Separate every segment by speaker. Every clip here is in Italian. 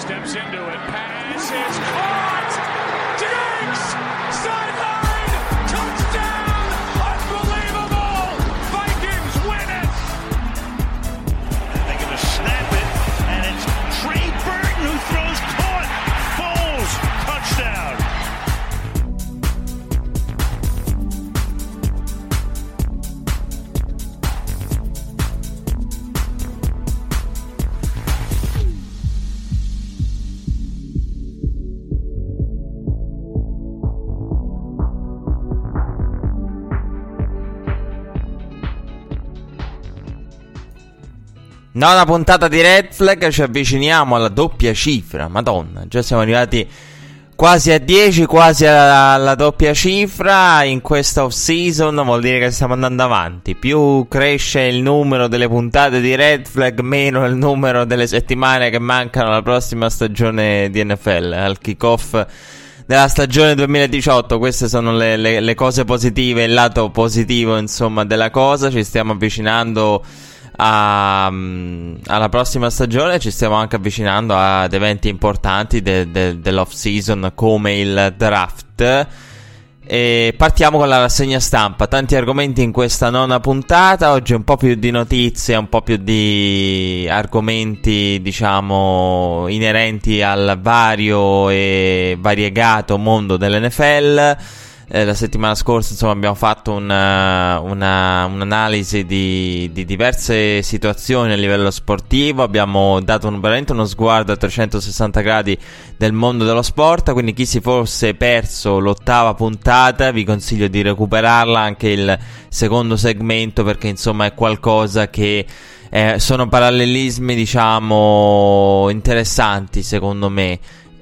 Speaker 1: Steps into it. Pass is caught. Diggs! Sideline! Touchdown! Unbelievable! Vikings win it!
Speaker 2: They're going to snap it, and it's Trey Burton who throws caught. Foles, touchdown.
Speaker 3: Nona puntata di Red Flag, ci avviciniamo alla doppia cifra, madonna, già siamo arrivati quasi a 10, quasi alla doppia cifra in questa off season, vuol dire che stiamo andando avanti, più cresce il numero delle puntate di Red Flag, meno il numero delle settimane che mancano alla prossima stagione di NFL, al kick-off della stagione 2018. Queste sono le cose positive, il lato positivo insomma della cosa, ci stiamo avvicinando alla prossima stagione, ci stiamo anche avvicinando ad eventi importanti dell'off season come il draft, e partiamo con la rassegna stampa. Tanti argomenti in questa nona puntata, oggi un po' più di notizie, un po' più di argomenti diciamo inerenti al vario e variegato mondo dell'NFL. La settimana scorsa insomma abbiamo fatto un'analisi di diverse situazioni a livello sportivo, abbiamo dato veramente uno sguardo a 360 gradi del mondo dello sport, quindi chi si fosse perso l'ottava puntata vi consiglio di recuperarla, anche il secondo segmento, perché insomma è qualcosa che sono parallelismi diciamo interessanti secondo me,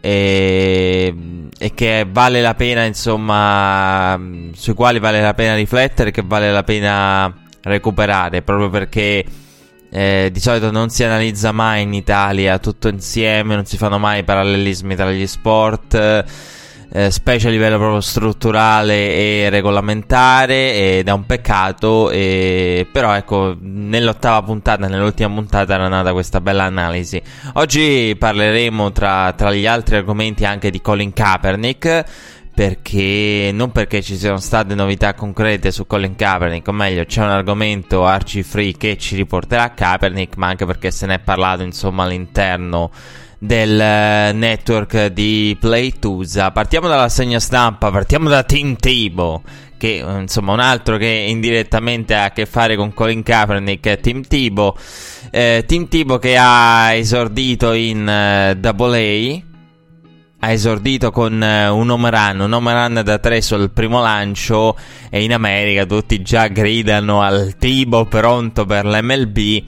Speaker 3: e che vale la pena insomma, sui quali vale la pena riflettere, che vale la pena recuperare, proprio perché di solito non si analizza mai in Italia tutto insieme, non si fanno mai parallelismi tra gli sport, specie a livello proprio strutturale e regolamentare, ed è un peccato, però ecco, nell'ottava puntata, nell'ultima puntata era nata questa bella analisi. Oggi parleremo tra gli altri argomenti anche di Colin Kaepernick, perché non perché ci siano state novità concrete su Colin Kaepernick, o meglio c'è un argomento arci free che ci riporterà a Kaepernick, ma anche perché se ne è parlato insomma all'interno del network di Playtusa. Partiamo dalla segna stampa, partiamo da Tim Tebow, che insomma un altro che indirettamente ha a che fare con Colin Kaepernick è Tim Tebow. Tim Tebow che ha esordito in AA, ha esordito con un home run da 3 sul primo lancio, e in America tutti già gridano al Tebow pronto per l'MLB.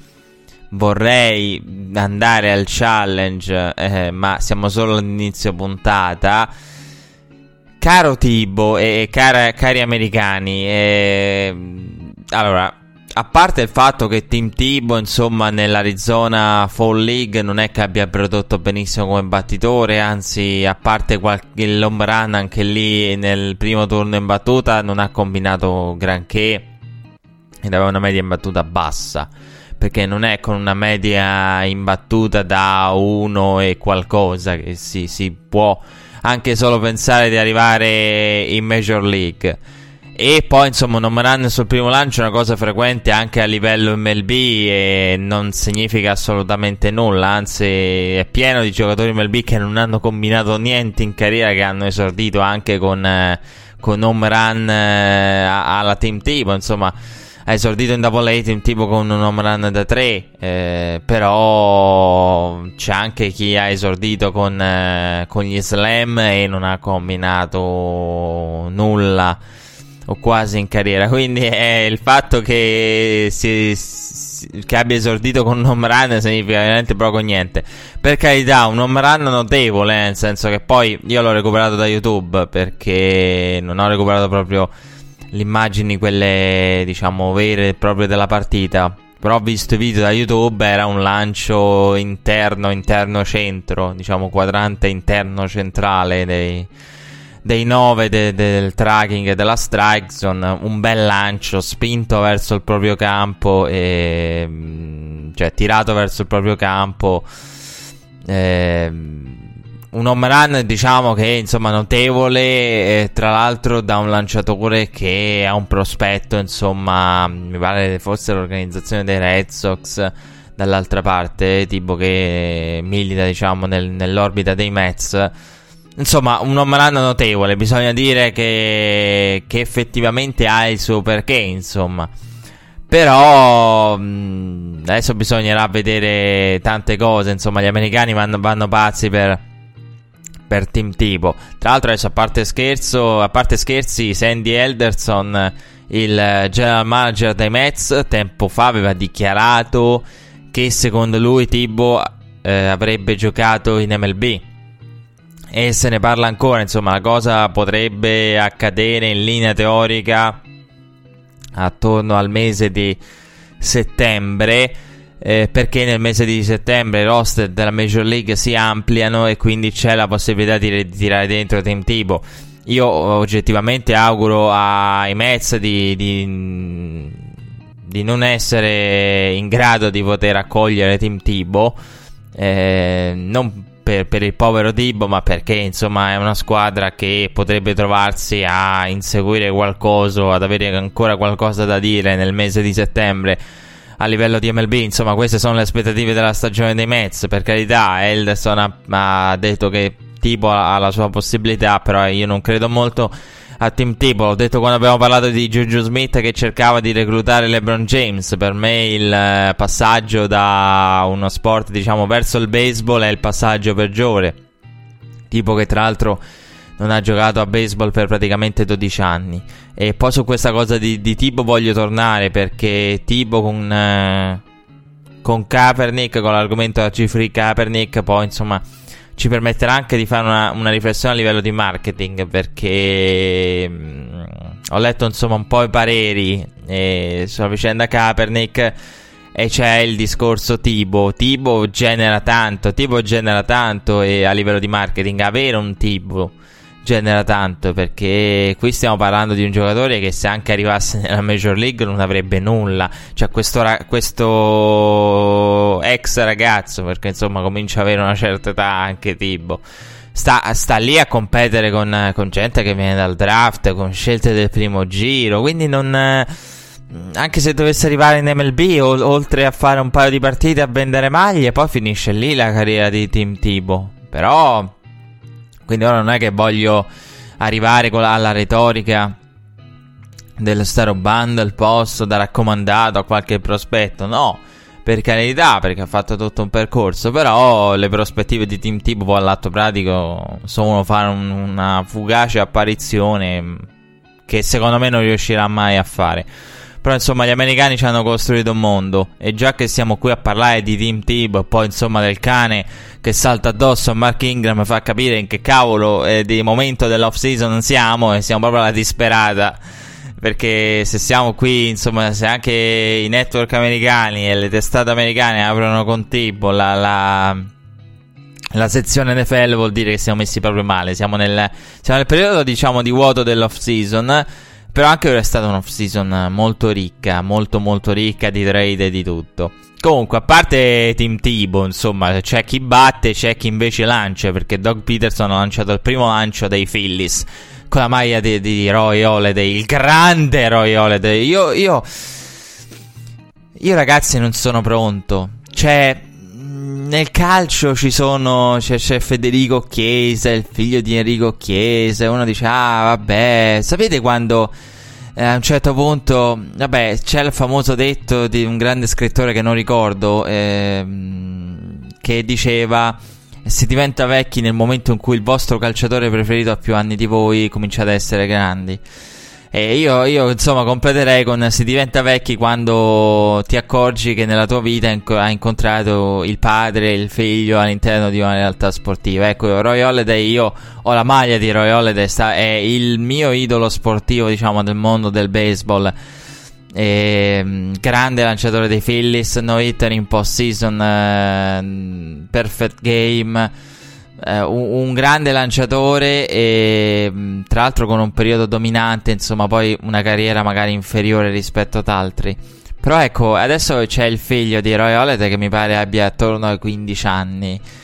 Speaker 3: Vorrei andare al challenge, ma siamo solo all'inizio puntata. Caro Tebow e cari americani, allora, a parte il fatto che Tim Tebow insomma nell'Arizona Fall League non è che abbia prodotto benissimo come battitore, anzi a parte qualche home run anche lì nel primo turno in battuta non ha combinato granché ed aveva una media in battuta bassa, perché non è con una media in battuta da 1 e qualcosa che si può anche solo pensare di arrivare in Major League. E poi insomma un home run sul primo lancio è una cosa frequente anche a livello MLB e non significa assolutamente nulla, anzi è pieno di giocatori MLB che non hanno combinato niente in carriera, che hanno esordito anche con home run alla Tim Tebow. Insomma, ha esordito in AA Tim Tebow con un home run da 3, però c'è anche chi ha esordito con gli slam e non ha combinato nulla o quasi in carriera, quindi il fatto che che abbia esordito con un home run significa veramente poco niente. Per carità, un home run notevole, nel senso che poi io l'ho recuperato da YouTube, perché non ho recuperato proprio le immagini quelle diciamo vere e proprie della partita, però ho visto i video da YouTube, era un lancio interno centro, diciamo quadrante interno centrale dei 9 del tracking e della strike zone, un bel lancio spinto verso il proprio campo, cioè tirato verso il proprio campo, Un home run, diciamo, che insomma notevole, tra l'altro da un lanciatore che ha un prospetto, insomma, mi pare forse l'organizzazione dei Red Sox dall'altra parte, tipo che milita, diciamo, nell'orbita dei Mets. Insomma, un home run notevole, bisogna dire che effettivamente ha il suo perché, insomma. Però adesso bisognerà vedere tante cose, insomma, gli americani vanno pazzi per Tim Tebow. Tra l'altro adesso, a parte scherzi, Sandy Alderson, il general manager dei Mets, tempo fa aveva dichiarato che secondo lui Tebow avrebbe giocato in MLB. E se ne parla ancora, insomma, la cosa potrebbe accadere in linea teorica attorno al mese di settembre, perché nel mese di settembre i roster della Major League si ampliano e quindi c'è la possibilità di tirare dentro Tim Tebow. Io oggettivamente auguro ai Mets di non essere in grado di poter accogliere Tim Tebow, non per il povero Tebow, ma perché insomma è una squadra che potrebbe trovarsi a inseguire qualcosa, ad avere ancora qualcosa da dire nel mese di settembre a livello di MLB. Insomma, queste sono le aspettative della stagione dei Mets. Per carità, Alderson ha detto che Tebow ha la sua possibilità, però io non credo molto a Tim Tebow. L'ho detto quando abbiamo parlato di Juju Smith che cercava di reclutare LeBron James. Per me il passaggio da uno sport, diciamo, verso il baseball è il passaggio peggiore. Tebow che tra l'altro non ha giocato a baseball per praticamente 12 anni. E poi su questa cosa di Tebow voglio tornare, perché Tebow con Kaepernick, con l'argomento da Free Kaepernick, poi insomma ci permetterà anche di fare una riflessione a livello di marketing, perché ho letto insomma un po' i pareri sulla vicenda Kaepernick e c'è il discorso Tebow genera tanto, e a livello di marketing avere un Tebow genera tanto, perché qui stiamo parlando di un giocatore che se anche arrivasse nella Major League non avrebbe nulla. Cioè questo ex ragazzo, perché insomma comincia ad avere una certa età anche Tebow, sta lì a competere con gente che viene dal draft, con scelte del primo giro, quindi non, anche se dovesse arrivare in MLB, oltre a fare un paio di partite, a vendere maglie, poi finisce lì la carriera di Tim Tebow. Però quindi ora non è che voglio arrivare alla retorica dello Star Bundle posto da raccomandato a qualche prospetto, no, per carità, perché ha fatto tutto un percorso. Però le prospettive di Tim Tebow all'atto pratico sono fare una fugace apparizione che secondo me non riuscirà mai a fare. Però insomma gli americani ci hanno costruito un mondo, e già che siamo qui a parlare di Tim Tebow e poi insomma del cane che salta addosso a Mark Ingram, fa capire in che cavolo di momento dell'off season siamo, e siamo proprio alla disperata, perché se siamo qui, insomma, se anche i network americani e le testate americane aprono con Tebow la sezione NFL, vuol dire che siamo messi proprio male. Siamo nel periodo, diciamo, di vuoto dell'off season. Però anche ora è stata un'off season molto ricca, molto molto ricca di trade e di tutto. Comunque, a parte Tim Tebow, insomma, c'è chi batte, c'è chi invece lancia, perché Doug Peterson ha lanciato il primo lancio dei Phillies con la maglia di Roy Halladay, il grande Roy Halladay. Io ragazzi non sono pronto. Nel calcio c'è Federico Chiesa, il figlio di Enrico Chiesa, e uno dice vabbè, sapete quando a un certo punto, vabbè, c'è il famoso detto di un grande scrittore che non ricordo, che diceva: si diventa vecchi nel momento in cui il vostro calciatore preferito ha più anni di voi, cominciate ad essere grandi. E io insomma completerei con: si diventa vecchi quando ti accorgi che nella tua vita hai incontrato il padre e il figlio all'interno di una realtà sportiva. Ecco, Roy Halladay, io ho la maglia di Roy Halladay, è il mio idolo sportivo, diciamo, del mondo del baseball. Grande lanciatore dei Phillies, no hitter in postseason, perfect game, un grande lanciatore, e tra l'altro con un periodo dominante, insomma, poi una carriera magari inferiore rispetto ad altri. Però ecco, adesso c'è il figlio di Roy Halladay che mi pare abbia attorno ai 15 anni,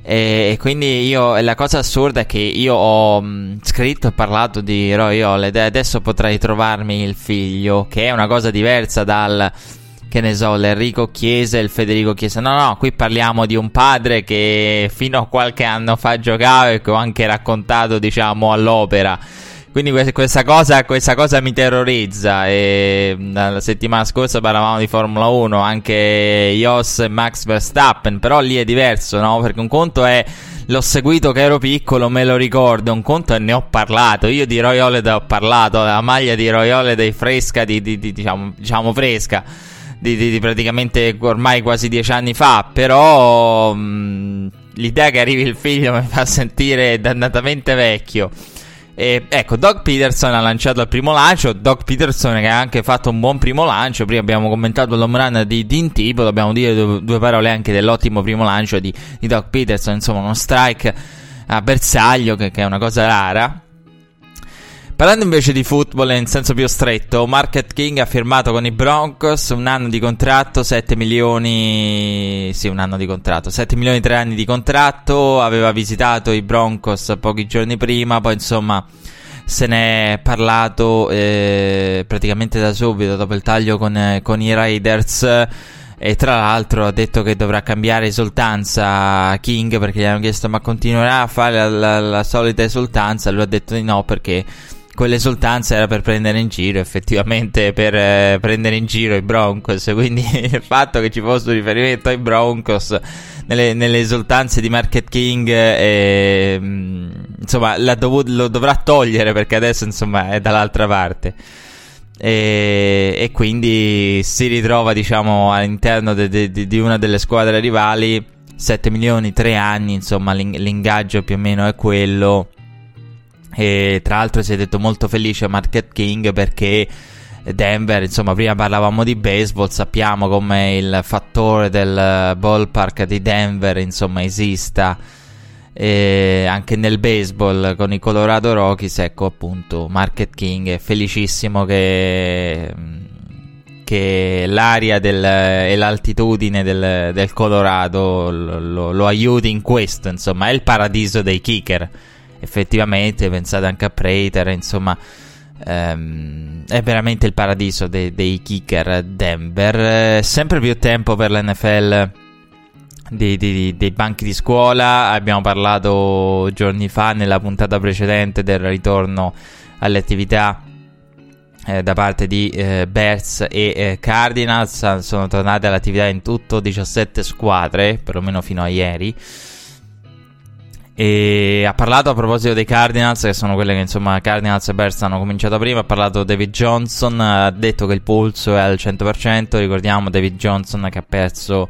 Speaker 3: E quindi la cosa assurda è che io ho scritto e parlato di Roy Holiday e adesso potrei trovarmi il figlio, che è una cosa diversa dal, che ne so, l'Enrico Chiesa e il Federico Chiesa. No, qui parliamo di un padre che fino a qualche anno fa giocava e che ho anche raccontato, diciamo, all'opera. Quindi questa cosa mi terrorizza. E la settimana scorsa parlavamo di Formula 1, anche Jos e Max Verstappen, però lì è diverso, no? Perché un conto è l'ho seguito che ero piccolo, me lo ricordo, un conto è ne ho parlato. Io di Roy Holiday ho parlato, la maglia di Roy Holiday fresca, diciamo fresca, di praticamente ormai quasi 10 anni fa, però l'idea che arrivi il figlio mi fa sentire dannatamente vecchio. E ecco, Doug Peterson ha lanciato il primo lancio. Doug Peterson che ha anche fatto un buon primo lancio. Prima abbiamo commentato l'home run di Dean Tebow, dobbiamo dire due parole anche dell'ottimo primo lancio di Doug Peterson. Insomma, uno strike a bersaglio che è una cosa rara. Parlando invece di football in senso più stretto, Marquette King ha firmato con i Broncos un anno di contratto, 7 milioni, 3 anni di contratto. Aveva visitato i Broncos pochi giorni prima, poi insomma se ne è parlato praticamente da subito dopo il taglio con i Raiders. E tra l'altro ha detto che dovrà cambiare esultanza King, perché gli hanno chiesto ma continuerà a fare la solita esultanza. Lui ha detto di no, perché quell'esultanza era per prendere in giro, effettivamente per prendere in giro i Broncos. Quindi il fatto che ci fosse un riferimento ai Broncos nelle esultanze di Marquette King insomma lo dovrà togliere, perché adesso insomma è dall'altra parte. E quindi si ritrova, diciamo, all'interno di una delle squadre rivali. 7 milioni, 3 anni, insomma l'ingaggio più o meno è quello. E tra l'altro si è detto molto felice Marquette King, perché Denver, insomma, prima parlavamo di baseball, sappiamo come il fattore del ballpark di Denver, insomma, esista anche nel baseball con i Colorado Rockies. Ecco, appunto, Marquette King è felicissimo che l'aria e l'altitudine del Colorado lo aiuti in questo. Insomma, è il paradiso dei kicker. Effettivamente, pensate anche a Prater, insomma, è veramente il paradiso dei kicker Denver. Sempre più tempo per l'NFL dei banchi di scuola. Abbiamo parlato giorni fa nella puntata precedente del ritorno alle attività da parte di Bears e Cardinals. Sono tornate all'attività in tutto 17 squadre, perlomeno fino a ieri. E ha parlato, a proposito dei Cardinals, che sono quelle che insomma Cardinals e Bears hanno cominciato prima, ha parlato David Johnson, ha detto che il polso è al 100%. Ricordiamo David Johnson che ha perso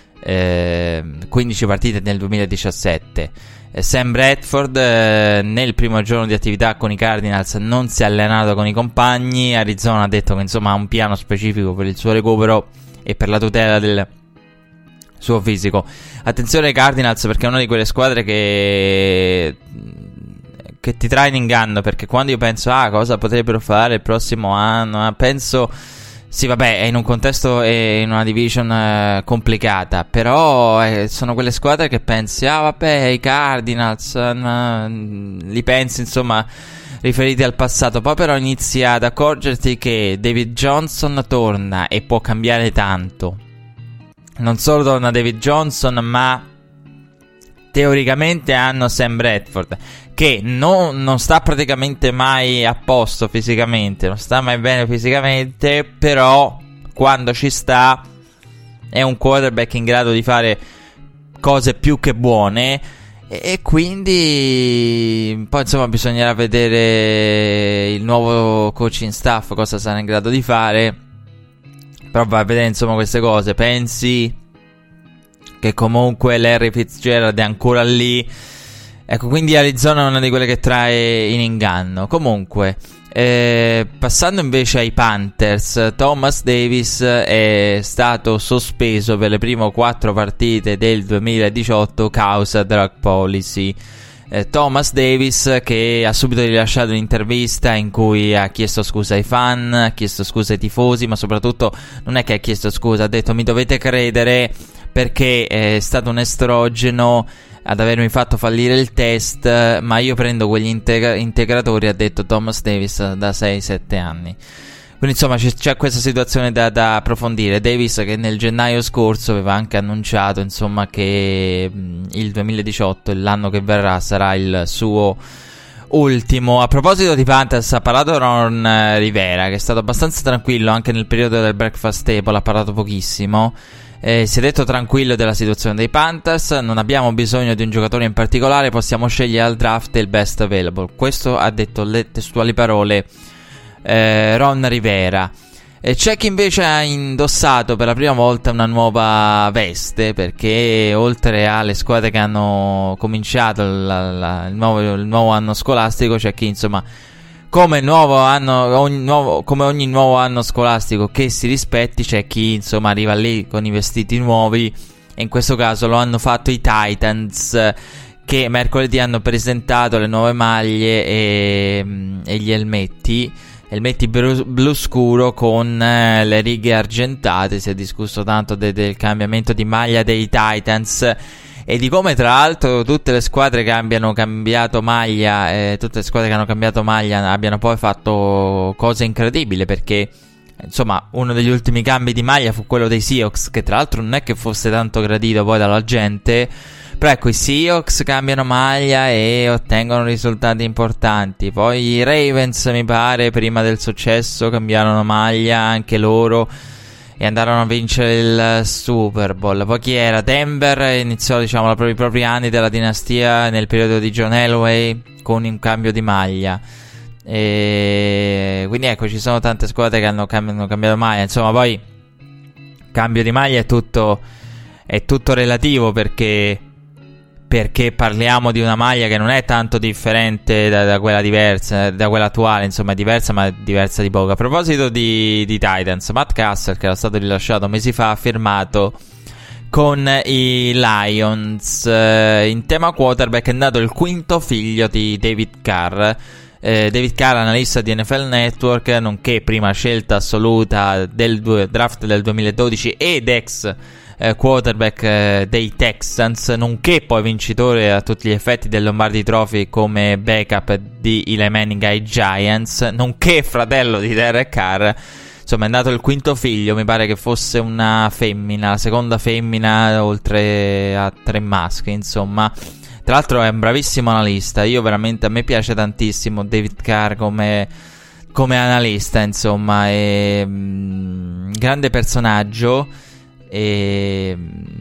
Speaker 3: 15 partite nel 2017. Sam Bradford nel primo giorno di attività con i Cardinals non si è allenato con i compagni. Arizona ha detto che insomma ha un piano specifico per il suo recupero e per la tutela del suo fisico. Attenzione ai Cardinals, perché è una di quelle squadre che ti trae in inganno, perché quando io penso cosa potrebbero fare il prossimo anno, penso sì, vabbè, è in un contesto e in una division complicata, però sono quelle squadre che pensi vabbè, i Cardinals li pensi insomma riferiti al passato, poi però inizi ad accorgerti che David Johnson torna e può cambiare tanto. Non solo torna David Johnson, ma teoricamente hanno Sam Bradford, che non sta praticamente mai a posto fisicamente, non sta mai bene fisicamente, però quando ci sta è un quarterback in grado di fare cose più che buone. E quindi poi insomma bisognerà vedere il nuovo coaching staff cosa sarà in grado di fare. Però vai a vedere insomma queste cose. Pensi che comunque Larry Fitzgerald è ancora lì. Ecco, quindi Arizona è una di quelle che trae in inganno. Comunque, passando invece ai Panthers, Thomas Davis è stato sospeso per le prime 4 partite del 2018 causa drug policy. Thomas Davis, che ha subito rilasciato un'intervista in cui ha chiesto scusa ai fan, ha chiesto scusa ai tifosi, ma soprattutto non è che ha chiesto scusa, ha detto mi dovete credere
Speaker 4: perché è stato un estrogeno ad avermi fatto fallire il test, ma io prendo quegli integratori, ha detto Thomas Davis, da 6-7 anni. Quindi insomma c'è questa situazione da approfondire. Davis, che nel gennaio scorso aveva anche annunciato insomma che il 2018, l'anno che verrà, sarà il suo ultimo. A proposito di Panthers, ha parlato Ron Rivera, che è stato abbastanza tranquillo anche nel periodo del breakfast table, ha parlato pochissimo. Si è detto tranquillo della situazione dei Panthers, non abbiamo bisogno di un giocatore in particolare, possiamo scegliere al draft il best available. Questo ha detto le testuali parole Ron Rivera. C'è chi invece ha indossato per la prima volta una nuova veste, perché oltre alle squadre che hanno cominciato il nuovo anno scolastico, c'è chi insomma, come ogni nuovo anno scolastico che si rispetti, c'è chi insomma arriva lì con i vestiti nuovi, e in questo caso lo hanno fatto i Titans, che mercoledì hanno presentato le nuove maglie e gli elmetti blu scuro con le righe argentate. Si è discusso tanto del cambiamento di maglia dei Titans e di come tra l'altro tutte le squadre che hanno cambiato maglia abbiano poi fatto cose incredibili, perché insomma uno degli ultimi cambi di maglia fu quello dei Seahawks, che tra l'altro non è che fosse tanto gradito poi dalla gente. Però ecco, i Seahawks cambiano maglia e ottengono risultati importanti. Poi i Ravens, mi pare, prima del successo cambiarono maglia anche loro e andarono a vincere il Super Bowl. Poi chi era? Denver iniziò diciamo i propri anni della dinastia nel periodo di John Elway con un cambio di maglia. E quindi ecco, ci sono tante squadre che hanno cambiato maglia. Insomma, poi cambio di maglia è tutto relativo, perché parliamo di una maglia che non è tanto differente da quella diversa, da quella attuale, insomma è diversa, ma diversa di poco. A proposito di Titans, Matt Cassel, che era stato rilasciato mesi fa, ha firmato con i Lions. In tema quarterback è nato il quinto figlio di David Carr. David Carr, analista di NFL Network, nonché prima scelta assoluta del draft del 2012 ed ex quarterback dei Texans, nonché poi vincitore a tutti gli effetti del Lombardi Trophy come backup di Eli Manning ai Giants, nonché fratello di Derek Carr. Insomma è nato il quinto figlio, mi pare che fosse una femmina, la seconda femmina oltre a 3 maschi, insomma. Tra l'altro è un bravissimo analista, a me piace tantissimo David Carr come analista, insomma, è grande personaggio. Ed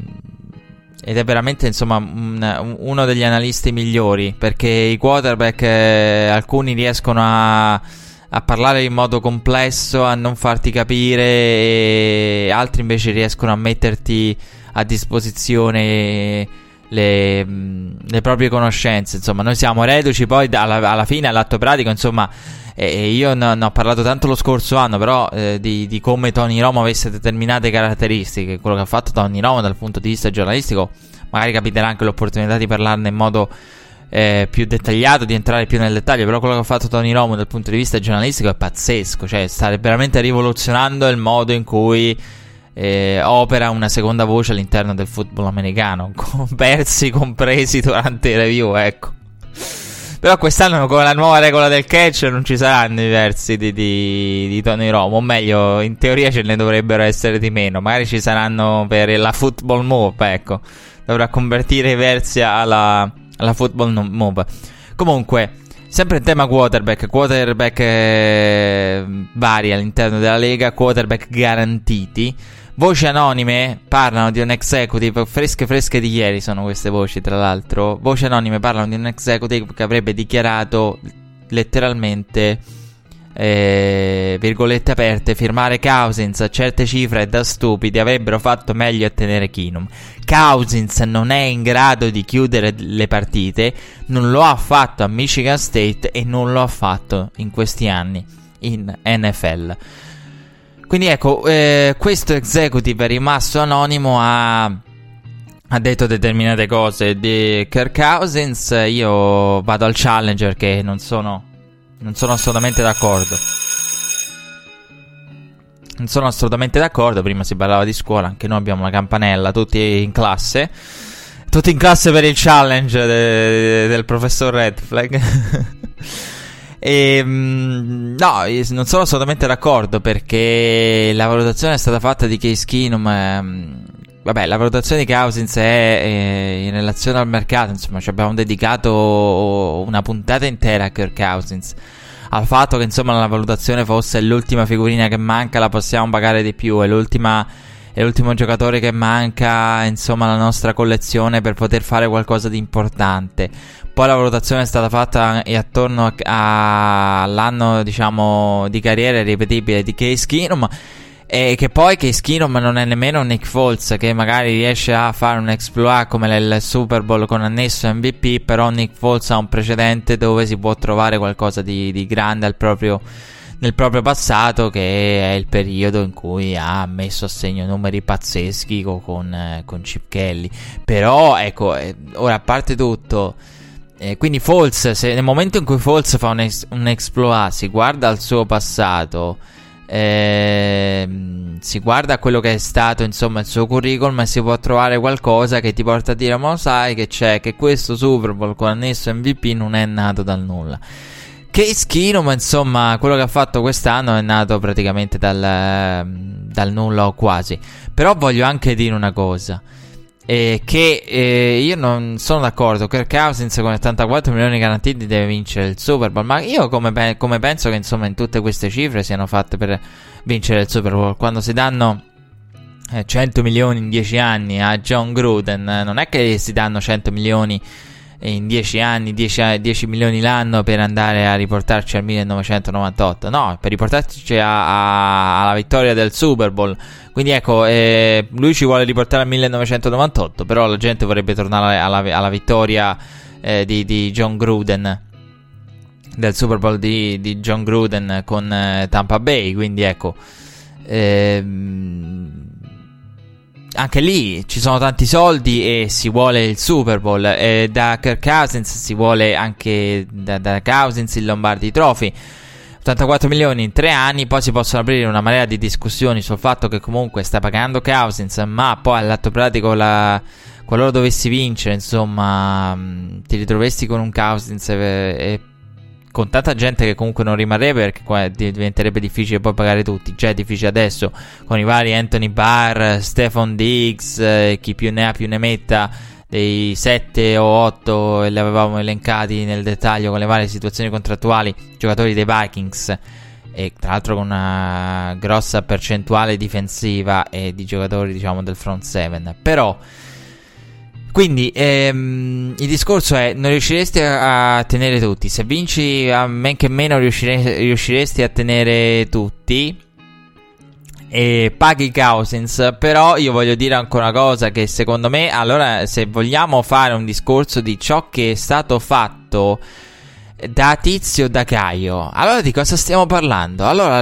Speaker 4: è veramente insomma uno degli analisti migliori, perché i quarterback alcuni riescono a parlare in modo complesso, a non farti capire, e altri invece riescono a metterti a disposizione le proprie conoscenze. Insomma, noi siamo reduci poi alla fine, all'atto pratico, insomma. Io ne ho parlato tanto lo scorso anno, però di come Tony Romo avesse determinate caratteristiche. Quello che ha fatto Tony Romo dal punto di vista giornalistico, magari capiterà anche l'opportunità di parlarne in modo più dettagliato, di entrare più nel dettaglio. Però quello che ha fatto Tony Romo dal punto di vista giornalistico è pazzesco, cioè sta veramente rivoluzionando il modo in cui opera una seconda voce all'interno del football americano, persi compresi durante i review, ecco. Però quest'anno con la nuova regola del catch non ci saranno i versi di Tony Romo, o meglio, in teoria ce ne dovrebbero essere di meno. Magari ci saranno per la football move, ecco. Dovrà convertire i versi alla football move. Comunque, sempre in tema quarterback vari all'interno della Lega, quarterback garantiti. Voci anonime parlano di un executive, fresche di ieri sono queste voci, tra l'altro. Voci anonime parlano di un executive che avrebbe dichiarato letteralmente, virgolette aperte, firmare Cousins a certe cifre da stupidi avrebbero fatto meglio a tenere Keenum. Cousins non è in grado di chiudere le partite, non lo ha fatto a Michigan State e non lo ha fatto in questi anni in NFL. Quindi ecco, questo executive è rimasto anonimo, ha detto determinate cose di Kirk Cousins. Io vado al Challenger, che non sono assolutamente d'accordo. non sono assolutamente d'accordo. Prima si parlava di scuola, anche noi abbiamo una campanella, tutti in classe per il challenge del professor Red Flag. No, non sono assolutamente d'accordo, perché la valutazione è stata fatta di Case Keenum. Vabbè, la valutazione di Cousins è in relazione al mercato. Insomma, ci abbiamo dedicato una puntata intera a Kirk Cousins, al fatto che insomma la valutazione fosse l'ultima figurina che manca, la possiamo pagare di più, è l'ultimo giocatore che manca, insomma, alla nostra collezione per poter fare qualcosa di importante. Poi la valutazione è stata fatta attorno all'anno, diciamo, di carriera irripetibile di Case Keenum, e che poi Case Keenum non è nemmeno Nick Foles, che magari riesce a fare un exploit come il Super Bowl con annesso MVP, però Nick Foles ha un precedente dove si può trovare qualcosa di grande nel proprio passato, che è il periodo in cui ha messo a segno numeri pazzeschi con Chip Kelly. Però ecco, ora, a parte tutto, quindi Foles, se nel momento in cui Foles fa un exploit, si guarda al suo passato, si guarda a quello che è stato, insomma, il suo curriculum, e si può trovare qualcosa che ti porta a dire: ma lo sai che c'è, che questo Super Bowl con annesso MVP non è nato dal nulla. Case Keenum, insomma, quello che ha fatto quest'anno è nato praticamente dal nulla o quasi. Però voglio anche dire una cosa, che io non sono d'accordo. Kirk Cousins con 84 milioni garantiti deve vincere il Super Bowl, ma io come penso che, insomma, in tutte queste cifre siano fatte per vincere il Super Bowl. Quando si danno 100 milioni in 10 anni a John Gruden, non è che si danno 100 milioni in 10 anni, 10 milioni l'anno per andare a riportarci al 1998, no, per riportarci alla vittoria del Super Bowl. Quindi ecco, lui ci vuole riportare al 1998, però la gente vorrebbe tornare alla vittoria di John Gruden, del Super Bowl di John Gruden con Tampa Bay. Quindi ecco, anche lì ci sono tanti soldi e si vuole il Super Bowl, e da Kirk Cousins si vuole anche da Cousins il Lombardi Trophy. 84 milioni in 3 anni, poi si possono aprire una marea di discussioni sul fatto che comunque sta pagando Cousins, ma poi all'atto pratico qualora dovessi vincere, insomma, ti ritroveresti con un Cousins e con tanta gente che comunque non rimarrebbe, perché qua diventerebbe difficile poi pagare tutti. Già è difficile adesso con i vari Anthony Barr, Stephon Diggs, chi più ne ha più ne metta, dei 7 o 8 li avevamo elencati nel dettaglio con le varie situazioni contrattuali, giocatori dei Vikings, e tra l'altro con una grossa percentuale difensiva e di giocatori, diciamo, del front seven. Però quindi il discorso è: non riusciresti a tenere tutti. Se vinci, a men che meno riusciresti a tenere tutti e paghi Cousins. Però io voglio dire ancora una cosa, che secondo me, allora, se vogliamo fare un discorso di ciò che è stato fatto da Tizio da Caio, allora di cosa stiamo parlando? Allora,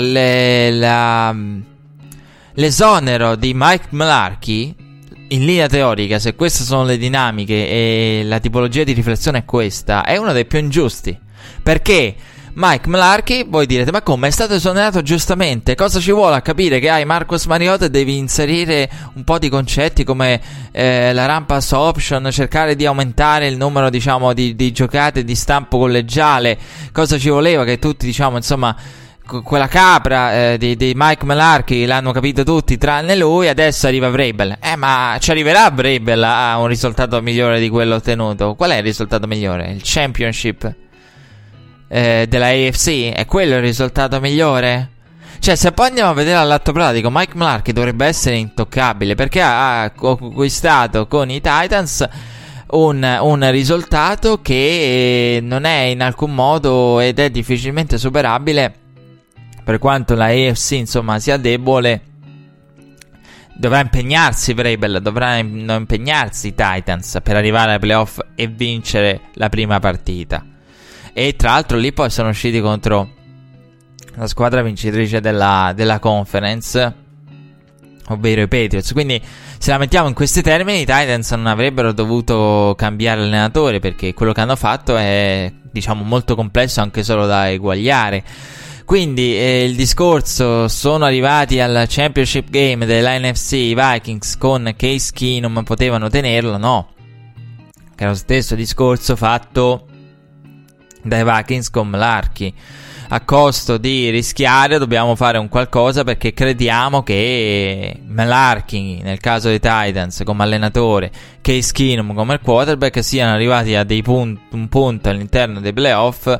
Speaker 4: l'esonero di Mike Mularkey, in linea teorica, se queste sono le dinamiche e la tipologia di riflessione è questa, è uno dei più ingiusti. Perché Mike Mularkey, voi direte: ma come, è stato esonerato giustamente? Cosa ci vuole a capire che hai Marcus Mariota e devi inserire un po' di concetti come la run pass option, cercare di aumentare il numero, diciamo, di giocate di stampo collegiale? Cosa ci voleva? Che tutti, diciamo, insomma, quella capra di Mike Mularkey l'hanno capito tutti tranne lui. Adesso arriva Vrabel, ma ci arriverà Vrabel a un risultato migliore di quello ottenuto? Qual è il risultato migliore? Il championship della AFC? È quello il risultato migliore? Cioè, se poi andiamo a vedere all'atto pratico, Mike Mularkey dovrebbe essere intoccabile, perché ha conquistato con i Titans un risultato che non è in alcun modo ed è difficilmente superabile. Per quanto la AFC, insomma, sia debole, dovrà impegnarsi Vrabel, dovranno impegnarsi i Titans per arrivare ai playoff e vincere la prima partita. E tra l'altro lì poi sono usciti contro la squadra vincitrice della conference, ovvero i Patriots. Quindi, se la mettiamo in questi termini, i Titans non avrebbero dovuto cambiare allenatore, perché quello che hanno fatto è, diciamo, molto complesso anche solo da eguagliare. Quindi il discorso, sono arrivati al championship game della NFC, i Vikings con Case Keenum, potevano tenerlo? No, che è lo stesso discorso fatto dai Vikings con Mularkey. A costo di rischiare dobbiamo fare un qualcosa, perché crediamo che Mularkey, nel caso dei Titans, come allenatore, Case Keenum come il quarterback, siano arrivati a un punto all'interno dei playoff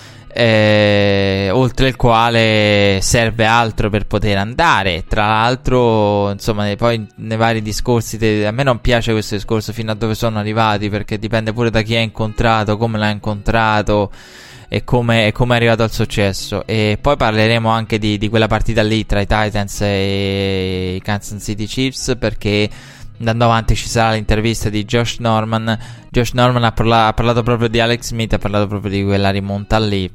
Speaker 4: oltre il quale serve altro per poter andare. Tra l'altro, insomma, poi nei vari discorsi a me non piace questo discorso fino a dove sono arrivati, perché dipende pure da chi ha incontrato, come l'ha incontrato e come è arrivato al successo. E poi parleremo anche di quella partita lì tra i Titans e i Kansas City Chiefs, perché andando avanti ci sarà l'intervista di Josh Norman. Josh Norman ha parlato proprio di Alex Smith, ha parlato proprio di quella rimonta lì,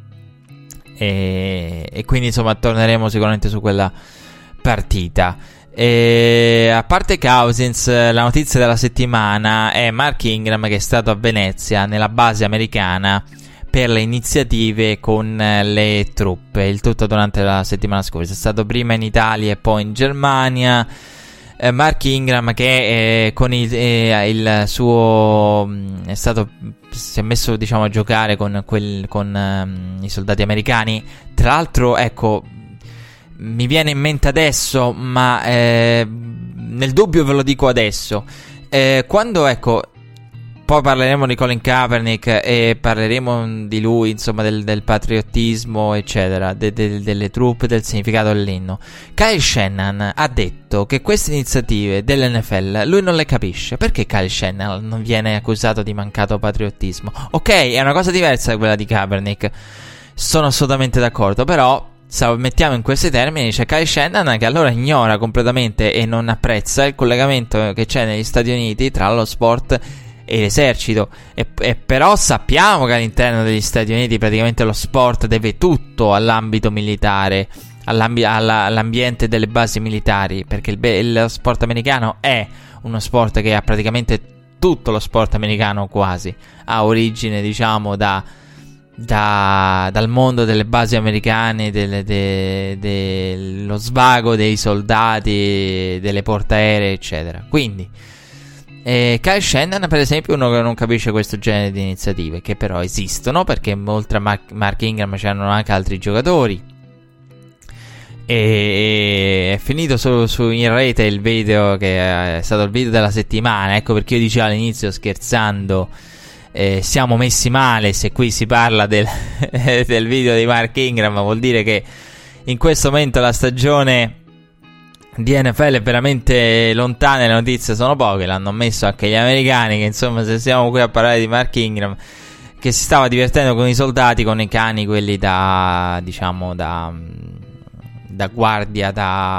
Speaker 4: e quindi insomma torneremo sicuramente su quella partita. E a parte Cousins, la notizia della settimana è Mark Ingram, che è stato a Venezia nella base americana per le iniziative con le truppe, il tutto durante la settimana scorsa. È stato prima in Italia e poi in Germania. Mark Ingram, che con il suo si è messo, diciamo, a giocare con i soldati americani. Tra l'altro, ecco, mi viene in mente adesso, ma nel dubbio ve lo dico adesso, quando, ecco, poi parleremo di Colin Kaepernick e parleremo di lui, insomma, del patriottismo, eccetera, delle truppe, del significato dell'inno. Kyle Shanahan ha detto che queste iniziative dell'NFL lui non le capisce. Perché Kyle Shanahan non viene accusato di mancato patriottismo? Ok, è una cosa diversa da quella di Kaepernick, sono assolutamente d'accordo, però se lo mettiamo in questi termini, c'è Kyle Shanahan che allora ignora completamente e non apprezza il collegamento che c'è negli Stati Uniti tra lo sport e l'esercito, e però sappiamo che all'interno degli Stati Uniti praticamente lo sport deve tutto all'ambito militare, all'ambiente delle basi militari, perché lo sport americano è uno sport che ha praticamente tutto lo sport americano quasi ha origine, diciamo, dal mondo delle basi americane, dello svago dei soldati, delle portaeree, eccetera. Quindi Kyle Shanahan, per esempio, uno che non capisce questo genere di iniziative, che però esistono, perché oltre a Mark Ingram c'erano anche altri giocatori. E è finito in rete il video, che è stato il video della settimana. Ecco perché io dicevo all'inizio, scherzando, siamo messi male se qui si parla del video di Mark Ingram. Vuol dire che in questo momento la stagione di NFL è veramente lontana e le notizie sono poche. L'hanno ammesso anche gli americani, che insomma, se siamo qui a parlare di Mark Ingram che si stava divertendo con i soldati, con i cani, quelli da, diciamo, da guardia,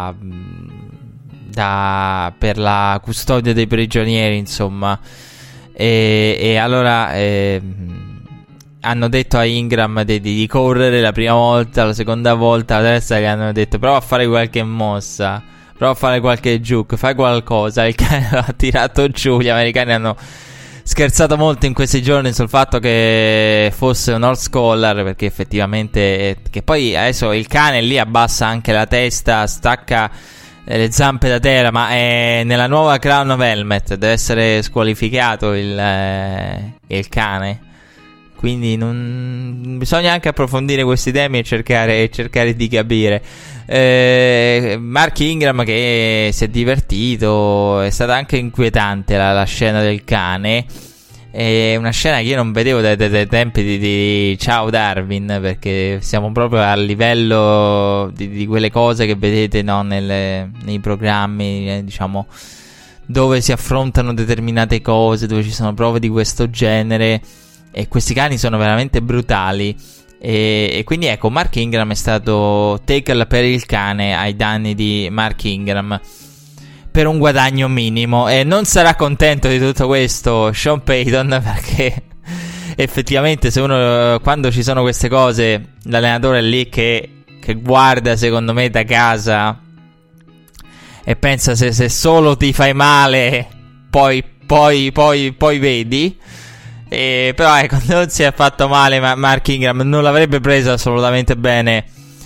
Speaker 4: per la custodia dei prigionieri, insomma, e allora hanno detto a Ingram di correre la prima volta, la seconda volta, la terza, gli hanno detto prova a fare qualche mossa, prova a fare qualche juke, fai qualcosa. Il cane l'ha tirato giù. Gli americani hanno scherzato molto in questi giorni sul fatto che fosse un horse collar, perché effettivamente, che poi adesso il cane lì abbassa anche la testa, stacca le zampe da terra, ma è nella nuova Crown of Helmet, deve essere squalificato il cane. Quindi non bisogna anche approfondire questi temi e cercare di capire. Mark Ingram, che si è divertito, è stata anche inquietante la scena del cane. È una scena che io non vedevo dai tempi di Ciao Darwin, perché siamo proprio a livello di quelle cose che vedete, no, nei programmi, diciamo, dove si affrontano determinate cose, dove ci sono prove di questo genere. E questi cani sono veramente brutali. E quindi ecco, Mark Ingram è stato tackle per il cane ai danni di Mark Ingram per un guadagno minimo. E non sarà contento di tutto questo Sean Payton, perché effettivamente, se uno, quando ci sono queste cose, l'allenatore è lì che guarda, secondo me, da casa e pensa, se solo ti fai male poi vedi. Però ecco, non si è fatto male, ma Mark Ingram non l'avrebbe preso assolutamente bene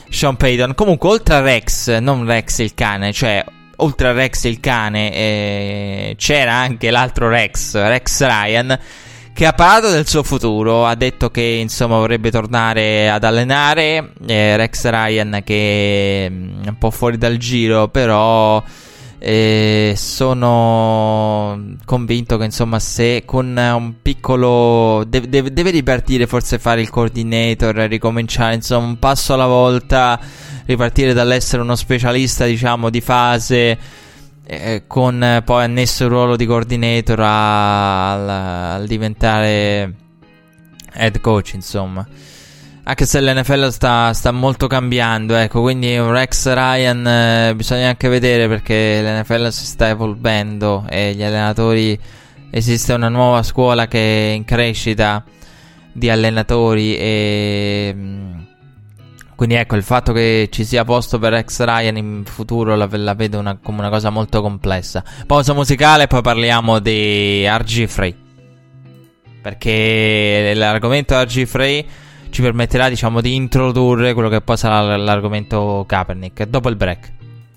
Speaker 4: Sean Payton. Comunque, oltre a Rex, non Rex il cane, cioè oltre a Rex il cane, c'era anche l'altro Rex Ryan, che ha parlato del suo futuro. Ha detto che insomma vorrebbe tornare ad allenare. Rex Ryan, che è un po' fuori dal giro, però sono convinto che insomma, se con un piccolo deve ripartire, forse fare il coordinator, ricominciare insomma un passo alla volta, ripartire dall'essere uno specialista diciamo di fase, con poi annesso il ruolo di coordinator al diventare head coach insomma. Anche se l'NFL sta molto cambiando, ecco, quindi un Rex Ryan bisogna anche vedere, perché l'NFL si sta evolvendo e gli allenatori, esiste una nuova scuola che è in crescita di allenatori, e quindi ecco, il fatto che ci sia posto per Rex Ryan in futuro la vedo come una cosa molto complessa. Pausa musicale e poi parliamo di RG Free, perché l'argomento RG Free ci permetterà diciamo di introdurre quello che poi sarà l'argomento Kaepernick dopo il break.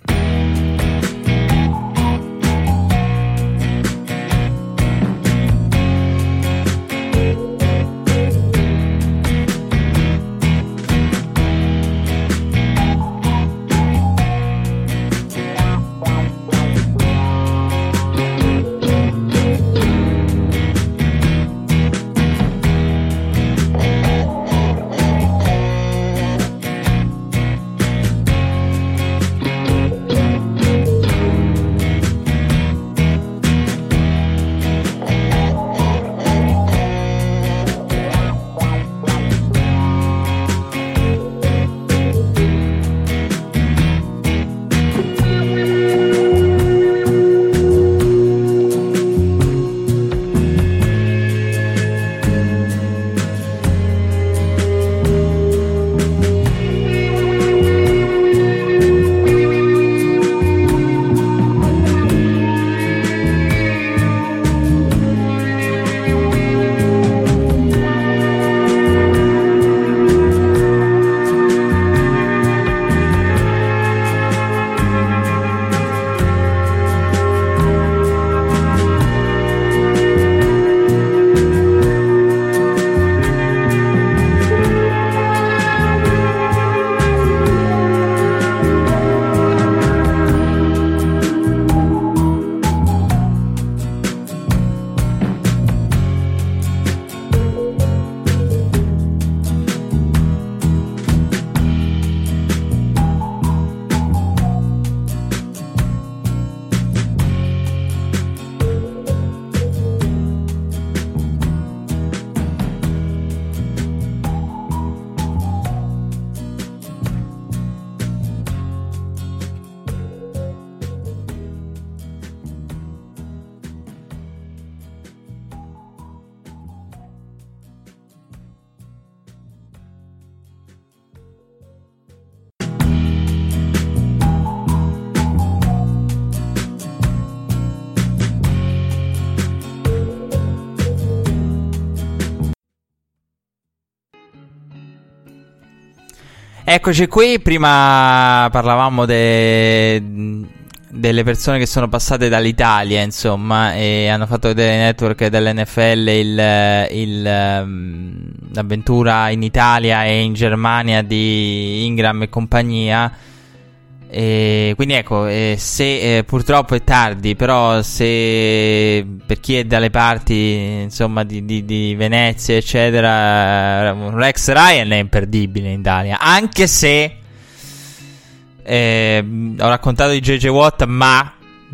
Speaker 4: Eccoci qui, prima parlavamo delle persone che sono passate dall'Italia, insomma, e hanno fatto vedere ai network dell'NFL l'avventura in Italia e in Germania di Ingram e compagnia. E quindi ecco, se purtroppo è tardi, però se per chi è dalle parti insomma di Venezia eccetera, Rex Ryan è imperdibile in Italia, anche se ho raccontato di JJ Watt, ma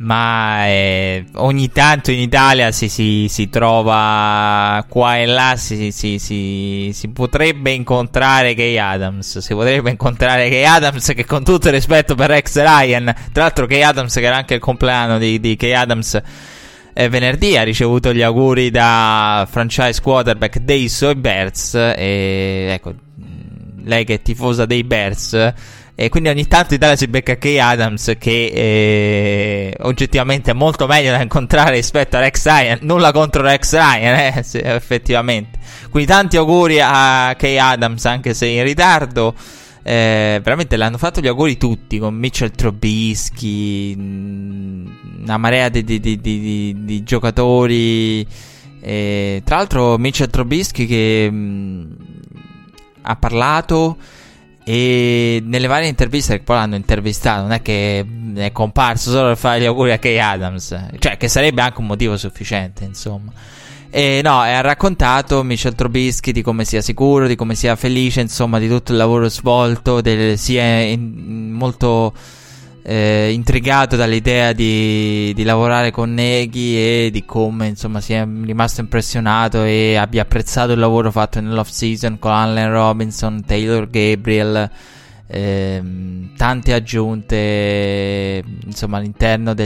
Speaker 4: ogni tanto in Italia si trova qua e là, si potrebbe incontrare Kay Adams. Che, con tutto il rispetto per Rex Ryan, tra l'altro Kay Adams, che era anche il compleanno di Kay Adams, venerdì ha ricevuto gli auguri da franchise quarterback dei suoi Bears, e ecco, lei che è tifosa dei Bears. E quindi ogni tanto in Italia si becca Kay Adams, che oggettivamente è molto meglio da incontrare rispetto a Rex Ryan. Nulla contro Rex Ryan, effettivamente. Quindi tanti auguri a Kay Adams, anche se in ritardo. veramente l'hanno fatto gli auguri tutti, con Mitchell Trubisky, una marea di giocatori. Tra l'altro Mitchell Trubisky che ha parlato, e nelle varie interviste che poi l'hanno intervistato, non è che è comparso solo per fare gli auguri a Kay Adams, cioè che sarebbe anche un motivo sufficiente, insomma. E no, ha raccontato Mitchell Trubisky di come sia sicuro, di come sia felice, insomma, di tutto il lavoro svolto, sia molto intrigato dall'idea di lavorare con Nagy, e di come, insomma, sia rimasto impressionato e abbia apprezzato il lavoro fatto nell'off season con Allen Robinson, Taylor Gabriel, tante aggiunte, insomma, all'interno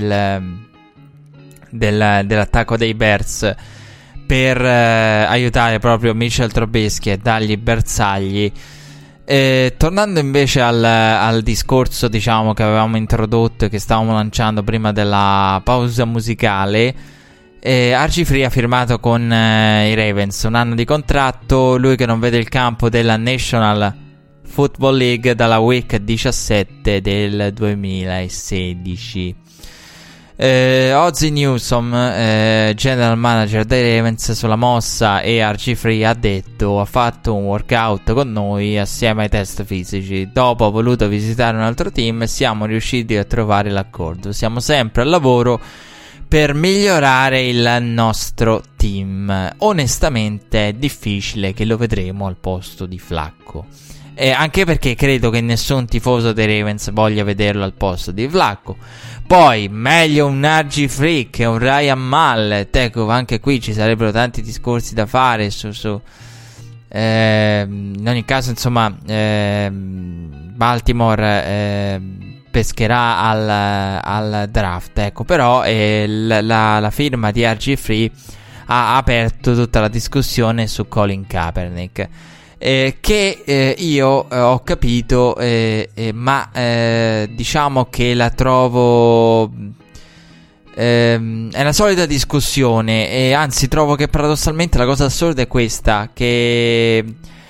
Speaker 4: dell'attacco dei Bears, per aiutare proprio Mitchell Trubisky e dargli bersagli. Tornando invece al discorso, diciamo, che avevamo introdotto e che stavamo lanciando prima della pausa musicale, RG3 ha firmato con i Ravens un anno di contratto, lui che non vede il campo della National Football League dalla week 17 del 2016. Ozzie Newsome, general manager dei Ravens, sulla mossa, e RG3 ha detto: ha fatto un workout con noi assieme ai test fisici, dopo ha voluto visitare un altro team e siamo riusciti a trovare l'accordo, siamo sempre al lavoro per migliorare il nostro team. Onestamente è difficile che lo vedremo al posto di Flacco, anche perché credo che nessun tifoso dei Ravens voglia vederlo al posto di Flacco. Poi meglio un RG3 che un Ryan Mallett, ecco, anche qui ci sarebbero tanti discorsi da fare in ogni caso, insomma, Baltimore pescherà al draft, ecco. Però la firma di RG3 ha aperto tutta la discussione su Colin Kaepernick, che io ho capito, ma diciamo che la trovo è una solita discussione, e anzi trovo che paradossalmente la cosa assurda è questa, che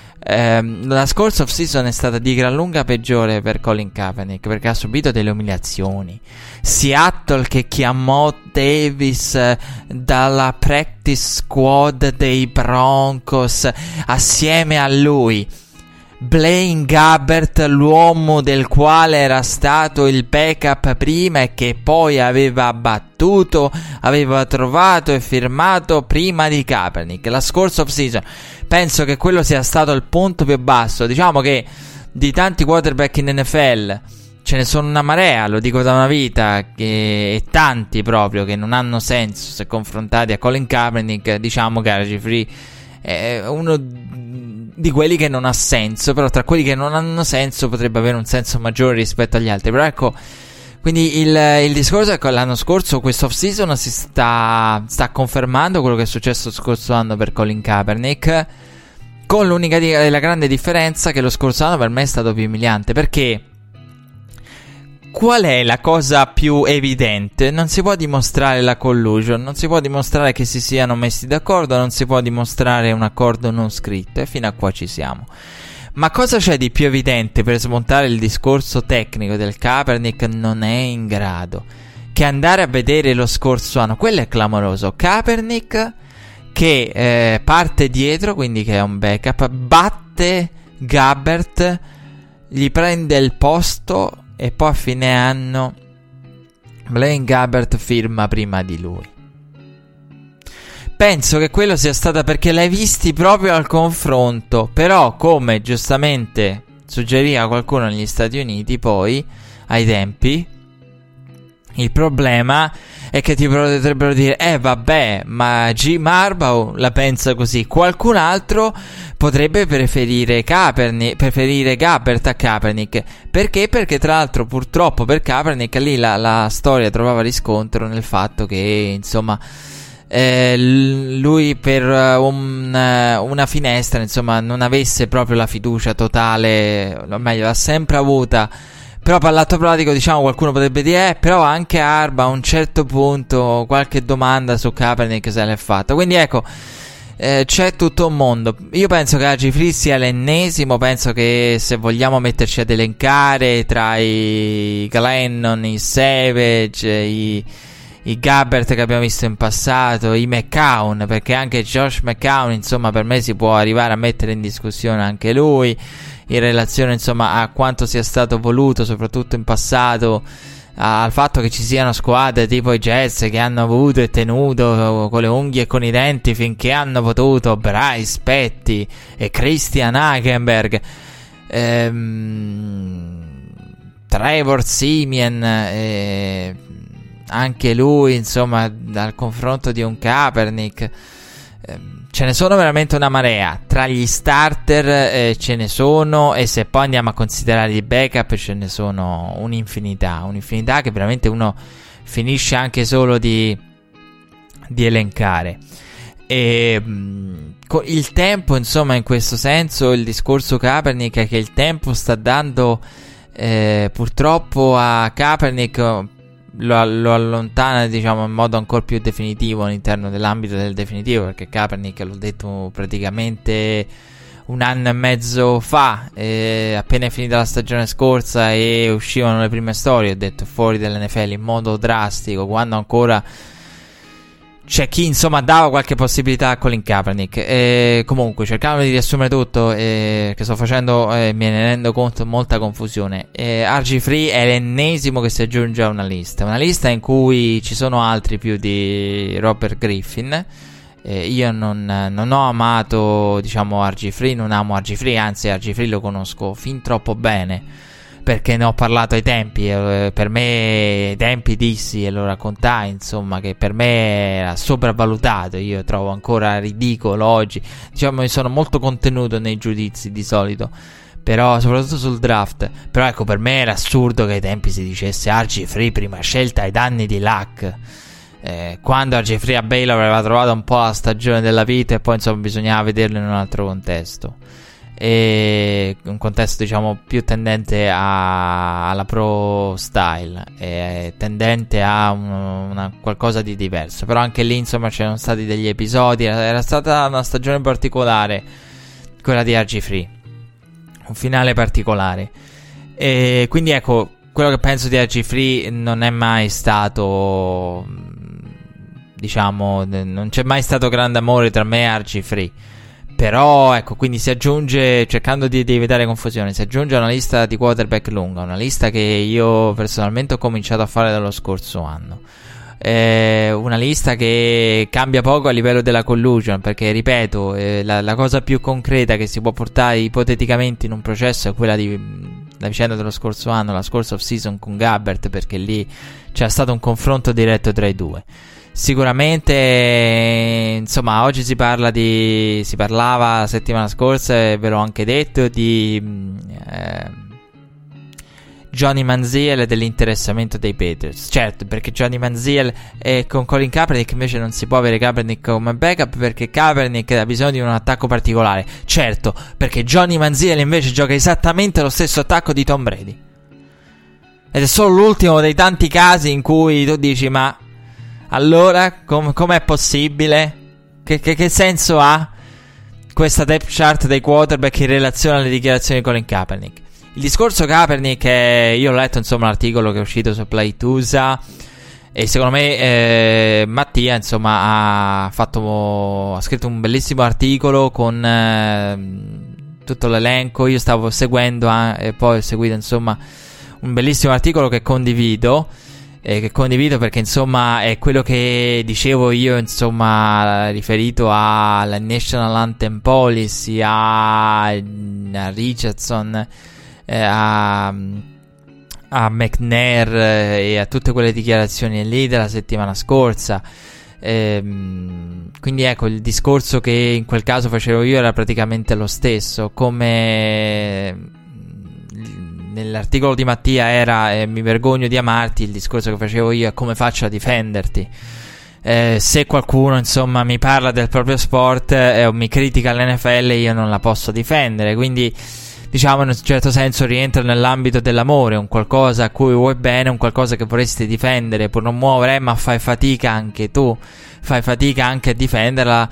Speaker 4: la scorsa off-season è stata di gran lunga peggiore per Colin Kaepernick, perché ha subito delle umiliazioni. Seattle che chiamò Davis dalla practice squad dei Broncos assieme a lui. Blaine Gabbert, l'uomo del quale era stato il backup prima e che poi aveva battuto, aveva trovato e firmato prima di Kaepernick la scorsa off-season. Penso che quello sia stato il punto più basso. Diciamo che di tanti quarterback in NFL ce ne sono una marea, lo dico da una vita, e tanti proprio che non hanno senso se confrontati a Colin Kaepernick. Diciamo che RG3 è uno di quelli che non ha senso, però tra quelli che non hanno senso potrebbe avere un senso maggiore rispetto agli altri. Però ecco, quindi il discorso è che l'anno scorso, questo off-season, si sta confermando quello che è successo lo scorso anno per Colin Kaepernick, con l'unica la grande differenza che lo scorso anno per me è stato più umiliante. Perché qual è la cosa più evidente? Non si può dimostrare la collusion, non si può dimostrare che si siano messi d'accordo, non si può dimostrare un accordo non scritto, e fino a qua ci siamo. Ma cosa c'è di più evidente per smontare il discorso tecnico del Kaepernick non è in grado che andare a vedere lo scorso anno? Quello è clamoroso. Kaepernick che parte dietro, quindi che è un backup, batte Gabbert, gli prende il posto, e poi a fine anno Blaine Gabbert firma prima di lui. Penso che quello sia stato perché l'hai visti proprio al confronto. Però, come giustamente suggeriva qualcuno negli Stati Uniti, poi ai tempi, il problema è che ti potrebbero dire: vabbè, ma Jim Harbaugh la pensa così. Qualcun altro potrebbe preferire Gabbert a Kaepernick. Perché? Perché tra l'altro purtroppo per Kaepernick lì la storia trovava riscontro nel fatto che, insomma, lui per una finestra, insomma, non avesse proprio la fiducia totale, o meglio, l'ha sempre avuta. Però per l'atto pratico, diciamo, qualcuno potrebbe dire però anche Harbaugh a un certo punto qualche domanda su Kaepernick se l'è fatta. Quindi ecco, c'è tutto un mondo. Io penso che RG Free sia l'ennesimo. Penso che se vogliamo metterci ad elencare tra i Glennon, i Savage, i Gabbert che abbiamo visto in passato, i McCown, perché anche Josh McCown, insomma, per me si può arrivare a mettere in discussione anche lui, in relazione, insomma, a quanto sia stato voluto, soprattutto in passato, al fatto che ci siano squadre tipo i Jets che hanno avuto e tenuto con le unghie e con i denti finché hanno potuto Bryce Petty e Christian Hagenberg, Trevor Siemian, anche lui, insomma, dal confronto di un Kaepernick. Ce ne sono veramente una marea. Tra gli starter ce ne sono, e se poi andiamo a considerare i backup ce ne sono un'infinità che veramente uno finisce anche solo di elencare. E il tempo, insomma, in questo senso il discorso Kaepernick è che il tempo sta dando purtroppo a Kaepernick, lo allontana, diciamo, in modo ancora più definitivo all'interno dell'ambito del definitivo, perché Kaepernick, l'ho detto praticamente un anno e mezzo fa, appena è finita la stagione scorsa e uscivano le prime storie, ho detto fuori dall'NFL in modo drastico, quando ancora c'è chi, insomma, dava qualche possibilità a Colin Kaepernick. Comunque, cercando di riassumere tutto, che sto facendo, me ne rendo conto, molta confusione. RG Free è l'ennesimo che si aggiunge a una lista in cui ci sono altri più di Robert Griffin. Io non ho amato, diciamo, RG Free, non amo RG Free, anzi RG Free lo conosco fin troppo bene, perché ne ho parlato ai tempi. Per me ai tempi dissi e lo raccontai, insomma, che per me era sopravvalutato. Io trovo ancora ridicolo oggi, diciamo, mi sono molto contenuto nei giudizi di solito, però soprattutto sul draft. Però ecco, per me era assurdo che ai tempi si dicesse RG Free prima scelta ai danni di Luck, quando RG Free a Baylor aveva trovato un po' la stagione della vita, e poi, insomma, bisognava vederlo in un altro contesto, e un contesto, diciamo, più tendente alla pro style, tendente a una qualcosa di diverso. Però anche lì, insomma, c'erano stati degli episodi, era stata una stagione particolare quella di RG Free, un finale particolare, e quindi ecco, quello che penso di RG Free non è mai stato, diciamo, non c'è mai stato grande amore tra me e RG Free. Però ecco, quindi si aggiunge, cercando di evitare confusione, si aggiunge a una lista di quarterback lunga, una lista che io personalmente ho cominciato a fare dallo scorso anno, una lista che cambia poco a livello della collusion, perché ripeto, la cosa più concreta che si può portare ipoteticamente in un processo è quella la vicenda dello scorso anno, la scorsa off season con Gabbert, perché lì c'è stato un confronto diretto tra i due. Sicuramente, insomma, oggi si parlava la settimana scorsa, e ve l'ho anche detto, di Johnny Manziel e dell'interessamento dei Patriots. Certo, perché Johnny Manziel e con Colin Kaepernick invece non si può avere Kaepernick come backup, perché Kaepernick ha bisogno di un attacco particolare. Certo, perché Johnny Manziel invece gioca esattamente lo stesso attacco di Tom Brady, ed è solo l'ultimo dei tanti casi in cui tu dici: ma allora, com'è possibile? Che senso ha questa depth chart dei quarterback in relazione alle dichiarazioni di Colin Kaepernick? Il discorso Kaepernick è, io ho letto, insomma, l'articolo che è uscito su Playtusa, e secondo me Mattia, insomma, ha scritto un bellissimo articolo con tutto l'elenco. Io stavo seguendo e poi ho seguito, insomma, un bellissimo articolo che condivido, perché, insomma, è quello che dicevo io, insomma, riferito alla National Anthem Policy, a Richardson, a McNair, e a tutte quelle dichiarazioni lì della settimana scorsa. Quindi ecco, il discorso che in quel caso facevo io era praticamente lo stesso, come nell'articolo di Mattia era mi vergogno di amarti. Il discorso che facevo io è come faccio a difenderti. Se qualcuno, insomma, mi parla del proprio sport o mi critica l'NFL, io non la posso difendere. Quindi, diciamo, in un certo senso rientra nell'ambito dell'amore, un qualcosa a cui vuoi bene, un qualcosa che vorresti difendere, promuovere, ma fai fatica anche tu, fai fatica anche a difenderla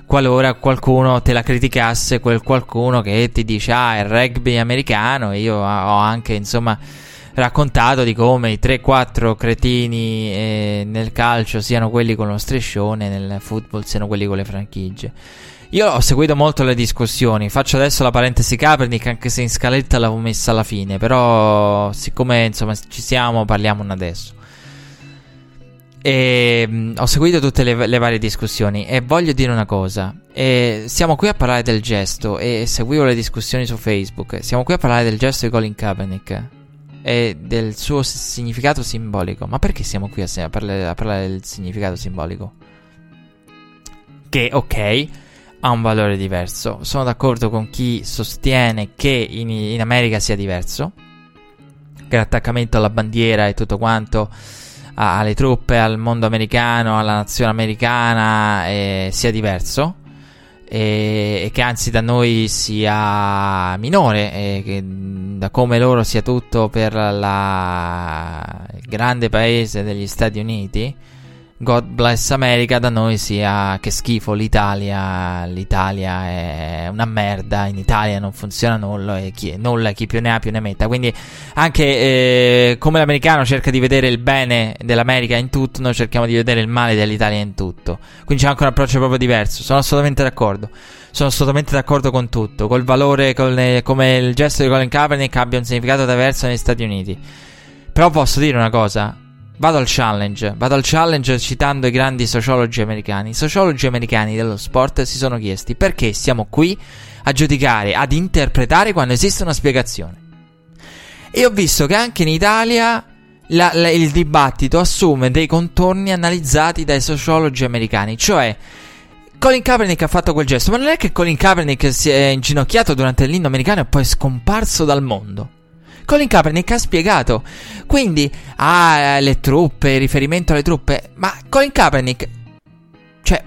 Speaker 4: qualora qualcuno te la criticasse, quel qualcuno che ti dice il rugby americano. E io ho anche insomma raccontato di come i 3-4 cretini nel calcio siano quelli con lo striscione, nel football siano quelli con le franchigie. Io ho seguito molto le discussioni. Faccio adesso la parentesi Kaepernick, anche se in scaletta l'avevo messa alla fine, però siccome insomma ci siamo, parliamone adesso. E ho seguito tutte le varie discussioni e voglio dire una cosa. Siamo qui a parlare del gesto, e seguivo le discussioni su Facebook. Siamo qui a parlare del gesto di Colin Kaepernick e del suo significato simbolico. Ma perché siamo qui a parlare del significato simbolico? Che ok, ha un valore diverso. Sono d'accordo con chi sostiene che in America sia diverso, che l'attaccamento alla bandiera e tutto quanto, alle truppe, al mondo americano, alla nazione americana sia diverso, e che anzi da noi sia minore, e che da come loro sia tutto per il grande paese degli Stati Uniti, God bless America, da noi sia che schifo l'Italia è una merda, in Italia non funziona nulla, e chi più ne ha più ne metta. Quindi anche come l'americano cerca di vedere il bene dell'America in tutto, noi cerchiamo di vedere il male dell'Italia in tutto. Quindi c'è anche un approccio proprio diverso. Sono assolutamente d'accordo con tutto, col valore, come il gesto di Colin Kaepernick abbia un significato diverso negli Stati Uniti. Però posso dire una cosa. Vado al challenge citando i grandi sociologi americani. I sociologi americani dello sport si sono chiesti: perché siamo qui a giudicare, ad interpretare quando esiste una spiegazione? E ho visto che anche in Italia il dibattito assume dei contorni analizzati dai sociologi americani. Cioè, Colin Kaepernick ha fatto quel gesto, ma non è che Colin Kaepernick si è inginocchiato durante l'inno americano e poi è scomparso dal mondo. Colin Kaepernick ha spiegato, quindi le truppe, riferimento alle truppe, ma Colin Kaepernick, cioè,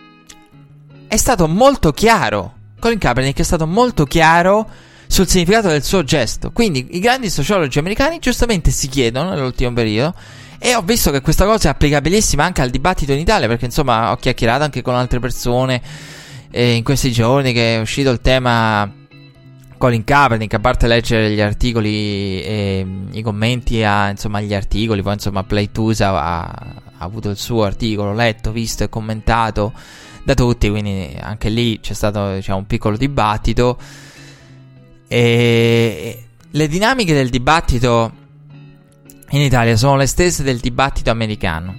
Speaker 4: è stato molto chiaro. Colin Kaepernick è stato molto chiaro sul significato del suo gesto. Quindi i grandi sociologi americani giustamente si chiedono nell'ultimo periodo, e ho visto che questa cosa è applicabilissima anche al dibattito in Italia, perché insomma ho chiacchierato anche con altre persone in questi giorni che è uscito il tema Colin Kaepernick, a parte leggere gli articoli e i commenti agli articoli, poi insomma Playtusa ha avuto il suo articolo letto, visto e commentato da tutti, quindi anche lì c'è stato, diciamo, un piccolo dibattito. E le dinamiche del dibattito in Italia sono le stesse del dibattito americano.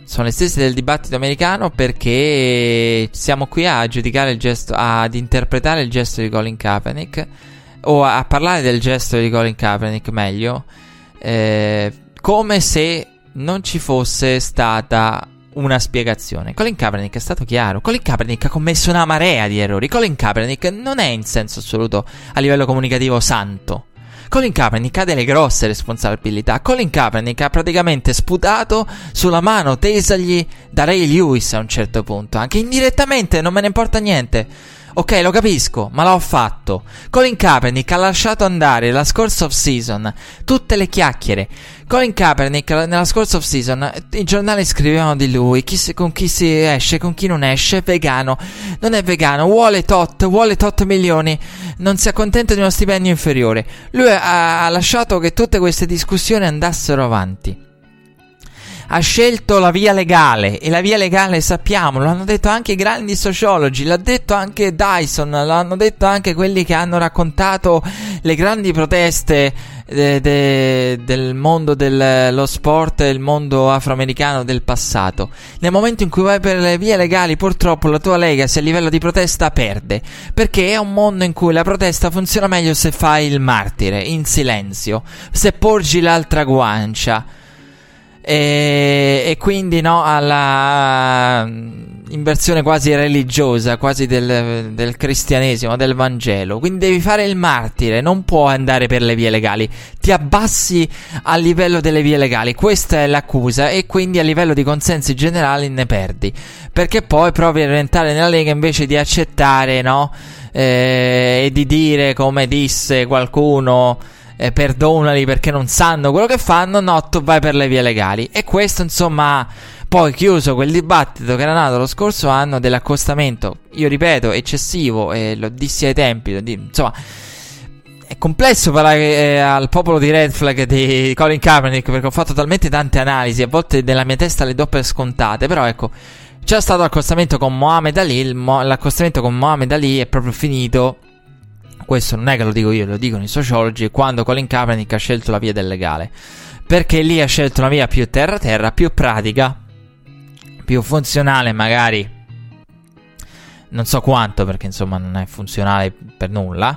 Speaker 4: Perché siamo qui a giudicare il gesto, ad interpretare il gesto di Colin Kaepernick, o a parlare del gesto di Colin Kaepernick meglio, come se non ci fosse stata una spiegazione. Colin Kaepernick è stato chiaro. Colin Kaepernick ha commesso una marea di errori. Colin Kaepernick non è in senso assoluto a livello comunicativo santo. Colin Kaepernick ha delle grosse responsabilità. Colin Kaepernick ha praticamente sputato sulla mano tesagli da Ray Lewis a un certo punto, anche indirettamente, non me ne importa niente. Ok, lo capisco, ma l'ho fatto. Colin Kaepernick ha lasciato andare la scorsa off-season tutte le chiacchiere. Colin Kaepernick nella scorsa off-season i giornali scrivevano di lui, con chi si esce, con chi non esce, è vegano, non è vegano, vuole tot milioni, non si accontenta di uno stipendio inferiore. Lui ha lasciato che tutte queste discussioni andassero avanti. Ha scelto la via legale, e la via legale, sappiamo, lo hanno detto anche i grandi sociologi, l'ha detto anche Dyson, lo hanno detto anche quelli che hanno raccontato le grandi proteste del mondo dello sport e il mondo afroamericano del passato. Nel momento in cui vai per le vie legali, purtroppo la tua legacy a livello di protesta perde, perché è un mondo in cui la protesta funziona meglio se fai il martire, in silenzio, se porgi l'altra guancia. E quindi no, alla inversione quasi religiosa, quasi del cristianesimo, del Vangelo. Quindi devi fare il martire, non puoi andare per le vie legali, ti abbassi a livello delle vie legali, questa è l'accusa, e quindi a livello di consensi generali ne perdi, perché poi provi a rientrare nella Lega invece di accettare, no? E di dire, come disse qualcuno perdonali perché non sanno quello che fanno, no, tu vai per le vie legali. E questo insomma poi chiuso quel dibattito che era nato lo scorso anno dell'accostamento, io ripeto, eccessivo, e lo dissi ai tempi, insomma è complesso parlare al popolo di Red Flag di Colin Kaepernick, perché ho fatto talmente tante analisi, a volte nella mia testa le do per scontate, però ecco, c'è stato l'accostamento con Mohamed Ali, l'accostamento con Mohamed Ali è proprio finito. Questo non è che lo dico io, lo dicono i sociologi, quando Colin Kaepernick ha scelto la via del legale, perché lì ha scelto una via più terra, più pratica, più funzionale, magari non so quanto, perché insomma non è funzionale per nulla,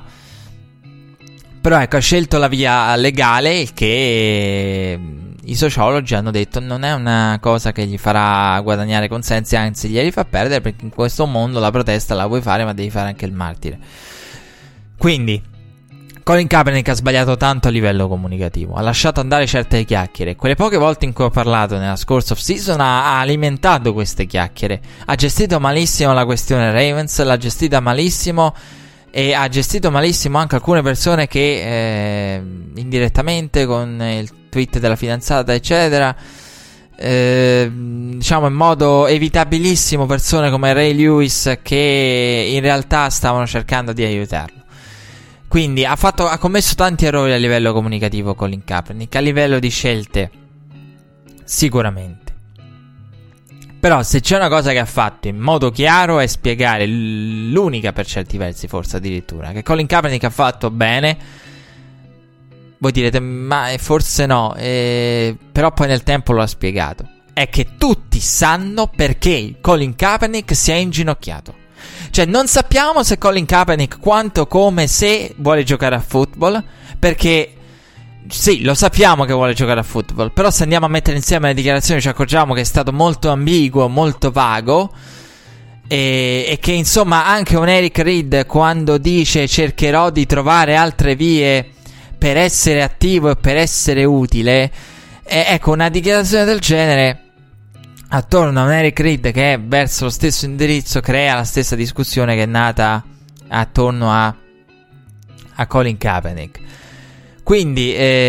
Speaker 4: però ecco, ha scelto la via legale, il che i sociologi hanno detto non è una cosa che gli farà guadagnare consensi, anzi glieli fa perdere, perché in questo mondo la protesta la puoi fare, ma devi fare anche il martire. Quindi Colin Kaepernick ha sbagliato tanto a livello comunicativo, ha lasciato andare certe chiacchiere. Quelle poche volte in cui ho parlato nella scorsa off-season ha alimentato queste chiacchiere, ha gestito malissimo la questione Ravens, l'ha gestita malissimo, e ha gestito malissimo anche alcune persone che indirettamente con il tweet della fidanzata eccetera, diciamo in modo evitabilissimo, persone come Ray Lewis che in realtà stavano cercando di aiutarlo. Quindi ha commesso tanti errori a livello comunicativo Colin Kaepernick, a livello di scelte sicuramente. Però se c'è una cosa che ha fatto in modo chiaro è spiegare, l'unica per certi versi forse addirittura, che Colin Kaepernick ha fatto bene. Voi direte ma forse no, però poi nel tempo lo ha spiegato. È che tutti sanno perché Colin Kaepernick si è inginocchiato. Cioè non sappiamo se Colin Kaepernick quanto come se vuole giocare a football, perché sì, lo sappiamo che vuole giocare a football, però se andiamo a mettere insieme le dichiarazioni ci accorgiamo che è stato molto ambiguo, molto vago, e che insomma anche un Eric Reid quando dice cercherò di trovare altre vie per essere attivo e per essere utile, ecco, una dichiarazione del genere attorno a un Eric Reid che è verso lo stesso indirizzo crea la stessa discussione che è nata attorno a Colin Kaepernick. Quindi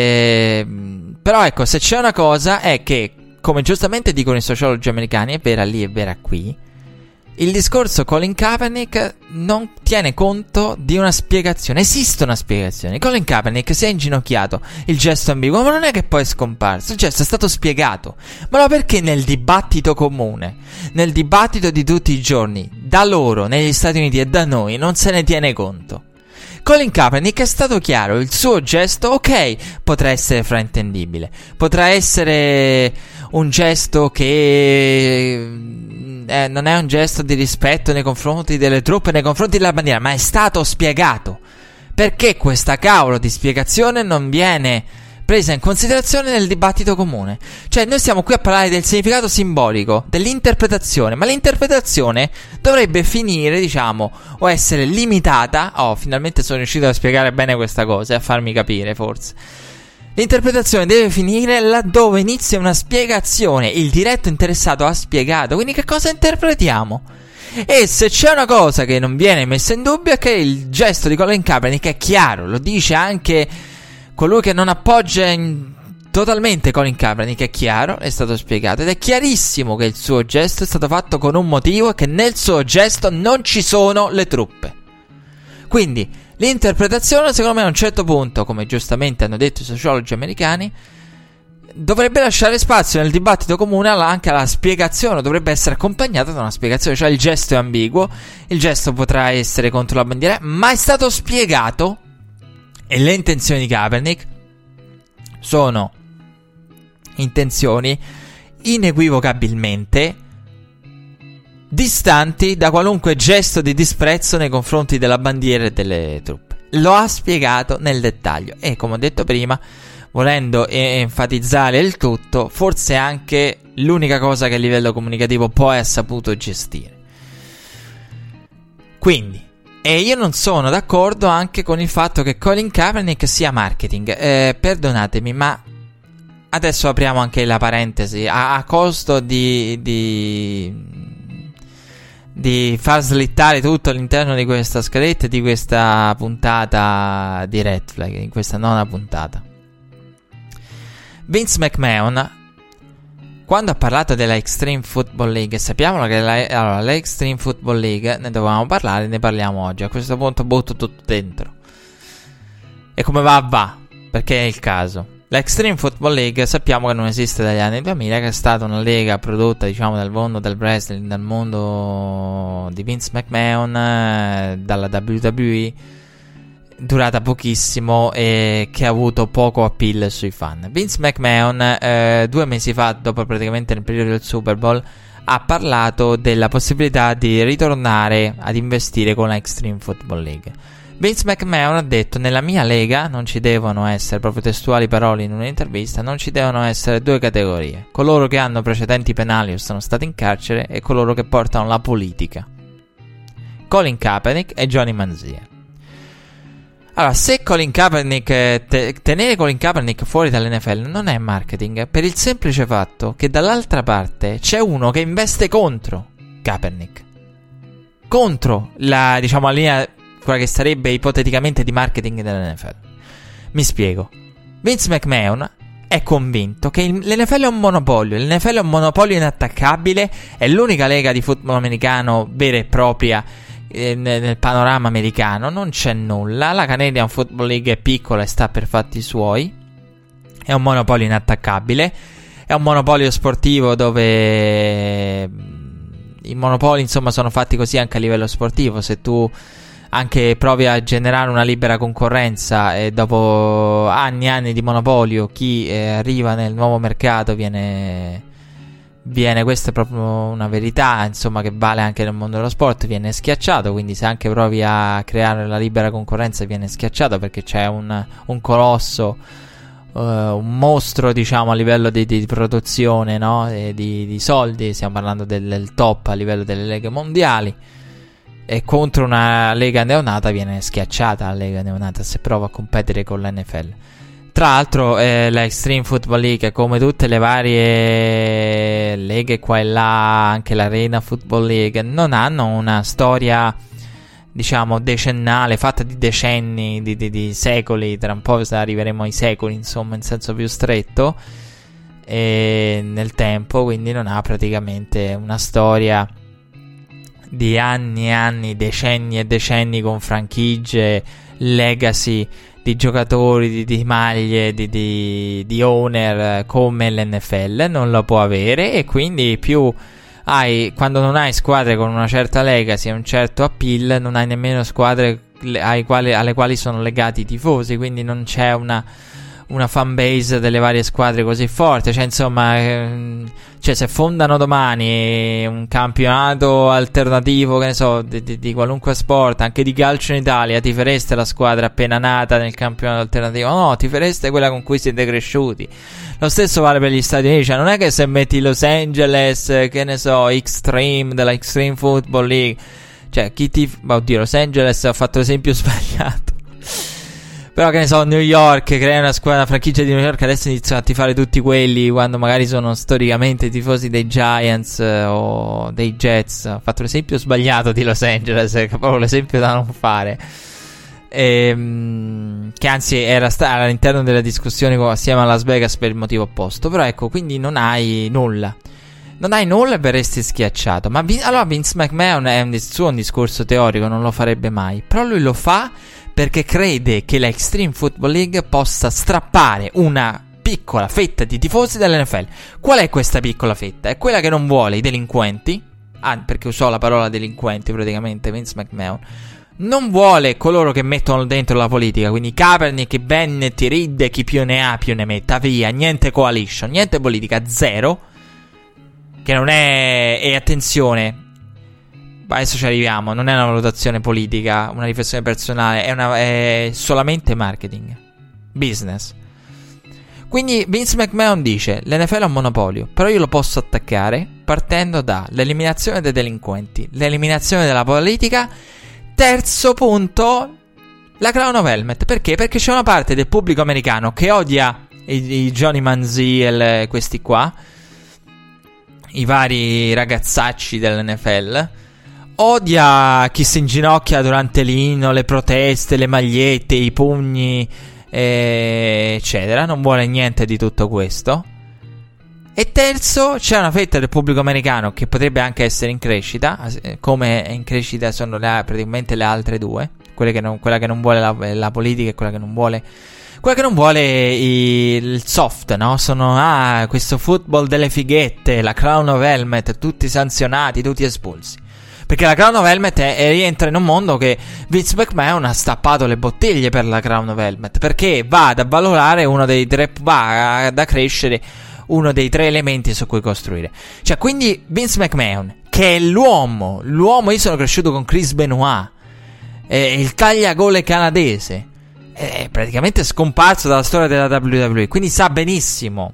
Speaker 4: però ecco, se c'è una cosa è che, come giustamente dicono i sociologi americani, è vera lì e vera qui, il discorso Colin Kaepernick non tiene conto di una spiegazione. Esiste una spiegazione. Colin Kaepernick si è inginocchiato, il gesto ambiguo, ma non è che poi è scomparso, il gesto è stato spiegato. Ma no, perché nel dibattito comune, nel dibattito di tutti i giorni, da loro, negli Stati Uniti e da noi, non se ne tiene conto? Colin Kaepernick è stato chiaro, il suo gesto, ok, potrà essere fraintendibile, potrà essere un gesto che non è un gesto di rispetto nei confronti delle truppe, nei confronti della bandiera, ma è stato spiegato. Perché questa cavolo di spiegazione non viene presa in considerazione nel dibattito comune? Cioè noi stiamo qui a parlare del significato simbolico, dell'interpretazione, ma l'interpretazione dovrebbe finire, diciamo, o essere limitata. Finalmente sono riuscito a spiegare bene questa cosa e a farmi capire, forse. L'interpretazione deve finire laddove inizia una spiegazione. Il diretto interessato ha spiegato, quindi che cosa interpretiamo? E se c'è una cosa che non viene messa in dubbio è che il gesto di Colin Kaepernick è chiaro, lo dice anche colui che non appoggia totalmente Colin Kaepernick, è chiaro, è stato spiegato ed è chiarissimo che il suo gesto è stato fatto con un motivo e che nel suo gesto non ci sono le truppe. Quindi l'interpretazione, secondo me, a un certo punto, come giustamente hanno detto i sociologi americani, dovrebbe lasciare spazio nel dibattito comune anche alla spiegazione, dovrebbe essere accompagnata da una spiegazione. Cioè il gesto è ambiguo, il gesto potrà essere contro la bandiera, ma è stato spiegato. E le intenzioni di Kaepernick sono intenzioni inequivocabilmente distanti da qualunque gesto di disprezzo nei confronti della bandiera e delle truppe. Lo ha spiegato nel dettaglio e, come ho detto prima, volendo enfatizzare il tutto, forse è anche l'unica cosa che a livello comunicativo poi ha saputo gestire. Quindi, e io non sono d'accordo anche con il fatto che Colin Kaepernick sia marketing. Perdonatemi, ma adesso apriamo anche la parentesi a costo di di far slittare tutto all'interno di questa scaletta, di questa puntata di Red Flag, in questa nona puntata. Vince McMahon, quando ha parlato della Extreme Football League, sappiamo che la Extreme Football League ne dovevamo parlare, ne parliamo oggi. A questo punto butto tutto dentro. E come va, perché è il caso. La Extreme Football League sappiamo che non esiste dagli anni 2000, che è stata una lega prodotta, diciamo, dal mondo del wrestling, dal mondo di Vince McMahon, dalla WWE, durata pochissimo e che ha avuto poco appeal sui fan. Vince McMahon 2 mesi fa, dopo praticamente nel periodo del Super Bowl, ha parlato della possibilità di ritornare ad investire con la Extreme Football League. Vince McMahon ha detto: nella mia lega non ci devono essere, proprio testuali parole in un'intervista, non ci devono essere 2 categorie: coloro che hanno precedenti penali o sono stati in carcere e coloro che portano la politica. Colin Kaepernick e Johnny Manziel. Allora, se Colin Kaepernick, tenere Colin Kaepernick fuori dall'NFL non è marketing, per il semplice fatto che dall'altra parte c'è uno che investe contro Kaepernick, contro la, diciamo, la linea, quella che sarebbe ipoteticamente di marketing dell'NFL. Mi spiego. Vince McMahon è convinto che l'NFL è un monopolio. L'NFL è un monopolio inattaccabile, è l'unica lega di football americano vera e propria nel panorama americano, non c'è nulla. La Canadian Football League è piccola e sta per fatti suoi, è un monopolio inattaccabile, è un monopolio sportivo dove i monopoli, insomma, sono fatti così anche a livello sportivo. Se tu anche provi a generare una libera concorrenza e dopo anni e anni di monopolio chi arriva nel nuovo mercato viene, questa è proprio una verità, insomma, che vale anche nel mondo dello sport, viene schiacciato. Quindi se anche provi a creare la libera concorrenza viene schiacciato, perché c'è un colosso, un mostro, diciamo, a livello di produzione, no? E di soldi. Stiamo parlando del top a livello delle leghe mondiali, e contro una lega neonata viene schiacciata la lega neonata se prova a competere con l'NFL. Tra l'altro la Extreme Football League, come tutte le varie leghe qua e là, anche l'Arena Football League, non hanno una storia, diciamo, decennale, fatta di decenni, di secoli. Tra un po' arriveremo ai secoli, insomma, in senso più stretto, e nel tempo, quindi non ha praticamente una storia di anni e anni, decenni e decenni, con franchigie, legacy di giocatori, di maglie, di owner, come l'NFL non lo può avere. E quindi più quando non hai squadre con una certa legacy e un certo appeal, non hai nemmeno squadre alle quali sono legati i tifosi, quindi non c'è una fan base delle varie squadre così forte. Cioè, insomma, se fondano domani un campionato alternativo, che ne so, di qualunque sport, anche di calcio in Italia, tifereste la squadra appena nata nel campionato alternativo? No, tifereste quella con cui siete cresciuti. Lo stesso vale per gli Stati Uniti. Cioè, non è che se metti Los Angeles, che ne so, Extreme, della Extreme Football League, cioè oddio, Los Angeles ha fatto l'esempio sbagliato. Però, che ne so, New York, crea una franchigia di New York, adesso iniziano a tifare tutti quelli quando magari sono storicamente tifosi dei Giants o dei Jets. Ho fatto l'esempio sbagliato di Los Angeles, che è proprio l'esempio da non fare. Che anzi era all'interno della discussione assieme a Las Vegas per il motivo opposto. Però ecco, quindi non hai nulla. Non hai nulla e verresti schiacciato. Ma allora Vince McMahon è un discorso teorico, non lo farebbe mai. Però lui lo fa perché crede che la Extreme Football League possa strappare una piccola fetta di tifosi dell'NFL. Qual è questa piccola fetta? È quella che non vuole i delinquenti, perché usò la parola delinquenti praticamente Vince McMahon. Non vuole coloro che mettono dentro la politica, quindi Kaepernick, Bennett, Reed, chi più ne ha più ne metta, via. Niente coalition, niente politica, zero. Che non è... E attenzione, adesso ci arriviamo, non è una valutazione politica, una riflessione personale, è solamente marketing, business. Quindi Vince McMahon dice: l'NFL è un monopolio, però io lo posso attaccare partendo dall'eliminazione dei delinquenti, l'eliminazione della politica. Terzo punto, la Crown of Helmet. Perché? Perché c'è una parte del pubblico americano che odia i Johnny Manziel, questi qua, i vari ragazzacci dell'NFL, odia chi si inginocchia durante l'inno, le proteste, le magliette, i pugni, eccetera. Non vuole niente di tutto questo. E terzo, c'è una fetta del pubblico americano che potrebbe anche essere in crescita, come in crescita sono praticamente le altre due, quella che non vuole la politica e quella che non vuole il soft, no? Sono questo football delle fighette, la Crown of Helmet, tutti sanzionati, tutti espulsi. Perché la Crown of Helmet rientra in un mondo che Vince McMahon ha stappato le bottiglie per la Crown of Helmet, perché va ad avvalorare va ad accrescere uno dei 3 elementi su cui costruire. Cioè, quindi Vince McMahon, che è l'uomo, io sono cresciuto con Chris Benoit, il tagliagole canadese, è praticamente scomparso dalla storia della WWE, quindi sa benissimo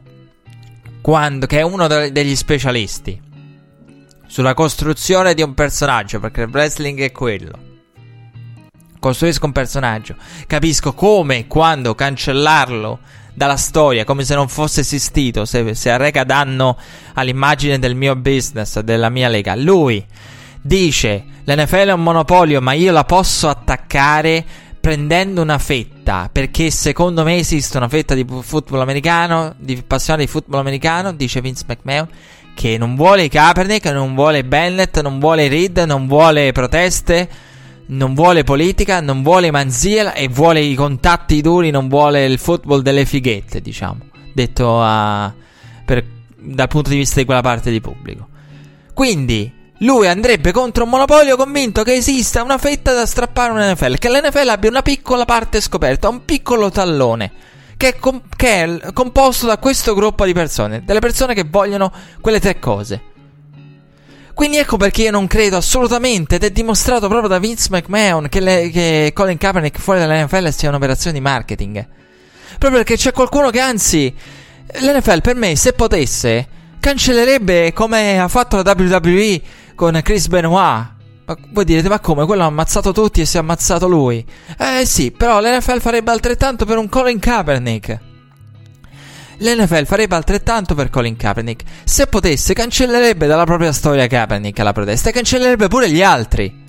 Speaker 4: che è uno degli specialisti sulla costruzione di un personaggio, perché il wrestling è quello. Costruisco un personaggio, capisco come e quando cancellarlo dalla storia, come se non fosse esistito, se arreca danno all'immagine del mio business, della mia lega. Lui dice: l'NFL è un monopolio, ma io la posso attaccare prendendo una fetta, perché secondo me esiste una fetta di football americano, di passione di football americano, dice Vince McMahon, che non vuole i Kaepernick, non vuole Bennett, non vuole Reed, non vuole proteste, non vuole politica, non vuole Manziel e vuole i contatti duri, non vuole il football delle fighette, diciamo, detto dal punto di vista di quella parte di pubblico. Quindi lui andrebbe contro un monopolio convinto che esista una fetta da strappare a un'NFL, che l'NFL abbia una piccola parte scoperta, un piccolo tallone che è composto da questo gruppo di persone, delle persone che vogliono quelle 3 cose. Quindi ecco perché io non credo assolutamente, ed è dimostrato proprio da Vince McMahon, che Colin Kaepernick fuori dall'NFL sia un'operazione di marketing. Proprio perché c'è qualcuno che, anzi, l'NFL per me, se potesse, cancellerebbe come ha fatto la WWE con Chris Benoit. Ma voi direte: ma come? Quello ha ammazzato tutti e si è ammazzato lui. Sì, però l'NFL farebbe altrettanto per un Colin Kaepernick. L'NFL farebbe altrettanto per Colin Kaepernick. Se potesse, cancellerebbe dalla propria storia Kaepernick alla protesta e cancellerebbe pure gli altri.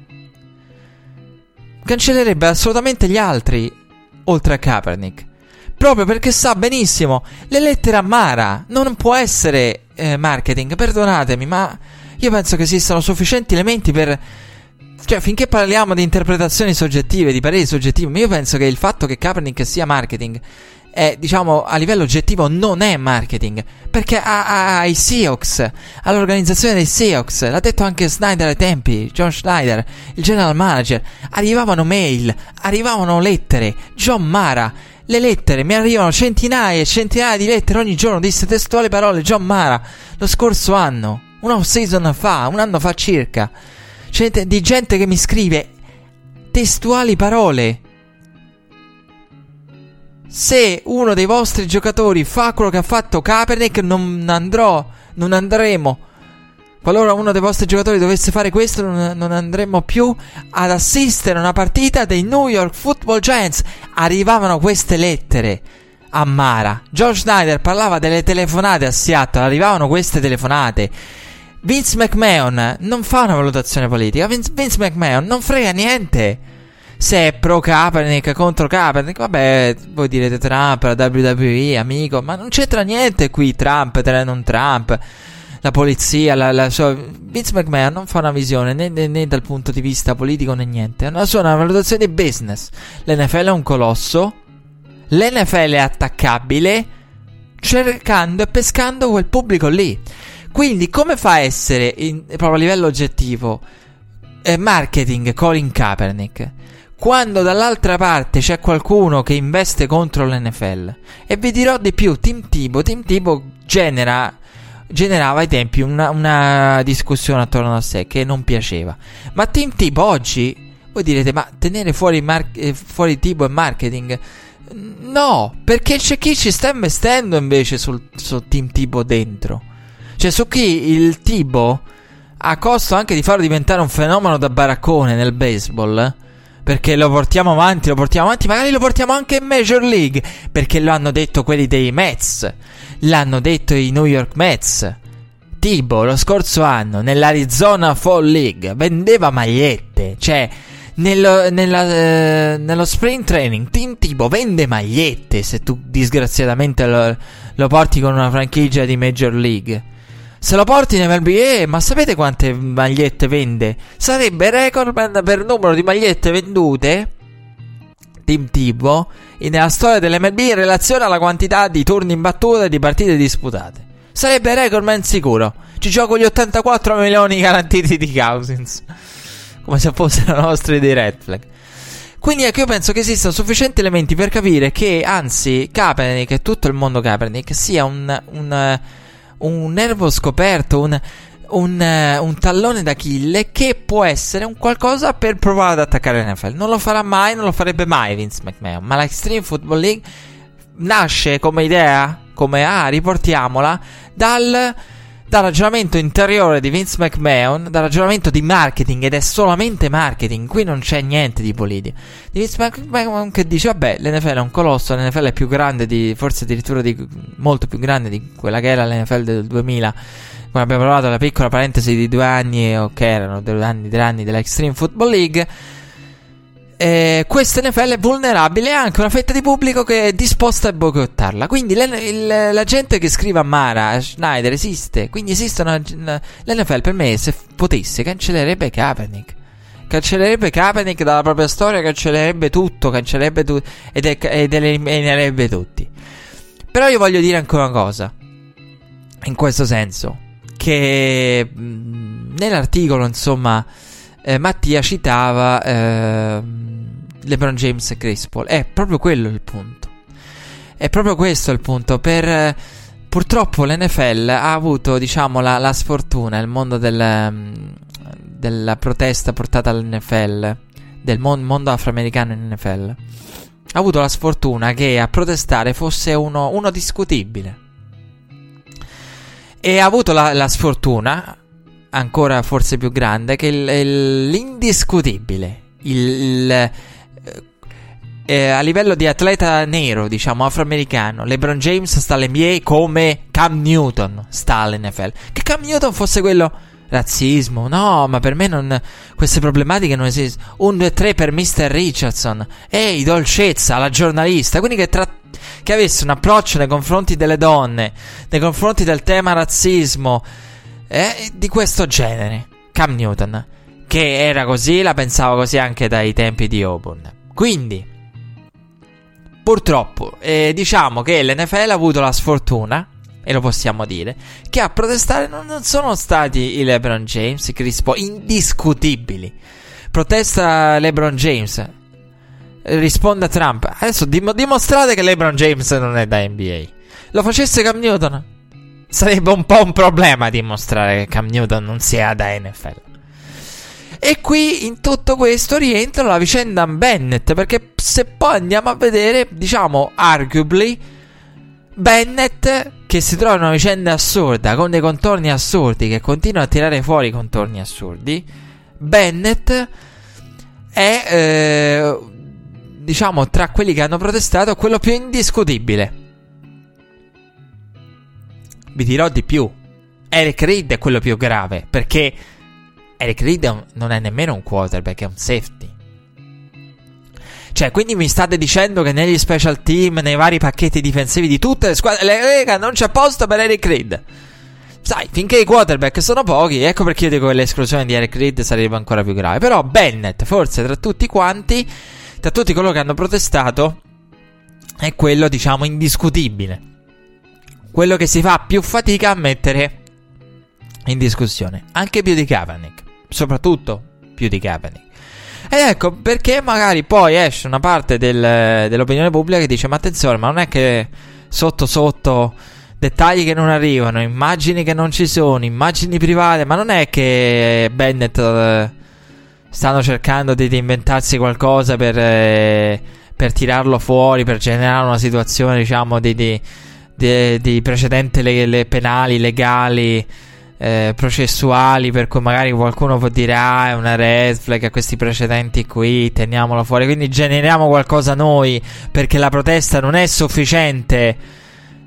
Speaker 4: Cancellerebbe assolutamente gli altri, oltre a Kaepernick. Proprio perché sa benissimo, le lettere a Mara non può essere marketing, perdonatemi, ma io penso che esistano sufficienti elementi per... Cioè, finché parliamo di interpretazioni soggettive, di pareri soggettivi, ma io penso che il fatto che Kaepernick sia marketing diciamo, a livello oggettivo non è marketing, perché ai Seahawks, all'organizzazione dei Seahawks, l'ha detto anche Snyder ai tempi, John Schneider, il general manager, arrivavano mail, arrivavano lettere, John Mara, le lettere, mi arrivano centinaia e centinaia di lettere ogni giorno, disse testuali parole John Mara, lo scorso anno, un anno fa circa, di gente che mi scrive testuali parole. Se uno dei vostri giocatori fa quello che ha fatto Kaepernick, non andremo. Qualora uno dei vostri giocatori dovesse fare questo, non andremo più ad assistere a una partita dei New York Football Giants. Arrivavano queste lettere a Mara. George Snyder parlava delle telefonate a Seattle, arrivavano queste telefonate. Vince McMahon non fa una valutazione politica. Vince McMahon non frega niente se è pro Kaepernick, contro Kaepernick. Vabbè, voi direte Trump, la WWE, amico, ma non c'entra niente qui Trump, non Trump, la polizia, Vince McMahon non fa una visione né dal punto di vista politico né niente, è una valutazione di business. L'NFL è un colosso, l'NFL è attaccabile cercando e pescando quel pubblico lì. Quindi come fa a essere, proprio a livello oggettivo, marketing Colin Kaepernick, quando dall'altra parte c'è qualcuno che investe contro l'NFL? E vi dirò di più, Tim Tebow generava ai tempi una discussione attorno a sé che non piaceva. Ma Tim Tebow oggi, voi direte, ma tenere fuori Tebow e marketing? No, perché c'è chi ci sta investendo invece su Tim Tebow dentro. Cioè su chi il Tebow, a costo anche di farlo diventare un fenomeno da baraccone nel baseball, perché lo portiamo avanti, magari lo portiamo anche in Major League, perché lo hanno detto quelli dei Mets, l'hanno detto i New York Mets. Tebow lo scorso anno nell'Arizona Fall League vendeva magliette, cioè nello spring training Tim Tebow vende magliette. Se tu disgraziatamente lo porti con una franchigia di Major League, se lo porti in MLB, ma sapete quante magliette vende? Sarebbe recordman per numero di magliette vendute Tim Tebow nella storia dell'MLB in relazione alla quantità di turni in battuta e di partite disputate. Sarebbe recordman sicuro. Ci gioco gli 84 milioni garantiti di Cousins, come se fossero nostri dei red flag. Quindi ecco, io penso che esistano sufficienti elementi per capire che, anzi, Kaepernick e tutto il mondo Kaepernick sia un nervo scoperto, un tallone d'Achille che può essere un qualcosa per provare ad attaccare l'NFL. Non lo farà mai, non lo farebbe mai Vince McMahon, ma la Extreme Football League nasce come idea, come riportiamola dal ragionamento interiore di Vince McMahon, dal ragionamento di marketing, ed è solamente marketing, qui non c'è niente di politica, di Vince McMahon, che dice vabbè, l'NFL è un colosso, l'NFL è più grande forse addirittura molto più grande di quella che era l'NFL del 2000, quando abbiamo provato la piccola parentesi di 2 anni, o che erano 2 anni della Extreme Football League. Questa NFL è vulnerabile a anche una fetta di pubblico che è disposta a boicottarla. Quindi la gente che scrive a Mara Schneider esiste. Quindi esistono. L'NFL per me, se potesse, cancellerebbe Kaepernick. Cancellerebbe Kaepernick dalla propria storia, cancellerebbe tutto, ed eliminerebbe tutti. Però io voglio dire ancora una cosa in questo senso, che nell'articolo, insomma, Mattia citava LeBron James e Chris Paul. È proprio quello il punto. È proprio questo il punto. Purtroppo l'NFL ha avuto, diciamo, la sfortuna, il mondo della protesta portata all'NFL, del mondo afroamericano in NFL, ha avuto la sfortuna che a protestare fosse uno discutibile. E ha avuto la sfortuna ancora forse più grande che l'indiscutibile, a livello di atleta nero, diciamo afroamericano, LeBron James sta all'NBA come Cam Newton sta all'NFL. Che Cam Newton fosse quello razzismo, no, ma per me non, queste problematiche non esistono. 1, 2, 3 per Mr. Richardson. Ehi, dolcezza, la giornalista, quindi che avesse un approccio nei confronti delle donne, nei confronti del tema razzismo, di questo genere. Cam Newton, che era così, la pensava così anche dai tempi di Auburn. Quindi purtroppo diciamo che l'NFL ha avuto la sfortuna, e lo possiamo dire, che a protestare non sono stati i LeBron James, i Chris Paul, indiscutibili. Protesta LeBron James, risponde a Trump: adesso dimostrate che LeBron James non è da NBA. Lo facesse Cam Newton, sarebbe un po' un problema dimostrare che Cam Newton non sia da NFL. E qui in tutto questo rientra la vicenda Bennett, perché se poi andiamo a vedere, diciamo, arguably Bennett, che si trova in una vicenda assurda con dei contorni assurdi, che continua a tirare fuori contorni assurdi, Bennett è diciamo tra quelli che hanno protestato quello più indiscutibile. Vi dirò di più: Eric Reid è quello più grave, perché Eric Reid non è nemmeno un quarterback, è un safety. Cioè, quindi mi state dicendo che negli special team, nei vari pacchetti difensivi di tutte le squadre, Lega, non c'è posto per Eric Reid. Sai, finché i quarterback sono pochi, ecco perché io dico che l'esclusione di Eric Reid sarebbe ancora più grave. Però Bennett, forse tra tutti quanti, tra tutti coloro che hanno protestato, è quello, diciamo, indiscutibile, quello che si fa più fatica a mettere in discussione, anche più di Kaepernick, soprattutto più di Kaepernick. Ed ecco perché magari poi esce una parte dell'opinione pubblica che dice: ma attenzione, ma non è che sotto sotto dettagli che non arrivano, immagini che non ci sono, immagini private, ma non è che Bennett stanno cercando di inventarsi qualcosa per tirarlo fuori, per generare una situazione, diciamo, di precedenti penali, legali, processuali, per cui magari qualcuno può dire: ah, è una red flag, questi precedenti qui, teniamolo fuori, quindi generiamo qualcosa noi, perché la protesta non è sufficiente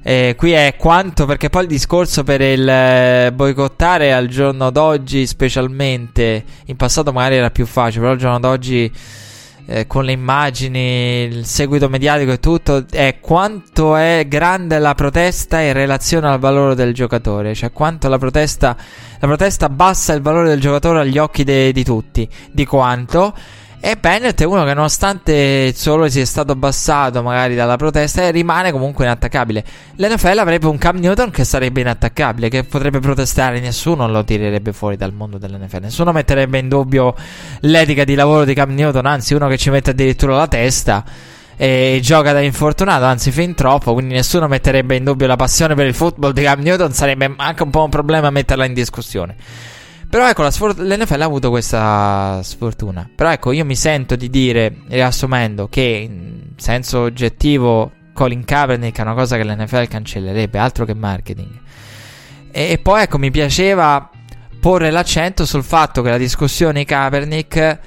Speaker 4: Qui è quanto, perché poi il discorso per il boicottare al giorno d'oggi, specialmente in passato magari era più facile, però al giorno d'oggi con le immagini, il seguito mediatico e tutto, è quanto è grande la protesta in relazione al valore del giocatore, cioè quanto la protesta abbassa il valore del giocatore agli occhi di tutti, di quanto. E Bennett è uno che, nonostante solo sia stato abbassato magari dalla protesta, rimane comunque inattaccabile. L'NFL avrebbe un Cam Newton che sarebbe inattaccabile, che potrebbe protestare, nessuno lo tirerebbe fuori dal mondo dell'NFL, nessuno metterebbe in dubbio l'etica di lavoro di Cam Newton, anzi uno che ci mette addirittura la testa e gioca da infortunato, anzi fin troppo, quindi nessuno metterebbe in dubbio la passione per il football di Cam Newton, sarebbe anche un po' un problema metterla in discussione. Però ecco, l'NFL ha avuto questa sfortuna. Però ecco, io mi sento di dire, riassumendo, che in senso oggettivo Colin Kaepernick è una cosa che l'NFL cancellerebbe, altro che marketing. E poi ecco, mi piaceva porre l'accento sul fatto che la discussione Kaepernick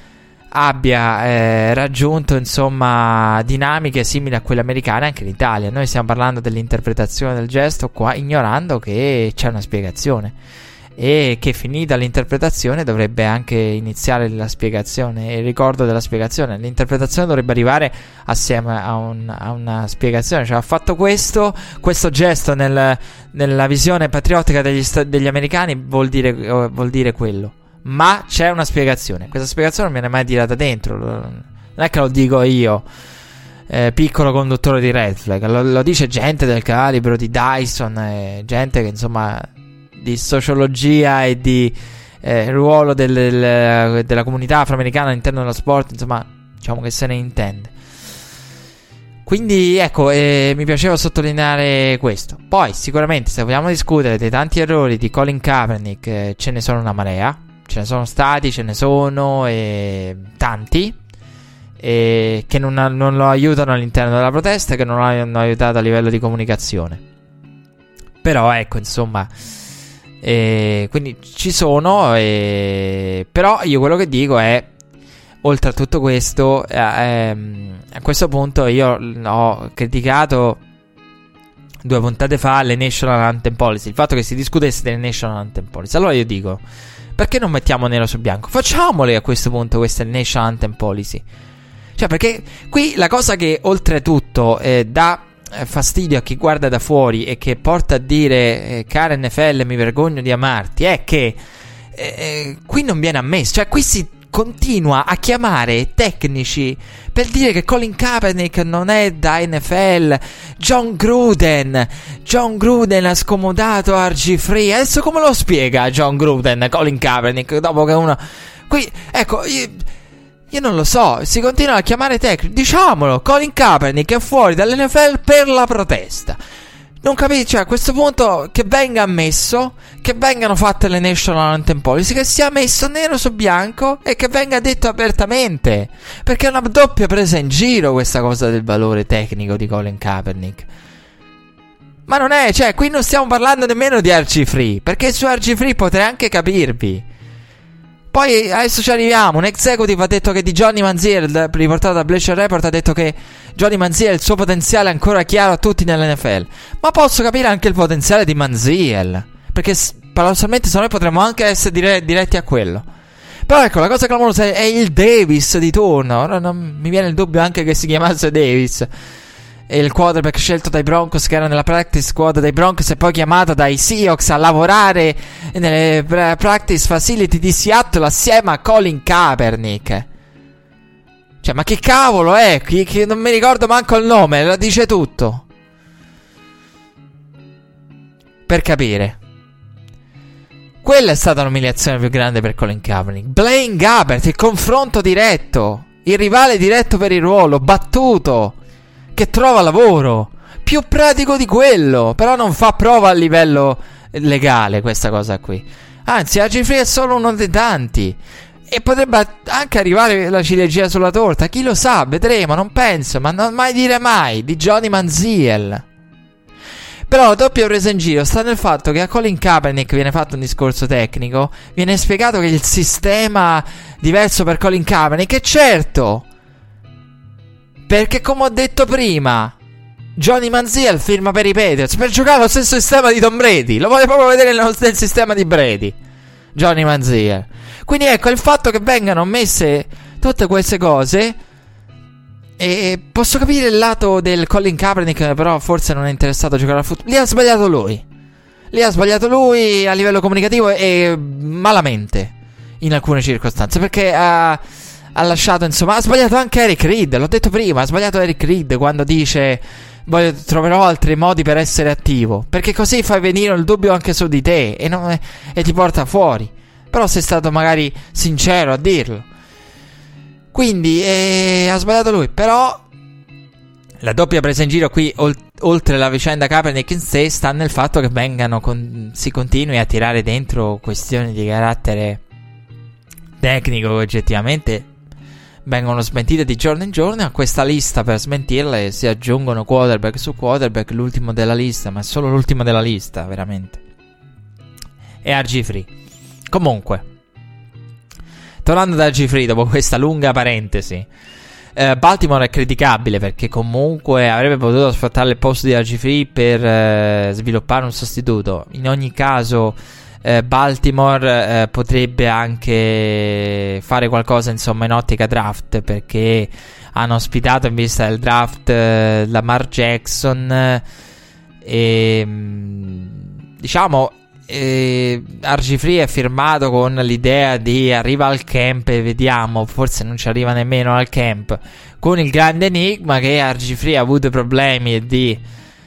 Speaker 4: abbia raggiunto, insomma, dinamiche simili a quelle americane anche in Italia. Noi stiamo parlando dell'interpretazione del gesto qua, ignorando che c'è una spiegazione, e che finita l'interpretazione dovrebbe anche iniziare la spiegazione, il ricordo della spiegazione. L'interpretazione dovrebbe arrivare assieme a una spiegazione, cioè ha fatto questo gesto nella visione patriottica degli americani, vuol dire quello, ma c'è una spiegazione. Questa spiegazione non viene mai tirata dentro, non è che lo dico io, piccolo conduttore di Red Flag, lo dice gente del calibro di Dyson, gente che insomma di sociologia e di ruolo della comunità afroamericana all'interno dello sport, insomma, diciamo che se ne intende. Quindi ecco, mi piaceva sottolineare questo. Poi sicuramente, se vogliamo discutere dei tanti errori di Colin Kaepernick, ce ne sono una marea, ce ne sono stati, ce ne sono tanti che non lo aiutano all'interno della protesta, che non lo hanno aiutato a livello di comunicazione. Però ecco, insomma, quindi ci sono, però io quello che dico è, oltre a tutto questo, a questo punto io ho criticato 2 puntate fa le National Anthem Policy, il fatto che si discutesse delle National Anthem Policy. Allora io dico, perché non mettiamo nero su bianco? Facciamole a questo punto queste National Anthem Policy. Cioè, perché qui la cosa che oltretutto dà fastidio a chi guarda da fuori e che porta a dire cara NFL, mi vergogno di amarti, è che qui non viene ammesso. Cioè, qui si continua a chiamare tecnici per dire che Colin Kaepernick non è da NFL. John Gruden ha scomodato RG3. Adesso come lo spiega John Gruden Colin Kaepernick, dopo che uno qui, ecco, io non lo so, si continua a chiamare tecnici. Diciamolo, Colin Kaepernick è fuori dall'NFL per la protesta. Non capisco, cioè a questo punto che venga ammesso, che vengano fatte le National Anthem Policy, che sia messo nero su bianco e che venga detto apertamente, perché è una doppia presa in giro questa cosa del valore tecnico di Colin Kaepernick. Ma non è, cioè qui non stiamo parlando nemmeno di RG3, perché su RG3 potrei anche capirvi. Poi adesso ci arriviamo. Un executive ha detto che di Johnny Manziel, riportato da Bleacher Report, ha detto che Johnny Manziel, il suo potenziale è ancora chiaro a tutti nell'NFL. Ma posso capire anche il potenziale di Manziel, perché paradossalmente se noi potremmo anche essere diretti a quello. Però ecco, la cosa clamorosa è il Davis di turno. Ora non mi viene il dubbio anche che si chiamasse Davis, e il quarterback scelto dai Broncos, che era nella practice squad dei Broncos e poi chiamato dai Seahawks a lavorare nelle practice facility di Seattle assieme a Colin Kaepernick. Cioè, ma che cavolo è? Chi non mi ricordo manco il nome, lo dice tutto. Per capire, quella è stata l'umiliazione più grande per Colin Kaepernick. Blaine Gabbert, il confronto diretto, il rivale diretto per il ruolo, battuto, che trova lavoro, più pratico di quello, però non fa prova a livello legale questa cosa qui. Anzi, RG3 è solo uno dei tanti, e potrebbe anche arrivare la ciliegina sulla torta, chi lo sa, vedremo, non penso, ma non mai dire mai, di Johnny Manziel. Però la doppia presa in giro sta nel fatto che a Colin Kaepernick viene fatto un discorso tecnico, viene spiegato che il sistema diverso per Colin Kaepernick, e certo, perché come ho detto prima, Johnny Manziel firma per i Patriots per giocare allo stesso sistema di Tom Brady. Lo vuole proprio vedere nel sistema di Brady, Johnny Manziel. Quindi ecco, il fatto che vengano messe tutte queste cose, e posso capire il lato del Colin Kaepernick, però forse non è interessato a giocare al football. Lì ha sbagliato lui a livello comunicativo, e malamente in alcune circostanze, perché ha lasciato, insomma, ha sbagliato anche Eric Reid. L'ho detto prima, ha sbagliato Eric Reid quando dice troverò altri modi per essere attivo, perché così fai venire il dubbio anche su di te e ti porta fuori. Però sei stato magari sincero a dirlo. Quindi ha sbagliato lui. Però la doppia presa in giro qui, oltre la vicenda Kaepernick in sé, sta nel fatto che si continui a tirare dentro questioni di carattere tecnico che oggettivamente vengono smentite di giorno in giorno. A questa lista, per smentirle, si aggiungono quarterback su quarterback. L'ultimo della lista, ma è solo l'ultimo della lista, veramente, è RG3. Comunque, tornando ad RG3, dopo questa lunga parentesi, Baltimore è criticabile perché comunque avrebbe potuto sfruttare il posto di RG3 per sviluppare un sostituto. In ogni caso Baltimore potrebbe anche fare qualcosa, insomma, in ottica draft, perché hanno ospitato in vista del draft Lamar Jackson, e diciamo RG3 è firmato con l'idea di arriva al camp e vediamo, forse non ci arriva nemmeno al camp, con il grande enigma che RG3 ha avuto problemi di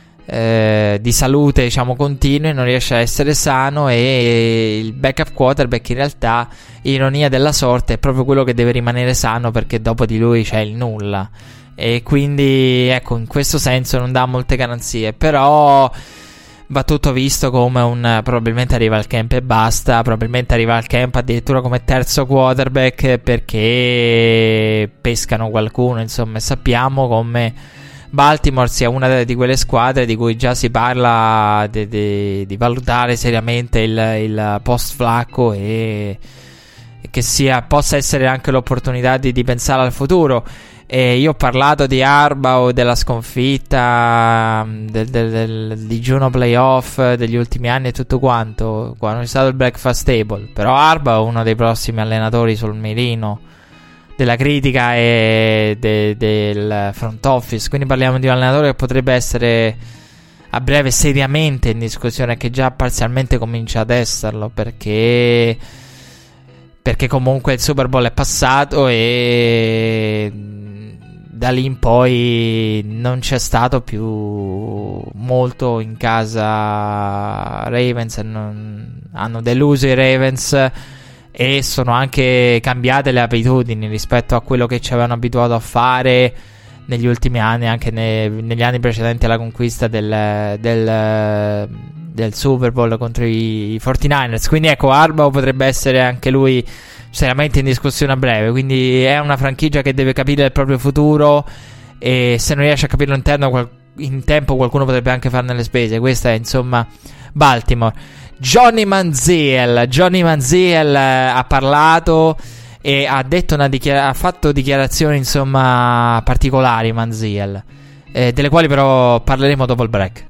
Speaker 4: salute, diciamo, continui, non riesce a essere sano, e il backup quarterback, in realtà, ironia della sorte, è proprio quello che deve rimanere sano, perché dopo di lui c'è il nulla, e quindi ecco, in questo senso non dà molte garanzie. Però va tutto visto come probabilmente arriva al camp e basta, probabilmente arriva al camp addirittura come terzo quarterback, perché pescano qualcuno, insomma. Sappiamo come Baltimore sia una di quelle squadre di cui già si parla di valutare seriamente il post Flacco, e che possa essere anche l'opportunità di pensare al futuro. E io ho parlato di Harbaugh, della sconfitta, del digiuno playoff degli ultimi anni e tutto quanto, quando c'è stato il breakfast table. Però Harbaugh è uno dei prossimi allenatori sul mirino della critica e del front office. Quindi parliamo di un allenatore che potrebbe essere a breve seriamente in discussione, che già parzialmente comincia ad esserlo, perché comunque il Super Bowl è passato e da lì in poi non c'è stato più molto in casa Ravens, hanno deluso i Ravens, e sono anche cambiate le abitudini rispetto a quello che ci avevano abituato a fare negli ultimi anni, anche negli anni precedenti alla conquista del Super Bowl contro i 49ers. Quindi ecco, Harbaugh potrebbe essere anche lui seriamente in discussione a breve. Quindi è una franchigia che deve capire il proprio futuro, e se non riesce a capirlo in tempo qualcuno potrebbe anche farne le spese. Questa è, insomma, Baltimore. Johnny Manziel ha parlato e ha detto ha fatto dichiarazioni, insomma, particolari, Manziel, delle quali però parleremo dopo il break.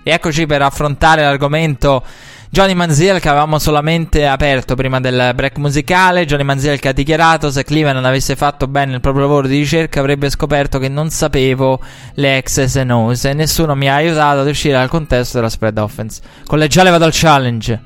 Speaker 4: Eccoci per affrontare l'argomento Johnny Manziel, che avevamo solamente aperto prima del break musicale. Johnny Manziel che ha dichiarato: se Cleveland avesse fatto bene il proprio lavoro di ricerca avrebbe scoperto che non sapevo le X's and O's e nessuno mi ha aiutato ad uscire dal contesto della spread offense. Collegiale, vado al challenge.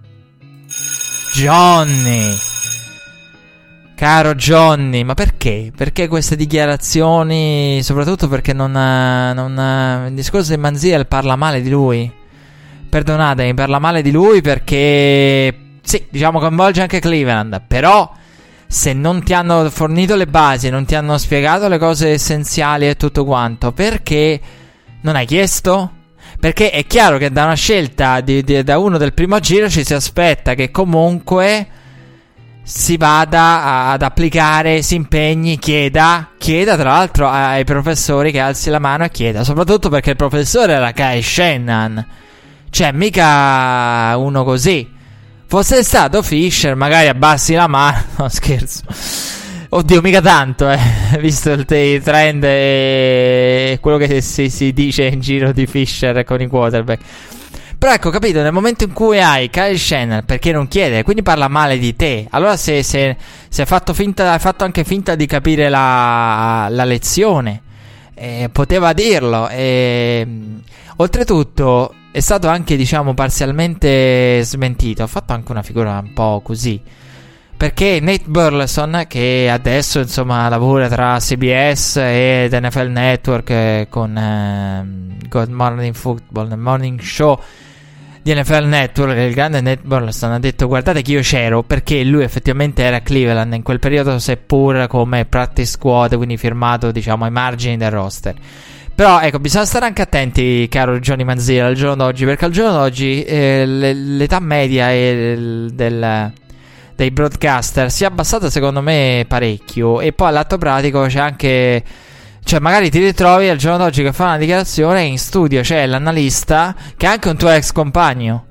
Speaker 4: Johnny, caro Johnny, ma perché? Perché queste dichiarazioni? Soprattutto perché il discorso di Manziel parla male di lui. Perdonatemi, parla male di lui perché, sì, diciamo coinvolge anche Cleveland, però se non ti hanno fornito le basi, non ti hanno spiegato le cose essenziali e tutto quanto, perché non hai chiesto? Perché è chiaro che da una scelta da uno del primo giro ci si aspetta che comunque si vada ad applicare, si impegni, chieda tra l'altro ai professori che alzi la mano e chieda, soprattutto perché il professore era Kyle Shanahan. Cioè, mica uno così. Fosse stato Fisher, magari abbassi la mano. No, scherzo. Oddio, mica tanto, visto il trend e quello che si dice in giro di Fisher con i quarterback. Però ecco, capito, nel momento in cui hai Kyle Shanahan, perché non chiede, quindi parla male di te. Allora se hai fatto anche finta di capire la lezione, poteva dirlo. Oltretutto è stato anche, diciamo, parzialmente smentito. Ha fatto anche una figura un po' così, perché Nate Burleson, che adesso insomma lavora tra CBS e NFL Network con Good Morning Football, nel morning show di NFL Network, il grande Nate Burleson ha detto: guardate che io c'ero, perché lui effettivamente era a Cleveland in quel periodo, seppur come practice squad, quindi firmato, diciamo, ai margini del roster. Però ecco, bisogna stare anche attenti, caro Johnny Manziel, al giorno d'oggi, perché al giorno d'oggi l'età media dei broadcaster si è abbassata secondo me parecchio, e poi all'atto pratico c'è anche, cioè magari ti ritrovi al giorno d'oggi che fa una dichiarazione e in studio c'è l'analista che è anche un tuo ex compagno,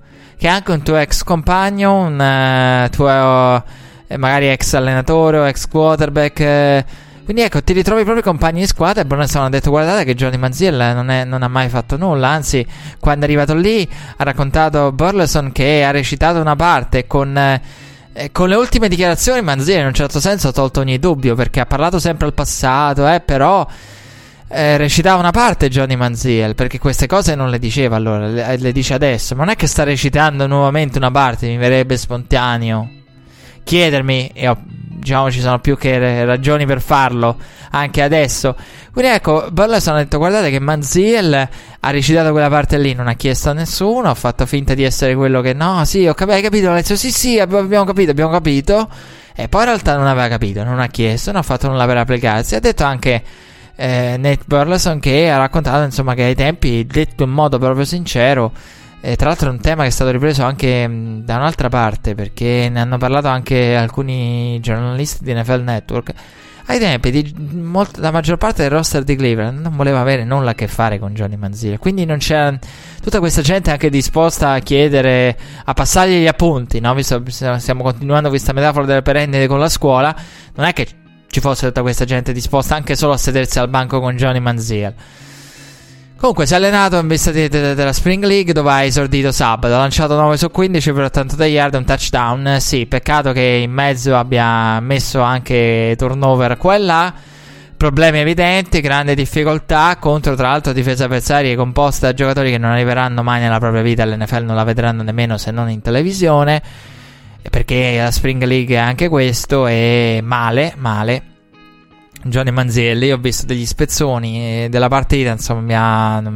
Speaker 4: un tuo magari ex allenatore o ex quarterback, quindi ecco, ti ritrovi proprio compagni di squadra. E Burleson ha detto: guardate che Johnny Manziel non ha mai fatto nulla, anzi, quando è arrivato lì ha raccontato Burleson che ha recitato una parte con le ultime dichiarazioni. Manziel in un certo senso ha tolto ogni dubbio, perché ha parlato sempre al passato, però recitava una parte Johnny Manziel, perché queste cose non le diceva allora, le dice adesso. Ma non è che sta recitando nuovamente una parte, mi verrebbe spontaneo chiedermi, e diciamo ci sono più che ragioni per farlo anche adesso. Quindi ecco, Burleson ha detto: guardate che Manziel ha recitato quella parte lì, non ha chiesto a nessuno, ha fatto finta di essere quello che no, sì, hai capito Alessio, sì, abbiamo capito, e poi in realtà non aveva capito, non ha chiesto, non ha fatto nulla per applicarsi. Ha detto anche Nate Burleson che ha raccontato insomma che ai tempi, detto in modo proprio sincero, tra l'altro è un tema che è stato ripreso anche da un'altra parte, perché ne hanno parlato anche alcuni giornalisti di NFL Network. Ai tempi la maggior parte del roster di Cleveland non voleva avere nulla a che fare con Johnny Manziel, quindi non c'era tutta questa gente anche disposta a chiedere, a passargli gli appunti, no? Visto stiamo continuando questa metafora delle perenne con la scuola, non è che ci fosse tutta questa gente disposta anche solo a sedersi al banco con Johnny Manziel. Comunque si è allenato in vista della Spring League, dove ha esordito sabato. Ha lanciato 9 su 15 per 83 yard e un touchdown. Sì, peccato che in mezzo abbia messo anche turnover qua e là. Problemi evidenti, grande difficoltà contro, tra l'altro, difesa avversarie composta da giocatori che non arriveranno mai nella propria vita all'NFL, non la vedranno nemmeno se non in televisione, perché la Spring League è anche questo, e male. Johnny Manziel, io ho visto degli spezzoni della partita, insomma è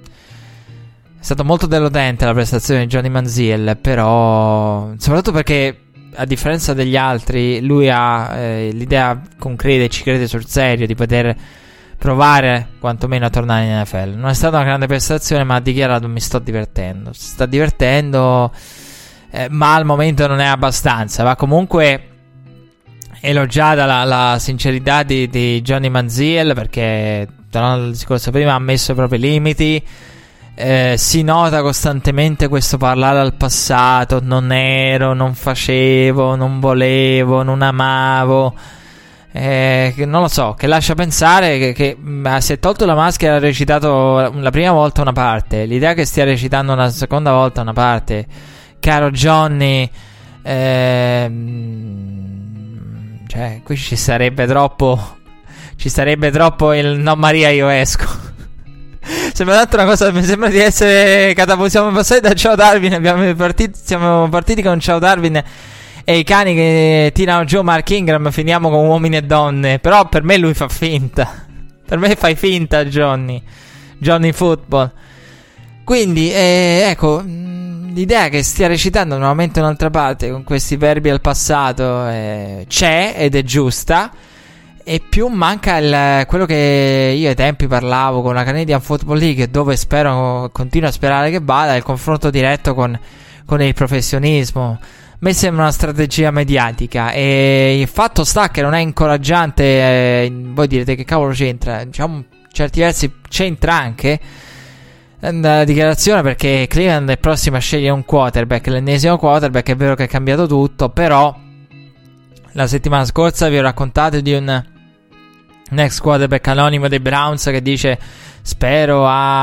Speaker 4: stato molto deludente la prestazione di Johnny Manziel, però soprattutto perché a differenza degli altri lui ha l'idea concreta e ci crede sul serio di poter provare quantomeno a tornare in NFL. Non è stata una grande prestazione, ma ha dichiarato: mi sto divertendo, si sta divertendo, ma al momento non è abbastanza. Va comunque elogiata la sincerità di Johnny Manziel, perché tornando al discorso prima ha messo i propri limiti. Si nota costantemente questo parlare al passato: non ero, non facevo, non volevo, non amavo, non lo so, che lascia pensare che si è tolto la maschera, ha recitato la prima volta una parte, l'idea che stia recitando una seconda volta una parte, caro Johnny, cioè qui ci sarebbe troppo il no Maria io esco. Sembra tanto una cosa, mi sembra di essere siamo passati da Ciao Darwin, siamo partiti con Ciao Darwin e i cani che tirano giù Mark Ingram, finiamo con uomini e donne. Però per me lui fa finta. Per me fai finta Johnny Football. Quindi ecco, l'idea che stia recitando nuovamente un'altra parte con questi verbi al passato c'è ed è giusta. E più manca quello che io ai tempi parlavo con la Canadian Football League, dove continuo a sperare che vada, il confronto diretto con il professionismo. A me sembra una strategia mediatica, e il fatto sta che non è incoraggiante. Voi direte che cavolo c'entra? Diciamo, certi versi c'entra anche la dichiarazione, perché Cleveland è prossimo a scegliere un quarterback, l'ennesimo quarterback. È vero che è cambiato tutto, però la settimana scorsa vi ho raccontato di un ex quarterback anonimo dei Browns che dice: spero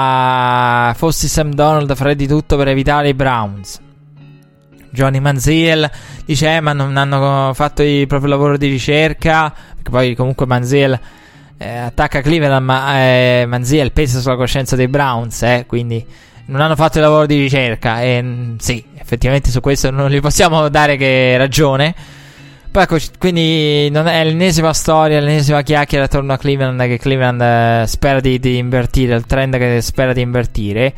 Speaker 4: fossi Sam Darnold farei di tutto per evitare i Browns. Johnny Manziel dice ma non hanno fatto il proprio lavoro di ricerca, perché poi comunque Manziel attacca Cleveland, ma Manziel pesa sulla coscienza dei Browns, quindi non hanno fatto il lavoro di ricerca. E sì, effettivamente su questo non gli possiamo dare che ragione. Poi ecco, quindi non è l'ennesima storia, l'ennesima chiacchiera attorno a Cleveland, che Cleveland spera di invertire, il trend che spera di invertire.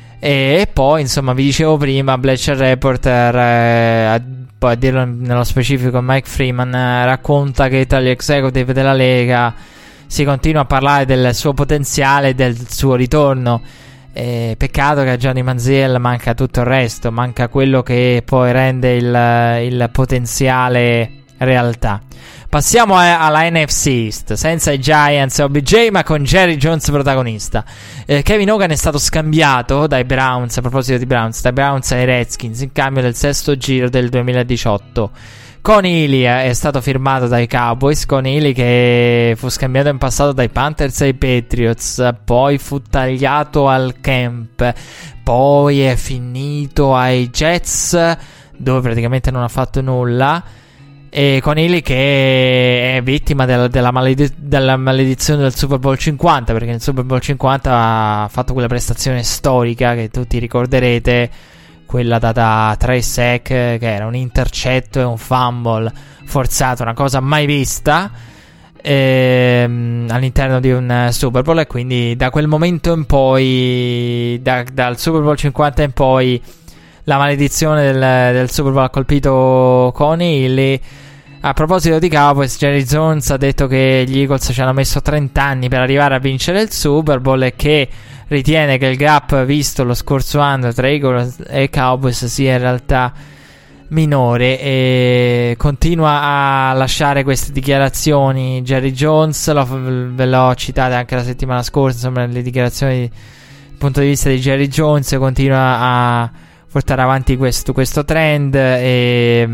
Speaker 4: E poi insomma vi dicevo prima, Bleacher Reporter, poi a dirlo nello specifico Mike Freeman, racconta che tra gli executive della Lega si continua a parlare del suo potenziale e del suo ritorno. Peccato che a Johnny Manziel manca tutto il resto, manca quello che poi rende il potenziale realtà. Passiamo alla NFC East, senza i Giants e OBJ, ma con Jerry Jones protagonista. Kevin Hogan è stato scambiato dai Browns, a proposito di Browns, dai Browns ai Redskins in cambio del sesto giro del 2018. Coney Ely è stato firmato dai Cowboys. Coney Ely che fu scambiato in passato dai Panthers ai Patriots, poi fu tagliato al camp, poi è finito ai Jets, dove praticamente non ha fatto nulla. E Coney Ely che è vittima della maledizione del Super Bowl 50, perché nel Super Bowl 50 ha fatto quella prestazione storica che tutti ricorderete, quella data 3 sack, che era un intercetto e un fumble forzato, una cosa mai vista all'interno di un Super Bowl. E quindi da quel momento in poi, dal Super Bowl 50 in poi, la maledizione del Super Bowl ha colpito Coney Ely. A proposito di Cowboys, Jerry Jones ha detto che gli Eagles ci hanno messo 30 anni per arrivare a vincere il Super Bowl e che ritiene che il gap visto lo scorso anno tra Eagles e Cowboys sia in realtà minore, e continua a lasciare queste dichiarazioni. Jerry Jones, ve l'ho citate anche la settimana scorsa, insomma le dichiarazioni dal punto di vista di Jerry Jones, continua a portare avanti questo trend, e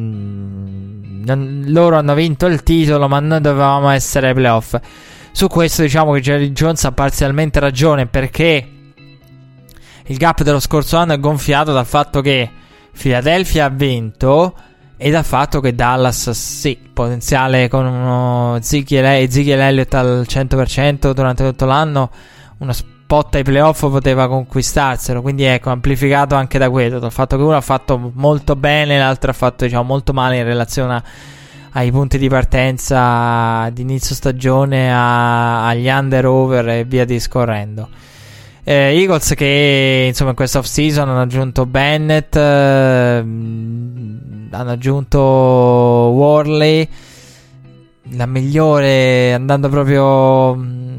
Speaker 4: loro hanno vinto il titolo ma noi dovevamo essere ai playoff. Su questo diciamo che Jerry Jones ha parzialmente ragione, perché il gap dello scorso anno è gonfiato dal fatto che Philadelphia ha vinto e dal fatto che Dallas, sì, potenziale con uno Ezekiel Elliott al 100% durante tutto l'anno, uno spot ai playoff poteva conquistarselo. Quindi ecco, amplificato anche da quello, dal fatto che uno ha fatto molto bene, l'altro ha fatto molto male in relazione ai punti di partenza di inizio stagione, agli under-over e via discorrendo. Eagles che insomma in questa off-season hanno aggiunto Bennett, hanno aggiunto Worley, la migliore, andando proprio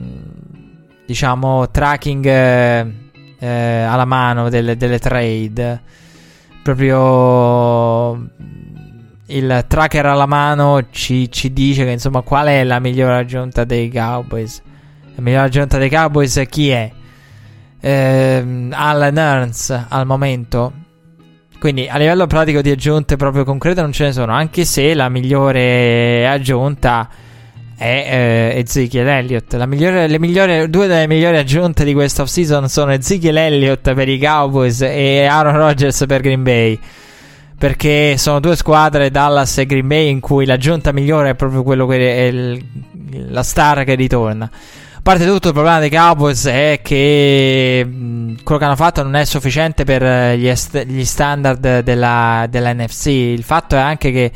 Speaker 4: tracking alla mano delle trade, proprio il tracker alla mano ci dice che insomma qual è la migliore aggiunta dei Cowboys. La migliore aggiunta dei Cowboys chi è? Allen Hurns al momento. Quindi a livello pratico di aggiunte proprio concrete non ce ne sono, anche se la migliore aggiunta è Ezekiel Elliott. Due delle migliori aggiunte di questa offseason sono Ezekiel Elliott per i Cowboys e Aaron Rodgers per Green Bay, perché sono due squadre, Dallas e Green Bay, in cui l'aggiunta migliore è proprio quello che è la star che ritorna. A parte tutto, il problema dei Cowboys è che quello che hanno fatto non è sufficiente per gli standard della NFC. Il fatto è anche che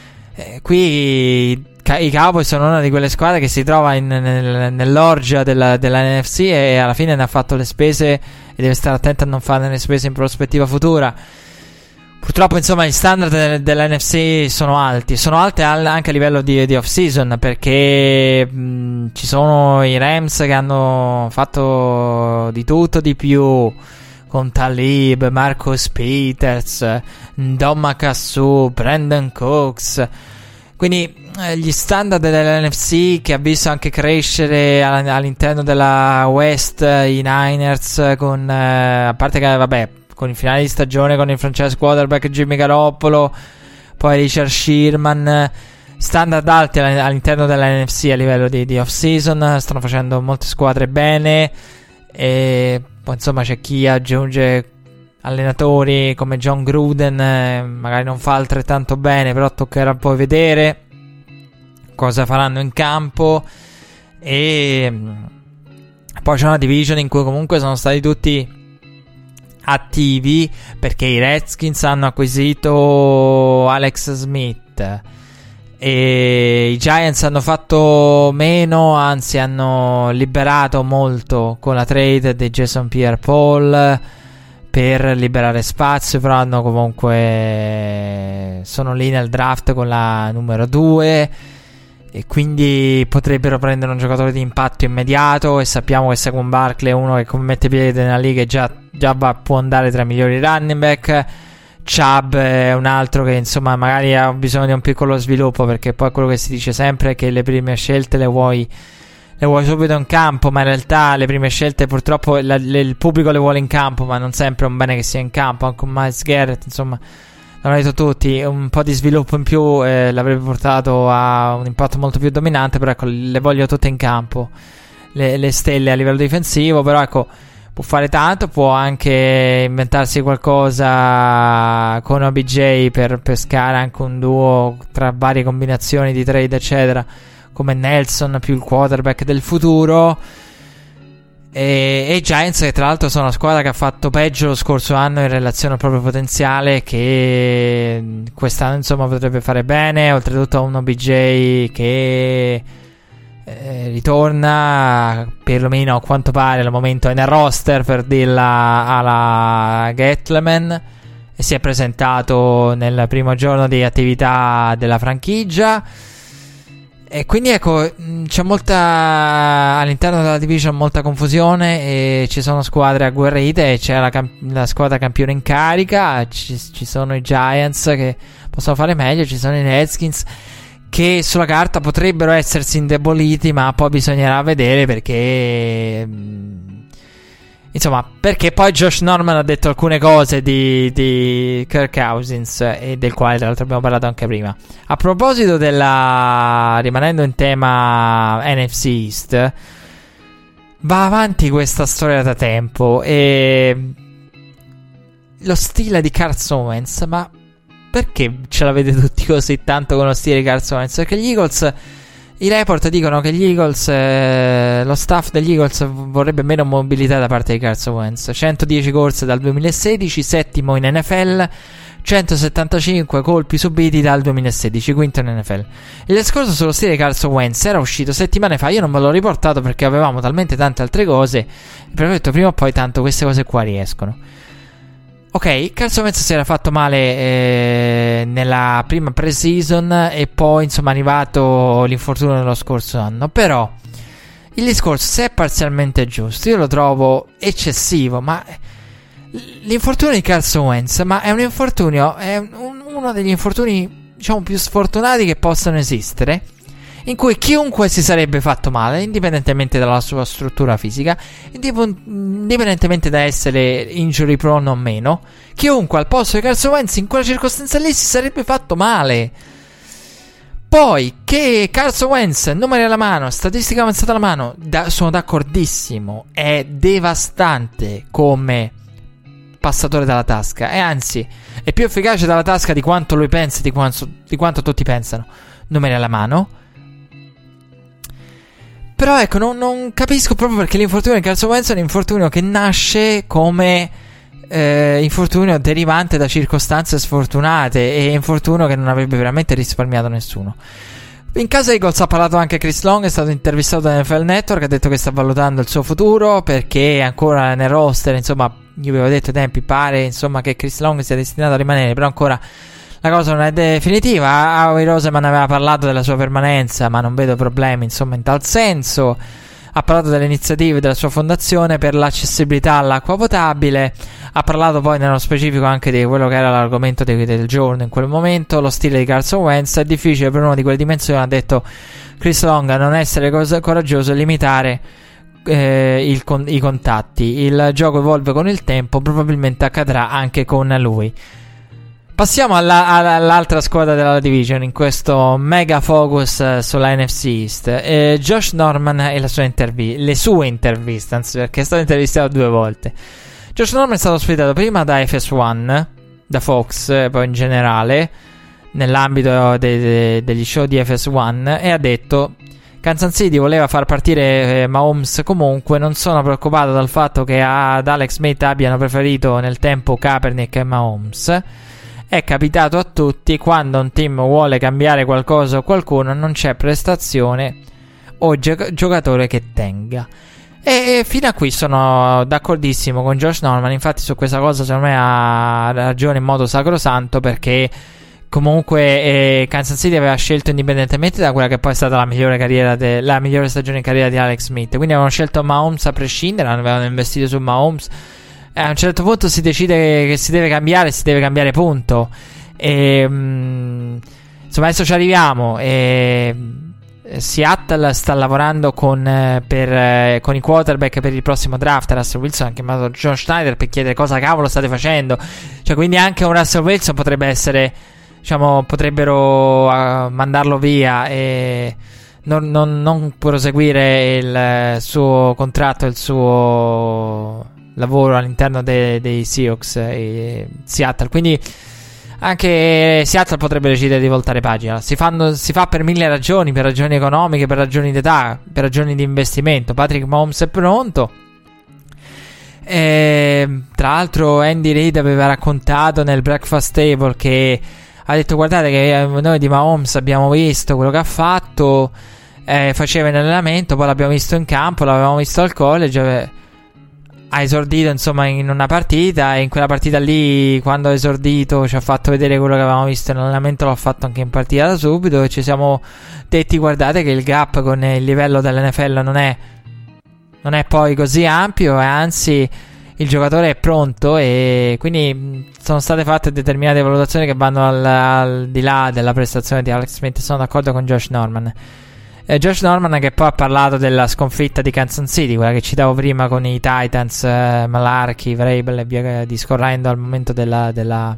Speaker 4: qui i Cowboys sono una di quelle squadre che si trova nell'orgia della NFC e alla fine ne ha fatto le spese e deve stare attento a non fare le spese in prospettiva futura. Purtroppo, insomma, gli standard dell'NFC sono alti anche a livello di off-season, perché ci sono i Rams che hanno fatto di tutto di più, con Talib, Marcus Peters, Ndamukong Suh, Brandon Cooks. Quindi gli standard dell'NFC, che ha visto anche crescere all'interno della West i Niners, con a parte che vabbè, con il finale di stagione con il franchise quarterback Jimmy Garoppolo, poi Richard Sherman, standard alti all'interno della NFC a livello di off-season. Stanno facendo molte squadre bene e poi insomma c'è chi aggiunge allenatori come John Gruden, magari non fa altrettanto bene, però toccherà poi vedere cosa faranno in campo. E poi c'è una division in cui comunque sono stati tutti attivi, perché i Redskins hanno acquisito Alex Smith e i Giants hanno fatto meno, anzi hanno liberato molto con la trade di Jason Pierre-Paul per liberare spazio, però hanno comunque sono lì nel draft con la numero 2 e quindi potrebbero prendere un giocatore di impatto immediato, e sappiamo che Saquon Barkley è uno che come mette piede nella liga e già può andare tra i migliori running back. Chubb è un altro che insomma magari ha bisogno di un piccolo sviluppo, perché poi quello che si dice sempre è che le prime scelte le vuoi subito in campo, ma in realtà le prime scelte purtroppo il pubblico le vuole in campo, ma non sempre è un bene che sia in campo. Anche con Myles Garrett, insomma, l'hanno detto tutti, un po' di sviluppo in più l'avrebbe portato a un impatto molto più dominante, però ecco, le voglio tutte in campo le stelle a livello difensivo. Però ecco, può fare tanto, può anche inventarsi qualcosa con OBJ per pescare anche un duo tra varie combinazioni di trade eccetera, come Nelson più il quarterback del futuro. E i Giants, che tra l'altro sono una squadra che ha fatto peggio lo scorso anno in relazione al proprio potenziale, che quest'anno insomma potrebbe fare bene. Oltretutto ha un OBJ che ritorna, perlomeno a quanto pare al momento è nel roster, per dirla alla Gettleman, e si è presentato nel primo giorno di attività della franchigia. E quindi ecco, c'è molta all'interno della division, molta confusione, e ci sono squadre agguerrite, e c'è la squadra campione in carica. Ci sono i Giants che possono fare meglio, ci sono i Redskins che sulla carta potrebbero essersi indeboliti, ma poi bisognerà vedere, perché insomma, perché poi Josh Norman ha detto alcune cose di Kirk Cousins, e del quale tra l'altro abbiamo parlato anche prima. A proposito rimanendo in tema NFC East, va avanti questa storia da tempo, e lo stile di Carson Wentz, ma perché ce l'avete tutti così tanto con lo stile di Carson Wentz? Perché gli Eagles, i report dicono che gli Eagles, lo staff degli Eagles vorrebbe meno mobilità da parte di Carson Wentz. 110 corse dal 2016, settimo in NFL, 175 colpi subiti dal 2016, quinto in NFL. Il discorso sullo stile di Carson Wentz era uscito settimane fa, io non ve l'ho riportato perché avevamo talmente tante altre cose, però ho detto prima o poi tanto queste cose qua riescono. Ok, Carson Wentz si era fatto male nella prima pre-season, e poi insomma è arrivato l'infortunio dello scorso anno. Però il discorso, se è parzialmente giusto, io lo trovo eccessivo. Ma l'infortunio di Carson Wentz, ma è un infortunio, è uno degli infortuni diciamo più sfortunati che possano esistere, in cui chiunque si sarebbe fatto male, indipendentemente dalla sua struttura fisica, indipendentemente da essere injury prone o meno, chiunque al posto di Carson Wentz in quella circostanza lì si sarebbe fatto male. Poi che Carson Wentz, numeri alla mano, statistica avanzata alla mano, sono d'accordissimo, è devastante come passatore dalla tasca, e anzi è più efficace dalla tasca di quanto lui pensa, di quanto tutti pensano. Numeri alla mano. Però ecco, non capisco proprio perché l'infortunio di Carson Wentz è un infortunio che nasce come infortunio derivante da circostanze sfortunate, e infortunio che non avrebbe veramente risparmiato nessuno. In casa Eagles ha parlato anche Chris Long, è stato intervistato da NFL Network, ha detto che sta valutando il suo futuro perché è ancora nel roster. Insomma, io vi avevo detto ai tempi, pare insomma che Chris Long sia destinato a rimanere, però ancora la cosa non è definitiva. Howie Roseman aveva parlato della sua permanenza, ma non vedo problemi insomma in tal senso. Ha parlato delle iniziative della sua fondazione per l'accessibilità all'acqua potabile. Ha parlato poi nello specifico anche di quello che era l'argomento del giorno in quel momento, lo stile di Carson Wentz. È difficile per uno di quelle dimensioni, ha detto Chris Long, a non essere coraggioso e limitare i contatti. Il gioco evolve con il tempo, probabilmente accadrà anche con lui. Passiamo all'altra squadra della division, in questo mega focus sulla NFC East. Josh Norman e le sue interviste, anzi, perché è stato intervistato 2 volte. Josh Norman è stato ospitato prima da FS1, da Fox, poi in generale, nell'ambito degli show di FS1, e ha detto: Kansas City voleva far partire Mahomes comunque, non sono preoccupato dal fatto che ad Alex Smith abbiano preferito nel tempo Kaepernick e Mahomes. È capitato a tutti, quando un team vuole cambiare qualcosa o qualcuno, non c'è prestazione o giocatore che tenga. E fino a qui sono d'accordissimo con Josh Norman. Infatti su questa cosa secondo me ha ragione in modo sacrosanto, perché comunque Kansas City aveva scelto, indipendentemente da quella che poi è stata la migliore stagione in carriera di Alex Smith, quindi avevano scelto Mahomes a prescindere, avevano investito su Mahomes. A un certo punto si decide che si deve cambiare punto. Insomma, adesso ci arriviamo. Seattle sta lavorando con i quarterback per il prossimo draft. Russell Wilson ha chiamato John Schneider per chiedere cosa cavolo state facendo. Cioè, quindi anche un Russell Wilson potrebbe essere, diciamo, potrebbero mandarlo via e non proseguire il suo contratto, il suo lavoro all'interno dei Seahawks e Seattle. Quindi anche Seattle potrebbe decidere di voltare pagina. Si fa per 1000 ragioni, per ragioni economiche, per ragioni d'età, per ragioni di investimento. Patrick Mahomes è pronto. Tra l'altro Andy Reid aveva raccontato nel breakfast table che ha detto: guardate che noi di Mahomes abbiamo visto quello che ha fatto, faceva in allenamento, poi l'abbiamo visto in campo, l'avevamo visto al college, ha esordito insomma in una partita, e in quella partita lì, quando ha esordito, ci ha fatto vedere quello che avevamo visto in allenamento, l'ho fatto anche in partita da subito, e ci siamo detti: guardate che il gap con il livello dell'NFL non è poi così ampio, e anzi il giocatore è pronto. E quindi sono state fatte determinate valutazioni che vanno al di là della prestazione di Alex Smith. Sono d'accordo con Josh Norman. Josh Norman, che poi ha parlato della squalifica di Kansas City, quella che citavo prima con i Titans, Malarkey, Vrabel e via discorrendo, al momento quando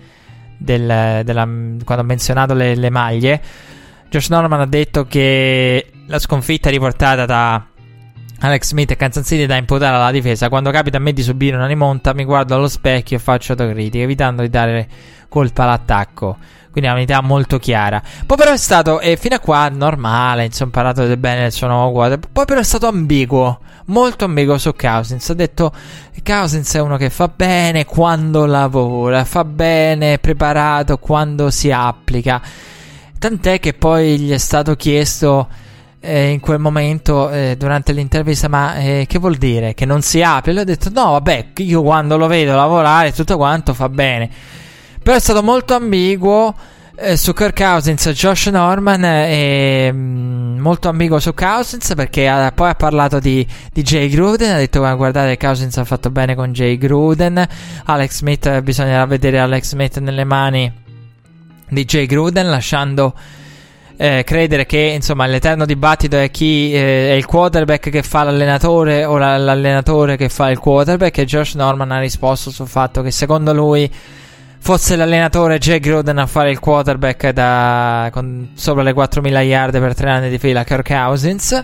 Speaker 4: ho menzionato le maglie. Josh Norman ha detto che la sconfitta riportata da Alex Smith e Kansas City da imputare alla difesa. Quando capita a me di subire una rimonta, mi guardo allo specchio e faccio autocritica, evitando di dare colpa all'attacco. Quindi ha un'idea molto chiara. Poi però è stato, fino a qua normale, insomma, ha parlato del bene del suo nuovo quarterback. Poi però è stato ambiguo, molto ambiguo su Cousins. Ha detto che Cousins è uno che fa bene quando lavora, fa bene, è preparato quando si applica. Tant'è che poi gli è stato chiesto in quel momento, durante l'intervista: ma che vuol dire? Che non si apre? Lui ha detto: no, vabbè, io quando lo vedo lavorare tutto quanto fa bene. Però è stato molto ambiguo su Kirk Cousins. Josh Norman molto ambiguo su Cousins, perché poi ha parlato di Jay Gruden. Ha detto: guardate, Cousins ha fatto bene con Jay Gruden. Alex Smith, bisognerà vedere Alex Smith nelle mani di Jay Gruden, lasciando credere che insomma l'eterno dibattito è chi è il quarterback che fa l'allenatore o l'allenatore che fa il quarterback. E Josh Norman ha risposto sul fatto che secondo lui fosse l'allenatore Jay Gruden a fare il quarterback con sopra le 4.000 yard per 3 anni di fila, Kirk Cousins,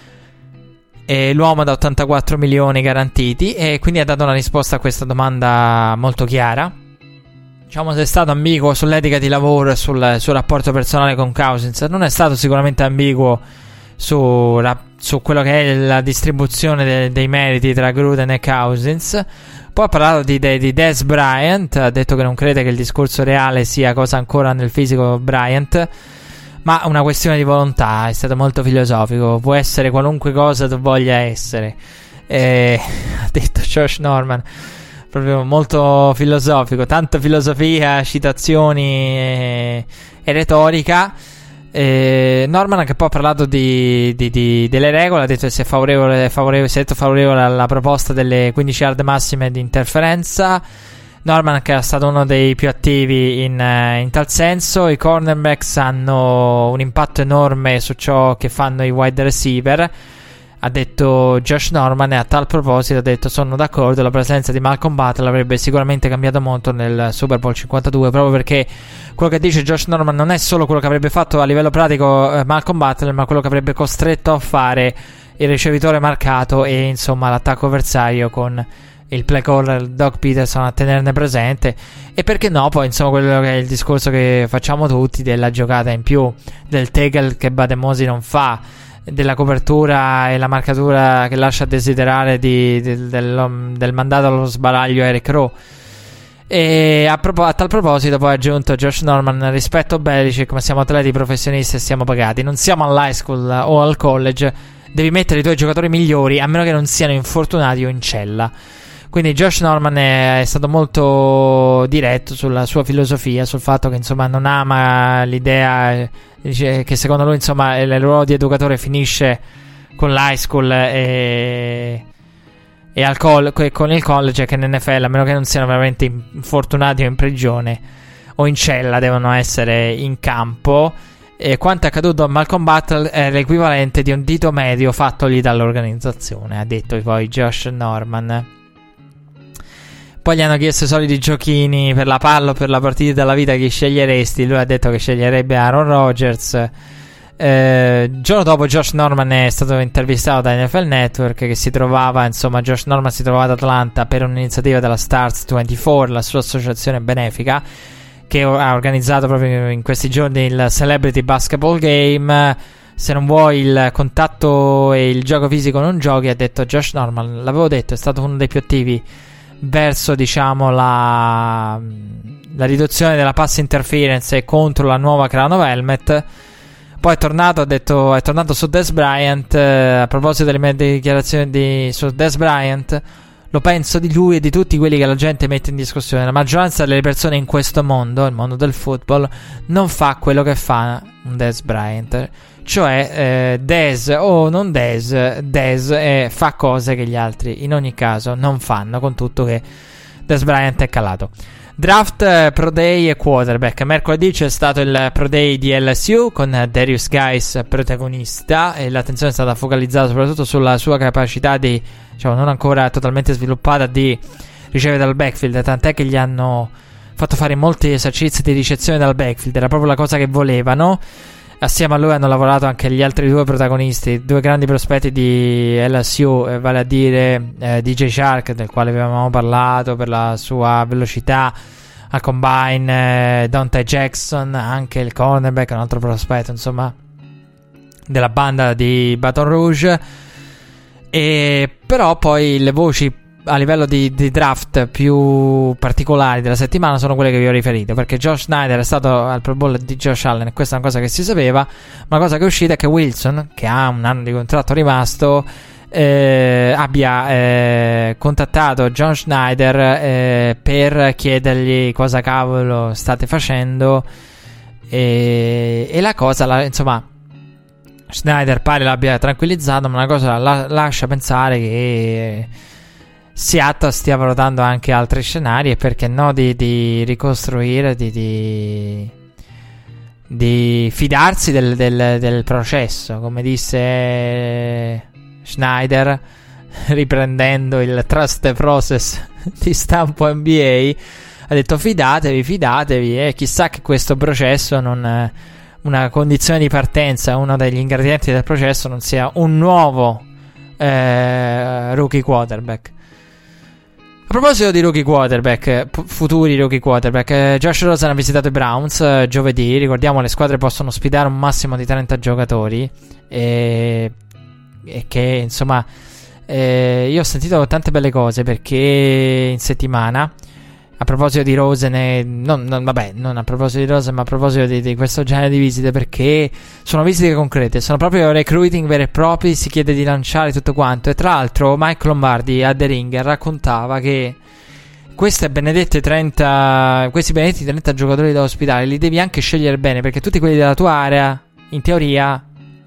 Speaker 4: e l'uomo da 84 milioni garantiti, e quindi ha dato una risposta a questa domanda molto chiara. Diciamo, se è stato ambiguo sull'etica di lavoro e sul suo rapporto personale con Cousins, non è stato sicuramente ambiguo su quello che è la distribuzione dei meriti tra Gruden e Cousins. Poi ha parlato di Dez Bryant, ha detto che non crede che il discorso reale sia cosa ancora nel fisico Bryant, ma una questione di volontà. È stato molto filosofico, può essere qualunque cosa tu voglia essere, ha detto Josh Norman, proprio molto filosofico, tanta filosofia, citazioni e retorica. Norman, che poi ha parlato delle regole, ha detto che si è favorevole alla proposta delle 15 yard massime di interferenza. Norman, che è stato uno dei più attivi in tal senso. I cornerbacks hanno un impatto enorme su ciò che fanno i wide receiver, ha detto Josh Norman, e a tal proposito ha detto: sono d'accordo, la presenza di Malcolm Butler avrebbe sicuramente cambiato molto nel Super Bowl 52, proprio perché quello che dice Josh Norman non è solo quello che avrebbe fatto a livello pratico Malcolm Butler, ma quello che avrebbe costretto a fare il ricevitore marcato e insomma l'attacco avversario, con il play caller Doug Peterson a tenerne presente. E perché no, poi insomma quello che è il discorso che facciamo tutti della giocata in più, del tackle che Bademosi non fa, della copertura e la marcatura che lascia a desiderare del mandato allo sbaraglio Eric Rowe. E a tal proposito poi ha aggiunto Josh Norman: rispetto a Belichick, ma siamo atleti professionisti e siamo pagati, non siamo all'high school o al college, devi mettere i tuoi giocatori migliori a meno che non siano infortunati o in cella. Quindi Josh Norman è stato molto diretto sulla sua filosofia, sul fatto che insomma non ama l'idea, dice che secondo lui insomma il ruolo di educatore finisce con l'high school e con il college, che in NFL, a meno che non siano veramente infortunati o in prigione o in cella, devono essere in campo. E quanto è accaduto a Malcolm Butler è l'equivalente di un dito medio fattogli dall'organizzazione, ha detto poi Josh Norman. Poi gli hanno chiesto i soliti giochini per la palla o per la partita della vita, chi sceglieresti? Lui ha detto che sceglierebbe Aaron Rodgers. Giorno dopo Josh Norman è stato intervistato da NFL Network, che si trovava, insomma, Josh Norman si trovava ad Atlanta per un'iniziativa della Stars 24, la sua associazione benefica, che ha organizzato proprio in questi giorni il Celebrity Basketball Game. Se non vuoi il contatto e il gioco fisico non giochi, ha detto Josh Norman. L'avevo detto, è stato uno dei più attivi verso, diciamo, la riduzione della pass interference e contro la nuova crown of helmet. Poi è tornato, ha detto, è tornato su Dez Bryant, a proposito delle mie dichiarazioni su Dez Bryant: lo penso di lui e di tutti quelli che la gente mette in discussione. La maggioranza delle persone in questo mondo, il mondo del football, non fa quello che fa un Dez Bryant. Cioè Dez o non Dez fa cose che gli altri in ogni caso non fanno, con tutto che Dez Bryant è calato. Draft, Pro Day e quarterback. Mercoledì c'è stato il Pro Day di LSU con Darius Guice protagonista, e l'attenzione è stata focalizzata soprattutto sulla sua capacità di, diciamo, non ancora totalmente sviluppata, di ricevere dal backfield, tant'è che gli hanno fatto fare molti esercizi di ricezione dal backfield, era proprio la cosa che volevano. Assieme a lui hanno lavorato anche gli altri due protagonisti, due grandi prospetti di LSU, vale a dire DJ Shark, del quale avevamo parlato per la sua velocità al combine, Dante Jackson, anche il cornerback, un altro prospetto, insomma, della banda di Baton Rouge. E però poi le voci a livello di draft più particolari della settimana sono quelle che vi ho riferito, perché Josh Snyder è stato al Pro Bowl di Josh Allen, e questa è una cosa che si sapeva, ma la cosa che è uscita è che Wilson, che ha un anno di contratto rimasto, abbia contattato John Schneider per chiedergli cosa cavolo state facendo, e la cosa, insomma, Schneider pare l'abbia tranquillizzato, ma una cosa lascia pensare che Seattle stia valutando anche altri scenari, e perché no di ricostruire, di fidarsi del processo, come disse Schneider, riprendendo il trust process di stampo NBA.
Speaker 5: ha detto fidatevi, e chissà che questo processo non, una condizione di partenza, uno degli ingredienti del processo non sia un nuovo rookie quarterback. A proposito di rookie quarterback, futuri rookie quarterback, Josh Rosen ha visitato i Browns giovedì. Ricordiamo, le squadre possono ospitare un massimo di 30 giocatori, e che insomma io ho sentito tante belle cose, perché in settimana, a proposito di Rosen, non a proposito di Rosen, ma a proposito di questo genere di visite, perché sono visite concrete, sono proprio recruiting veri e propri, si chiede di lanciare tutto quanto. E tra l'altro Mike Lombardi a The Ringer raccontava che questi benedetti 30 giocatori da ospitare li devi anche scegliere bene, perché tutti quelli della tua area, in teoria,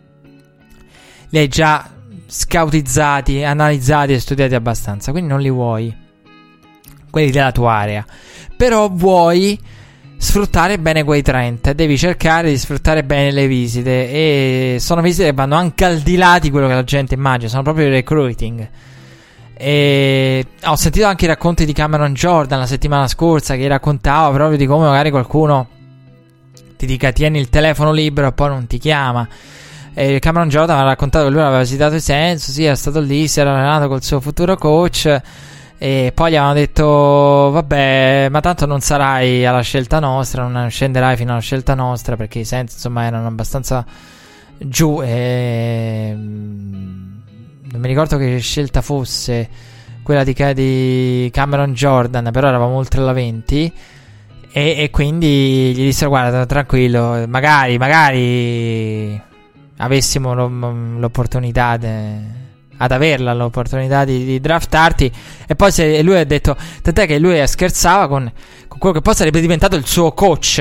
Speaker 5: li hai già scoutizzati, analizzati e studiati abbastanza, quindi non li vuoi quelli della tua area, però vuoi sfruttare bene quei 30, devi cercare di sfruttare bene le visite, e sono visite che vanno anche al di là di quello che la gente immagina, sono proprio recruiting. E ho sentito anche i racconti di Cameron Jordan la settimana scorsa, che raccontava proprio di come magari qualcuno ti dica tieni il telefono libero e poi non ti chiama. E Cameron Jordan ha raccontato che lui aveva visitato i Saints, sì, è stato lì, si era allenato col suo futuro coach, e poi gli avevano detto vabbè, ma tanto non sarai alla scelta nostra, non scenderai fino alla scelta nostra, perché i Saints insomma erano abbastanza giù, e non mi ricordo che scelta fosse quella di Cameron Jordan, però eravamo oltre la 20, e quindi gli dissero guarda, tranquillo, magari avessimo l'opportunità ad averla l'opportunità di draftarti. E poi lui ha detto, tant'è che lui scherzava con quello che poi sarebbe diventato il suo coach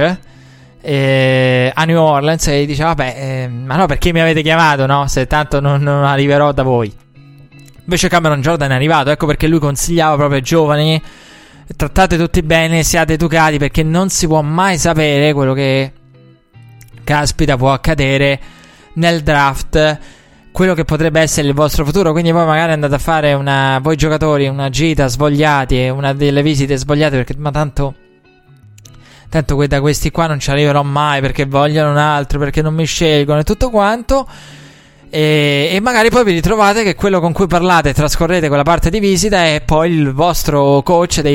Speaker 5: a New Orleans, e diceva vabbè, ma no, perché mi avete chiamato, no? Se tanto non arriverò da voi. Invece Cameron Jordan è arrivato, ecco perché lui consigliava proprio ai giovani: trattate tutti bene, siate educati, perché non si può mai sapere quello che caspita può accadere nel draft, quello che potrebbe essere il vostro futuro. Quindi voi magari andate a fare voi giocatori una gita svogliati, una delle visite svogliate, perché ma tanto da questi qua non ci arriverò mai, perché vogliono un altro, perché non mi scelgono e tutto quanto. E magari poi vi ritrovate che quello con cui parlate e trascorrete quella parte di visita è poi il vostro coach per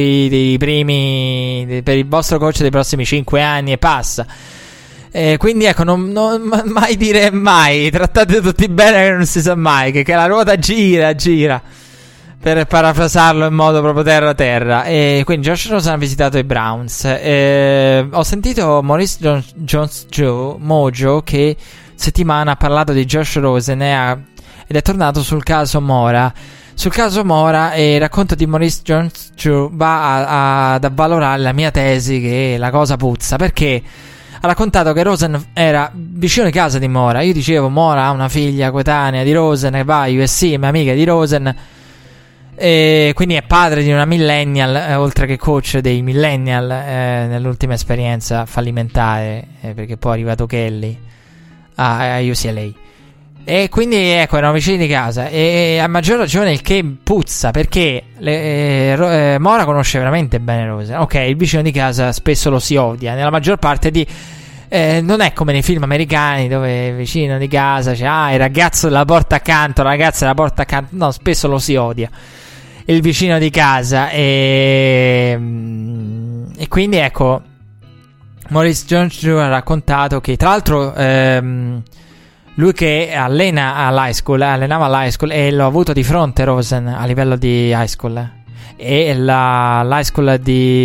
Speaker 5: il vostro coach dei prossimi 5 anni e passa. Quindi ecco, non mai dire mai, trattate tutti bene, che non si sa mai, che la ruota gira, per parafrasarlo in modo proprio terra. E quindi Josh Rosen ha visitato i Browns. Ho sentito Maurice Jones-Mojo che settimana ha parlato di Josh Rosen ed è tornato sul caso Mora. Sul caso Mora, e il racconto di Maurice Jones-Joe va ad avvalorare la mia tesi che la cosa puzza, perché ha raccontato che Rosen era vicino di casa di Mora. Io dicevo, Mora ha una figlia coetanea di Rosen che va a USC, è mia amica di Rosen, e quindi è padre di una millennial, oltre che coach dei millennial nell'ultima esperienza fallimentare, perché poi è arrivato Kelly a UCLA. E quindi ecco, erano vicini di casa, e a maggior ragione il che puzza, perché Mora conosce veramente bene Rosen. Ok, il vicino di casa spesso lo si odia, nella maggior parte non è come nei film americani dove il vicino di casa c'è il ragazzo della porta accanto, la ragazza della porta accanto. No, spesso lo si odia il vicino di casa, e quindi ecco, Maurice Jones-Drew ha raccontato che tra l'altro lui che allenava all'high school, e l'ho avuto di fronte Rosen a livello di high school, e l'high school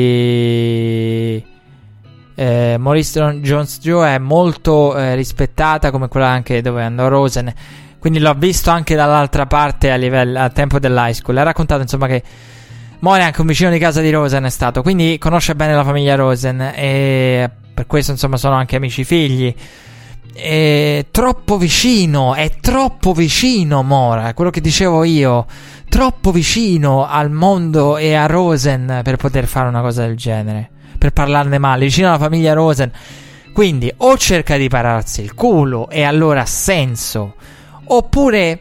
Speaker 5: di Maurice Jones-Drew è molto rispettata, come quella anche dove andò Rosen, quindi l'ho visto anche dall'altra parte a tempo dell'high school. Ha raccontato insomma che Mora è anche un vicino di casa di Rosen, è stato, quindi conosce bene la famiglia Rosen, e per questo insomma sono anche amici figli. È troppo vicino Mora, è quello che dicevo io, troppo vicino al mondo e a Rosen per poter fare una cosa del genere, per parlarne male, vicino alla famiglia Rosen. Quindi o cerca di pararsi il culo, e allora ha senso, oppure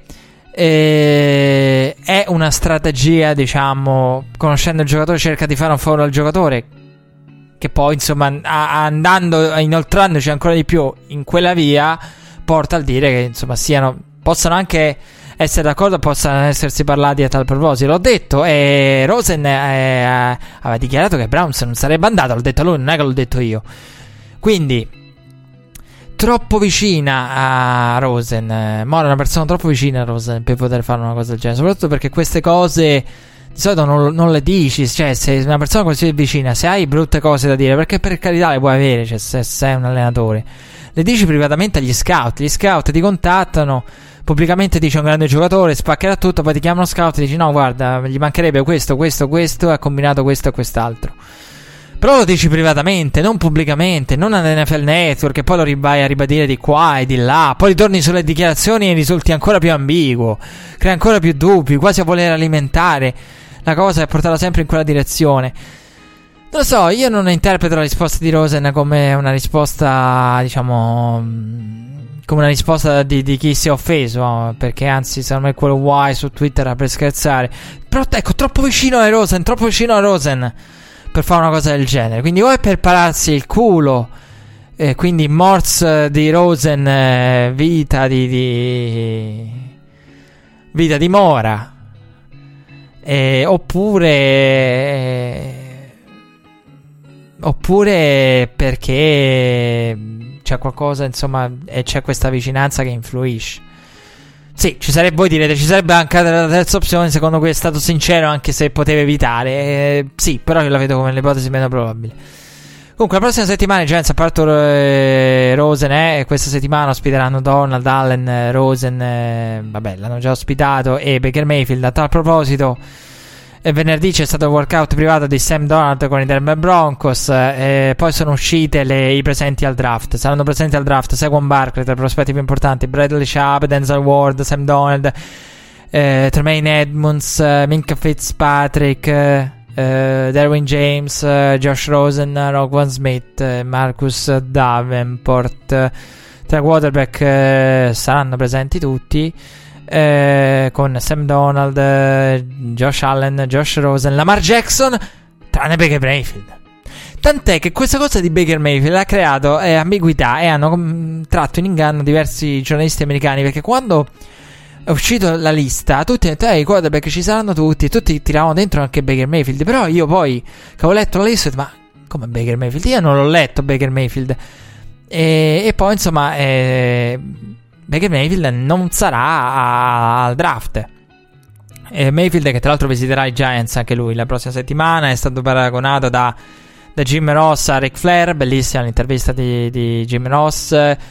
Speaker 5: è una strategia, diciamo, conoscendo il giocatore cerca di fare un favore al giocatore, che poi insomma inoltrandoci ancora di più in quella via porta a dire che insomma possano anche essere d'accordo, possano essersi parlati a tal proposito. L'ho detto, e Rosen aveva dichiarato che Browns non sarebbe andato, l'ho detto lui, non è che l'ho detto io. Quindi troppo vicina a Rosen, Mora è una persona troppo vicina a Rosen per poter fare una cosa del genere, soprattutto perché queste cose di solito non le dici, cioè se una persona così vicina, se hai brutte cose da dire, perché per carità le puoi avere, cioè se sei un allenatore, le dici privatamente agli scout, gli scout ti contattano, pubblicamente dici un grande giocatore, spaccherà tutto, poi ti chiamano scout e dici no guarda, gli mancherebbe questo, ha combinato questo e quest'altro. Però lo dici privatamente, non pubblicamente, non all'NFL Network, e poi lo vai a ribadire di qua e di là, poi ritorni sulle dichiarazioni e risulti ancora più ambiguo, crea ancora più dubbi, quasi a voler alimentare la cosa e portarla sempre in quella direzione. Non lo so, io non interpreto la risposta di Rosen come una risposta, diciamo, come una risposta di chi si è offeso, perché anzi secondo me quello Why su Twitter era per scherzare. Però ecco, troppo vicino a Rosen per fare una cosa del genere, quindi o è per pararsi il culo, quindi morse di Rosen, vita di Mora, oppure perché c'è qualcosa, insomma, e c'è questa vicinanza che influisce. Sì, voi direte, ci sarebbe anche la terza opzione, secondo cui è stato sincero anche se poteva evitare. Sì, però io la vedo come l'ipotesi meno probabile. Comunque la prossima settimana i Giants, a parte Rosen, questa settimana ospiteranno Donald, Allen, Rosen, vabbè, l'hanno già ospitato, e Baker Mayfield. A tal proposito, venerdì c'è stato il workout privato di Sam Darnold con i Denver Broncos, poi sono uscite i presenti al draft. Saranno presenti al draft Saquon Barkley, tra i prospetti più importanti, Bradley Chubb, Denzel Ward, Sam Darnold, Tremaine Edmonds, Minkah Fitzpatrick, Derwin James, Josh Rosen, Roquan Smith, Marcus Davenport. Tra quarterback saranno presenti tutti, con Sam Donald, Josh Allen, Josh Rosen, Lamar Jackson, tranne Baker Mayfield. Tant'è che questa cosa di Baker Mayfield ha creato ambiguità e hanno tratto in inganno diversi giornalisti americani, perché quando è uscito la lista tutti hanno detto i quarterback ci saranno tutti, e tutti tiravano dentro anche Baker Mayfield. Però io poi che ho letto la lista ho detto, ma come Baker Mayfield? Io non l'ho letto Baker Mayfield, e poi insomma Baker Mayfield non sarà al draft. Mayfield, che tra l'altro visiterà i Giants anche lui la prossima settimana, è stato paragonato da Jim Ross a Ric Flair. Bellissima l'intervista di Jim Ross,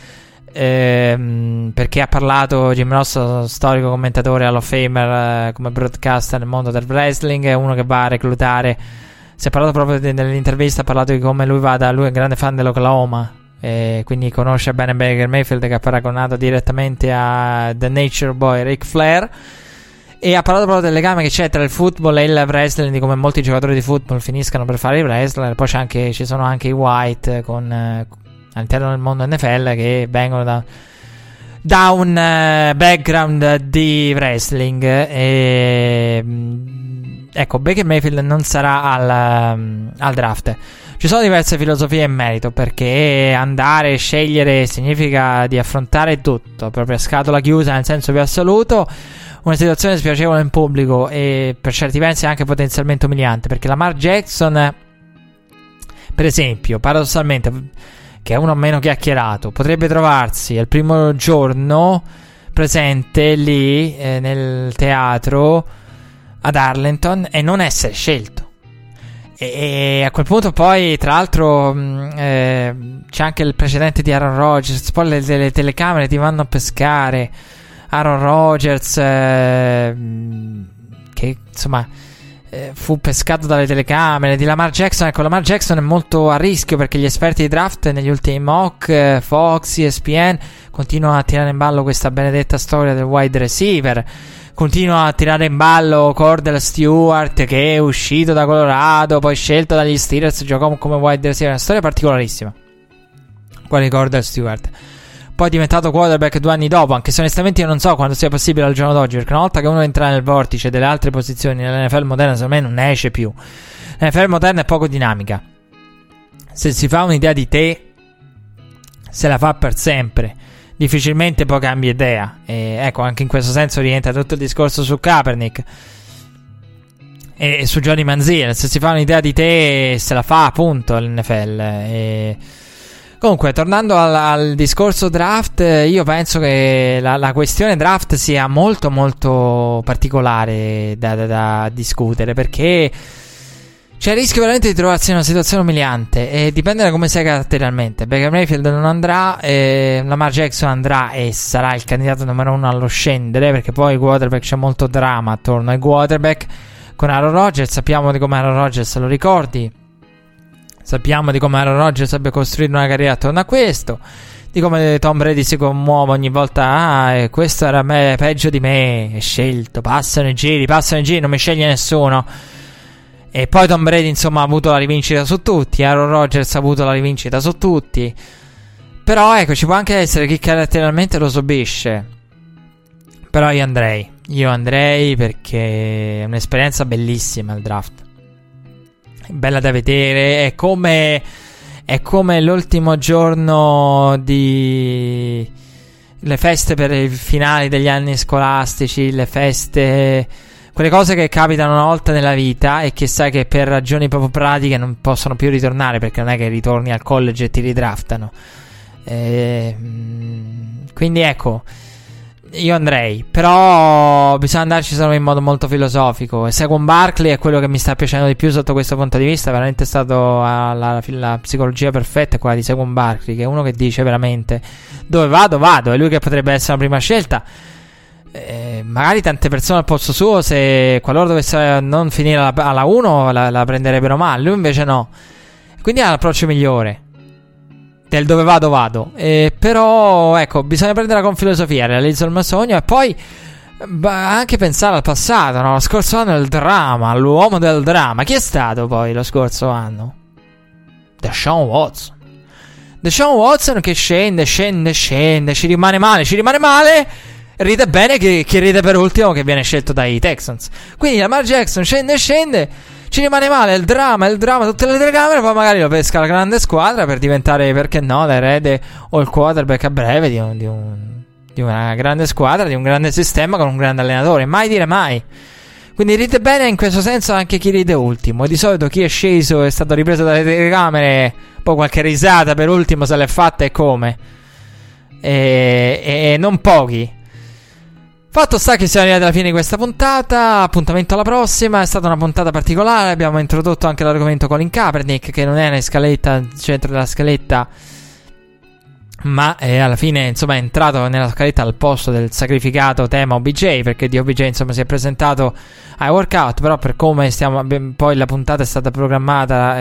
Speaker 5: perché ha parlato Jim Ross, storico commentatore Hall of Famer, come broadcaster nel mondo del wrestling, è uno che va a reclutare. Si è parlato proprio nell'intervista, ha parlato di come lui lui è un grande fan dell'Oklahoma, quindi conosce bene Baker Mayfield, che ha paragonato direttamente a The Nature Boy Ric Flair, e ha parlato proprio del legame che c'è tra il football e il wrestling, di come molti giocatori di football finiscano per fare i wrestler. Poi ci sono anche i white all'interno del mondo NFL che vengono da un background di wrestling, ecco, Baker Mayfield non sarà al draft. Ci sono diverse filosofie in merito, perché andare e scegliere significa di affrontare tutto proprio a scatola chiusa, nel senso più assoluto, una situazione spiacevole in pubblico e per certi versi anche potenzialmente umiliante, perché Lamar Jackson, per esempio, paradossalmente, che è uno meno chiacchierato, potrebbe trovarsi al primo giorno presente lì nel teatro ad Arlington e non essere scelto. E a quel punto poi, tra l'altro, c'è anche il precedente di Aaron Rodgers, poi le telecamere ti vanno a pescare Aaron Rodgers, che insomma fu pescato dalle telecamere. Di Lamar Jackson, ecco, Lamar Jackson è molto a rischio, perché gli esperti di draft negli ultimi mock, Fox, ESPN, continuano a tirare in ballo questa benedetta storia del wide receiver. Continua a tirare in ballo Cordell Stewart, che è uscito da Colorado, poi scelto dagli Steelers, giocò come wide receiver. Una storia particolarissima quella di Cordell Stewart. Poi è diventato quarterback 2 anni dopo, anche se onestamente io non so quando sia possibile al giorno d'oggi, perché una volta che uno entra nel vortice delle altre posizioni nell'NFL moderna, secondo me non ne esce più. L'NFL moderna è poco dinamica, se si fa un'idea di te, se la fa per sempre, difficilmente poi cambia idea. E ecco, anche in questo senso rientra tutto il discorso su Kaepernick e su Johnny Manziel. Se si fa un'idea di te, se la fa, appunto, l'NFL. Comunque, tornando al discorso draft, io penso che la questione draft sia molto molto particolare da discutere, perché c'è il rischio veramente di trovarsi in una situazione umiliante, e dipende da come sei caratterialmente. Baker Mayfield non andrà, Lamar Jackson andrà e sarà il candidato numero 1 allo scendere, perché poi il quarterback, c'è molto dramma attorno ai quarterback. Con Aaron Rodgers, sappiamo di come Aaron Rodgers, lo ricordi? Sappiamo di come Aaron Rodgers abbia costruito una carriera attorno a questo, di come Tom Brady si commuove ogni volta. Questo era peggio di me, è scelto, passano i giri, non mi sceglie nessuno. E poi Tom Brady, insomma, ha avuto la rivincita su tutti, Aaron Rodgers ha avuto la rivincita su tutti. Però ecco, ci può anche essere chi caratterialmente lo subisce. Però io andrei perché è un'esperienza bellissima il draft, è bella da vedere, è come l'ultimo giorno di le feste per i finali degli anni scolastici, le feste, quelle cose che capitano una volta nella vita e che sai che per ragioni proprio pratiche non possono più ritornare, perché non è che ritorni al college e ti ridraftano. Quindi ecco, io andrei, però bisogna andarci solo in modo molto filosofico. E Saquon Barkley è quello che mi sta piacendo di più sotto questo punto di vista. Veramente è stato la psicologia perfetta, quella di Saquon Barkley, che è uno che dice veramente: dove vado, è lui che potrebbe essere la prima scelta. Magari tante persone al posto suo, se qualora dovesse non finire alla 1, la prenderebbero male. Lui invece no, quindi ha l'approccio migliore del dove vado. Però ecco, bisogna prenderla con filosofia. Realizzo il mio sogno e poi anche pensare al passato, no? Lo scorso anno il dramma, l'uomo del dramma. Chi è stato poi lo scorso anno? Deshaun Watson che scende, ci rimane male. Ride bene che ride per ultimo, che viene scelto dai Texans. Quindi Lamar Jackson scende, ci rimane male, il dramma, tutte le telecamere, poi magari lo pesca la grande squadra per diventare, perché no, l'erede o il quarterback a breve di una grande squadra, di un grande sistema con un grande allenatore. Mai dire mai. Quindi ride bene in questo senso anche chi ride ultimo. Di solito chi è sceso è stato ripreso dalle telecamere, poi qualche risata per ultimo se l'è fatta e come. E non pochi. Fatto sta che siamo arrivati alla fine di questa puntata. Appuntamento alla prossima. È stata una puntata particolare. Abbiamo introdotto anche l'argomento Colin Kaepernick, che non è nella scaletta, al centro della scaletta, ma alla fine insomma è entrato nella scaletta al posto del sacrificato tema OBJ, perché di OBJ insomma si è presentato ai workout. Però per come poi la puntata è stata programmata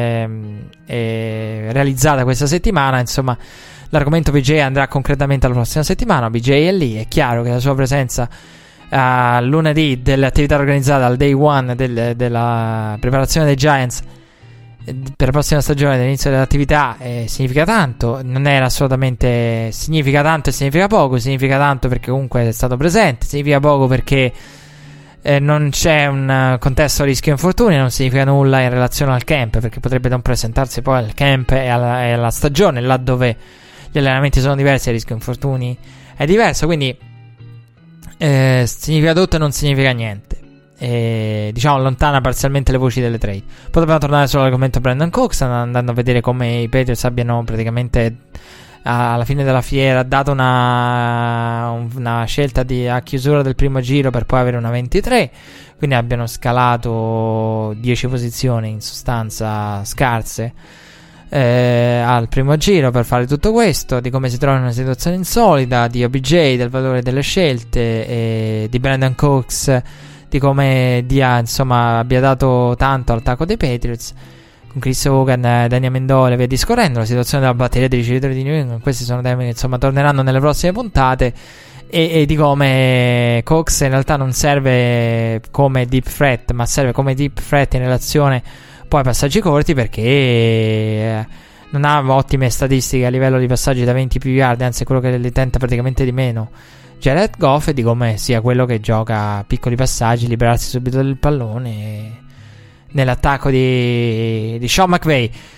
Speaker 5: e realizzata questa settimana, insomma l'argomento OBJ andrà concretamente la prossima settimana. OBJ è lì, è chiaro che la sua presenza lunedì delle attività organizzate al day one della preparazione dei Giants per la prossima stagione, dell'inizio dell'attività, significa tanto. Non era assolutamente significa tanto e significa poco. Significa tanto perché comunque è stato presente, significa poco perché non c'è un contesto a rischio infortuni. Non significa nulla in relazione al camp, perché potrebbe non presentarsi poi al camp e alla stagione, là dove gli allenamenti sono diversi e il rischio infortuni è diverso. Quindi significa tutto e non significa niente. Diciamo allontana parzialmente le voci delle trade. Poi dobbiamo tornare sull'argomento Brandon Cooks, andando a vedere come i Patriots abbiano praticamente alla fine della fiera dato una scelta a chiusura del primo giro per poi avere una 23, quindi abbiano scalato 10 posizioni in sostanza scarse al primo giro per fare tutto questo. Di come si trova in una situazione insolita, di OBJ, del valore delle scelte, di Brandon Cooks, di come insomma abbia dato tanto al attacco dei Patriots, con Chris Hogan, Daniel Amendola e via discorrendo, la situazione della batteria dei ricevitori di New England. Questi sono temi che insomma torneranno nelle prossime puntate, e di come Cox in realtà non serve come deep threat, ma serve come deep threat in relazione poi ai passaggi corti, perché non ha ottime statistiche a livello di passaggi da 20 più yard, anzi è quello che li tenta praticamente di meno Jared Goff, e di come sia quello che gioca piccoli passaggi, liberarsi subito del pallone nell'attacco di Sean McVay.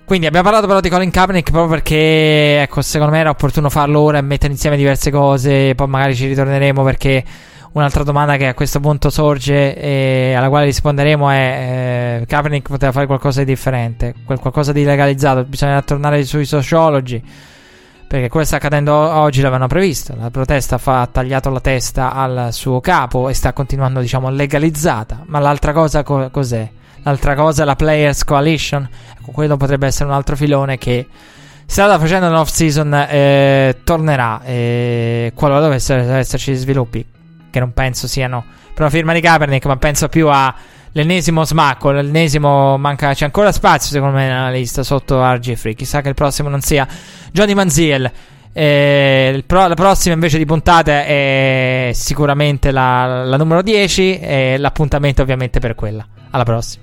Speaker 5: Quindi abbiamo parlato però di Colin Kaepernick proprio perché, ecco, secondo me era opportuno farlo ora e mettere insieme diverse cose. Poi magari ci ritorneremo, perché un'altra domanda che a questo punto sorge e alla quale risponderemo è Kaepernick poteva fare qualcosa di differente, qualcosa di legalizzato. Bisogna tornare sui sociologi, perché quello sta accadendo oggi, l'avevano previsto. La protesta ha tagliato la testa al suo capo e sta continuando, diciamo, legalizzata. Ma l'altra cosa cos'è? L'altra cosa è la Players Coalition. Ecco, quello potrebbe essere un altro filone che strada facendo nell'off season tornerà, qualora dovessero esserci sviluppi, che non penso siano per la firma di Kaepernick, ma penso più a l'ennesimo smacco, l'ennesimo, c'è ancora spazio secondo me nella lista sotto RG3. Chissà che il prossimo non sia Johnny Manziel. La prossima invece di puntate è sicuramente la numero 10 e l'appuntamento ovviamente per quella. Alla prossima.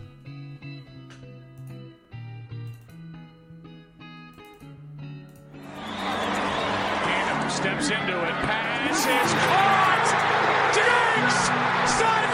Speaker 1: Steps into it, pass is caught! Diggs! Side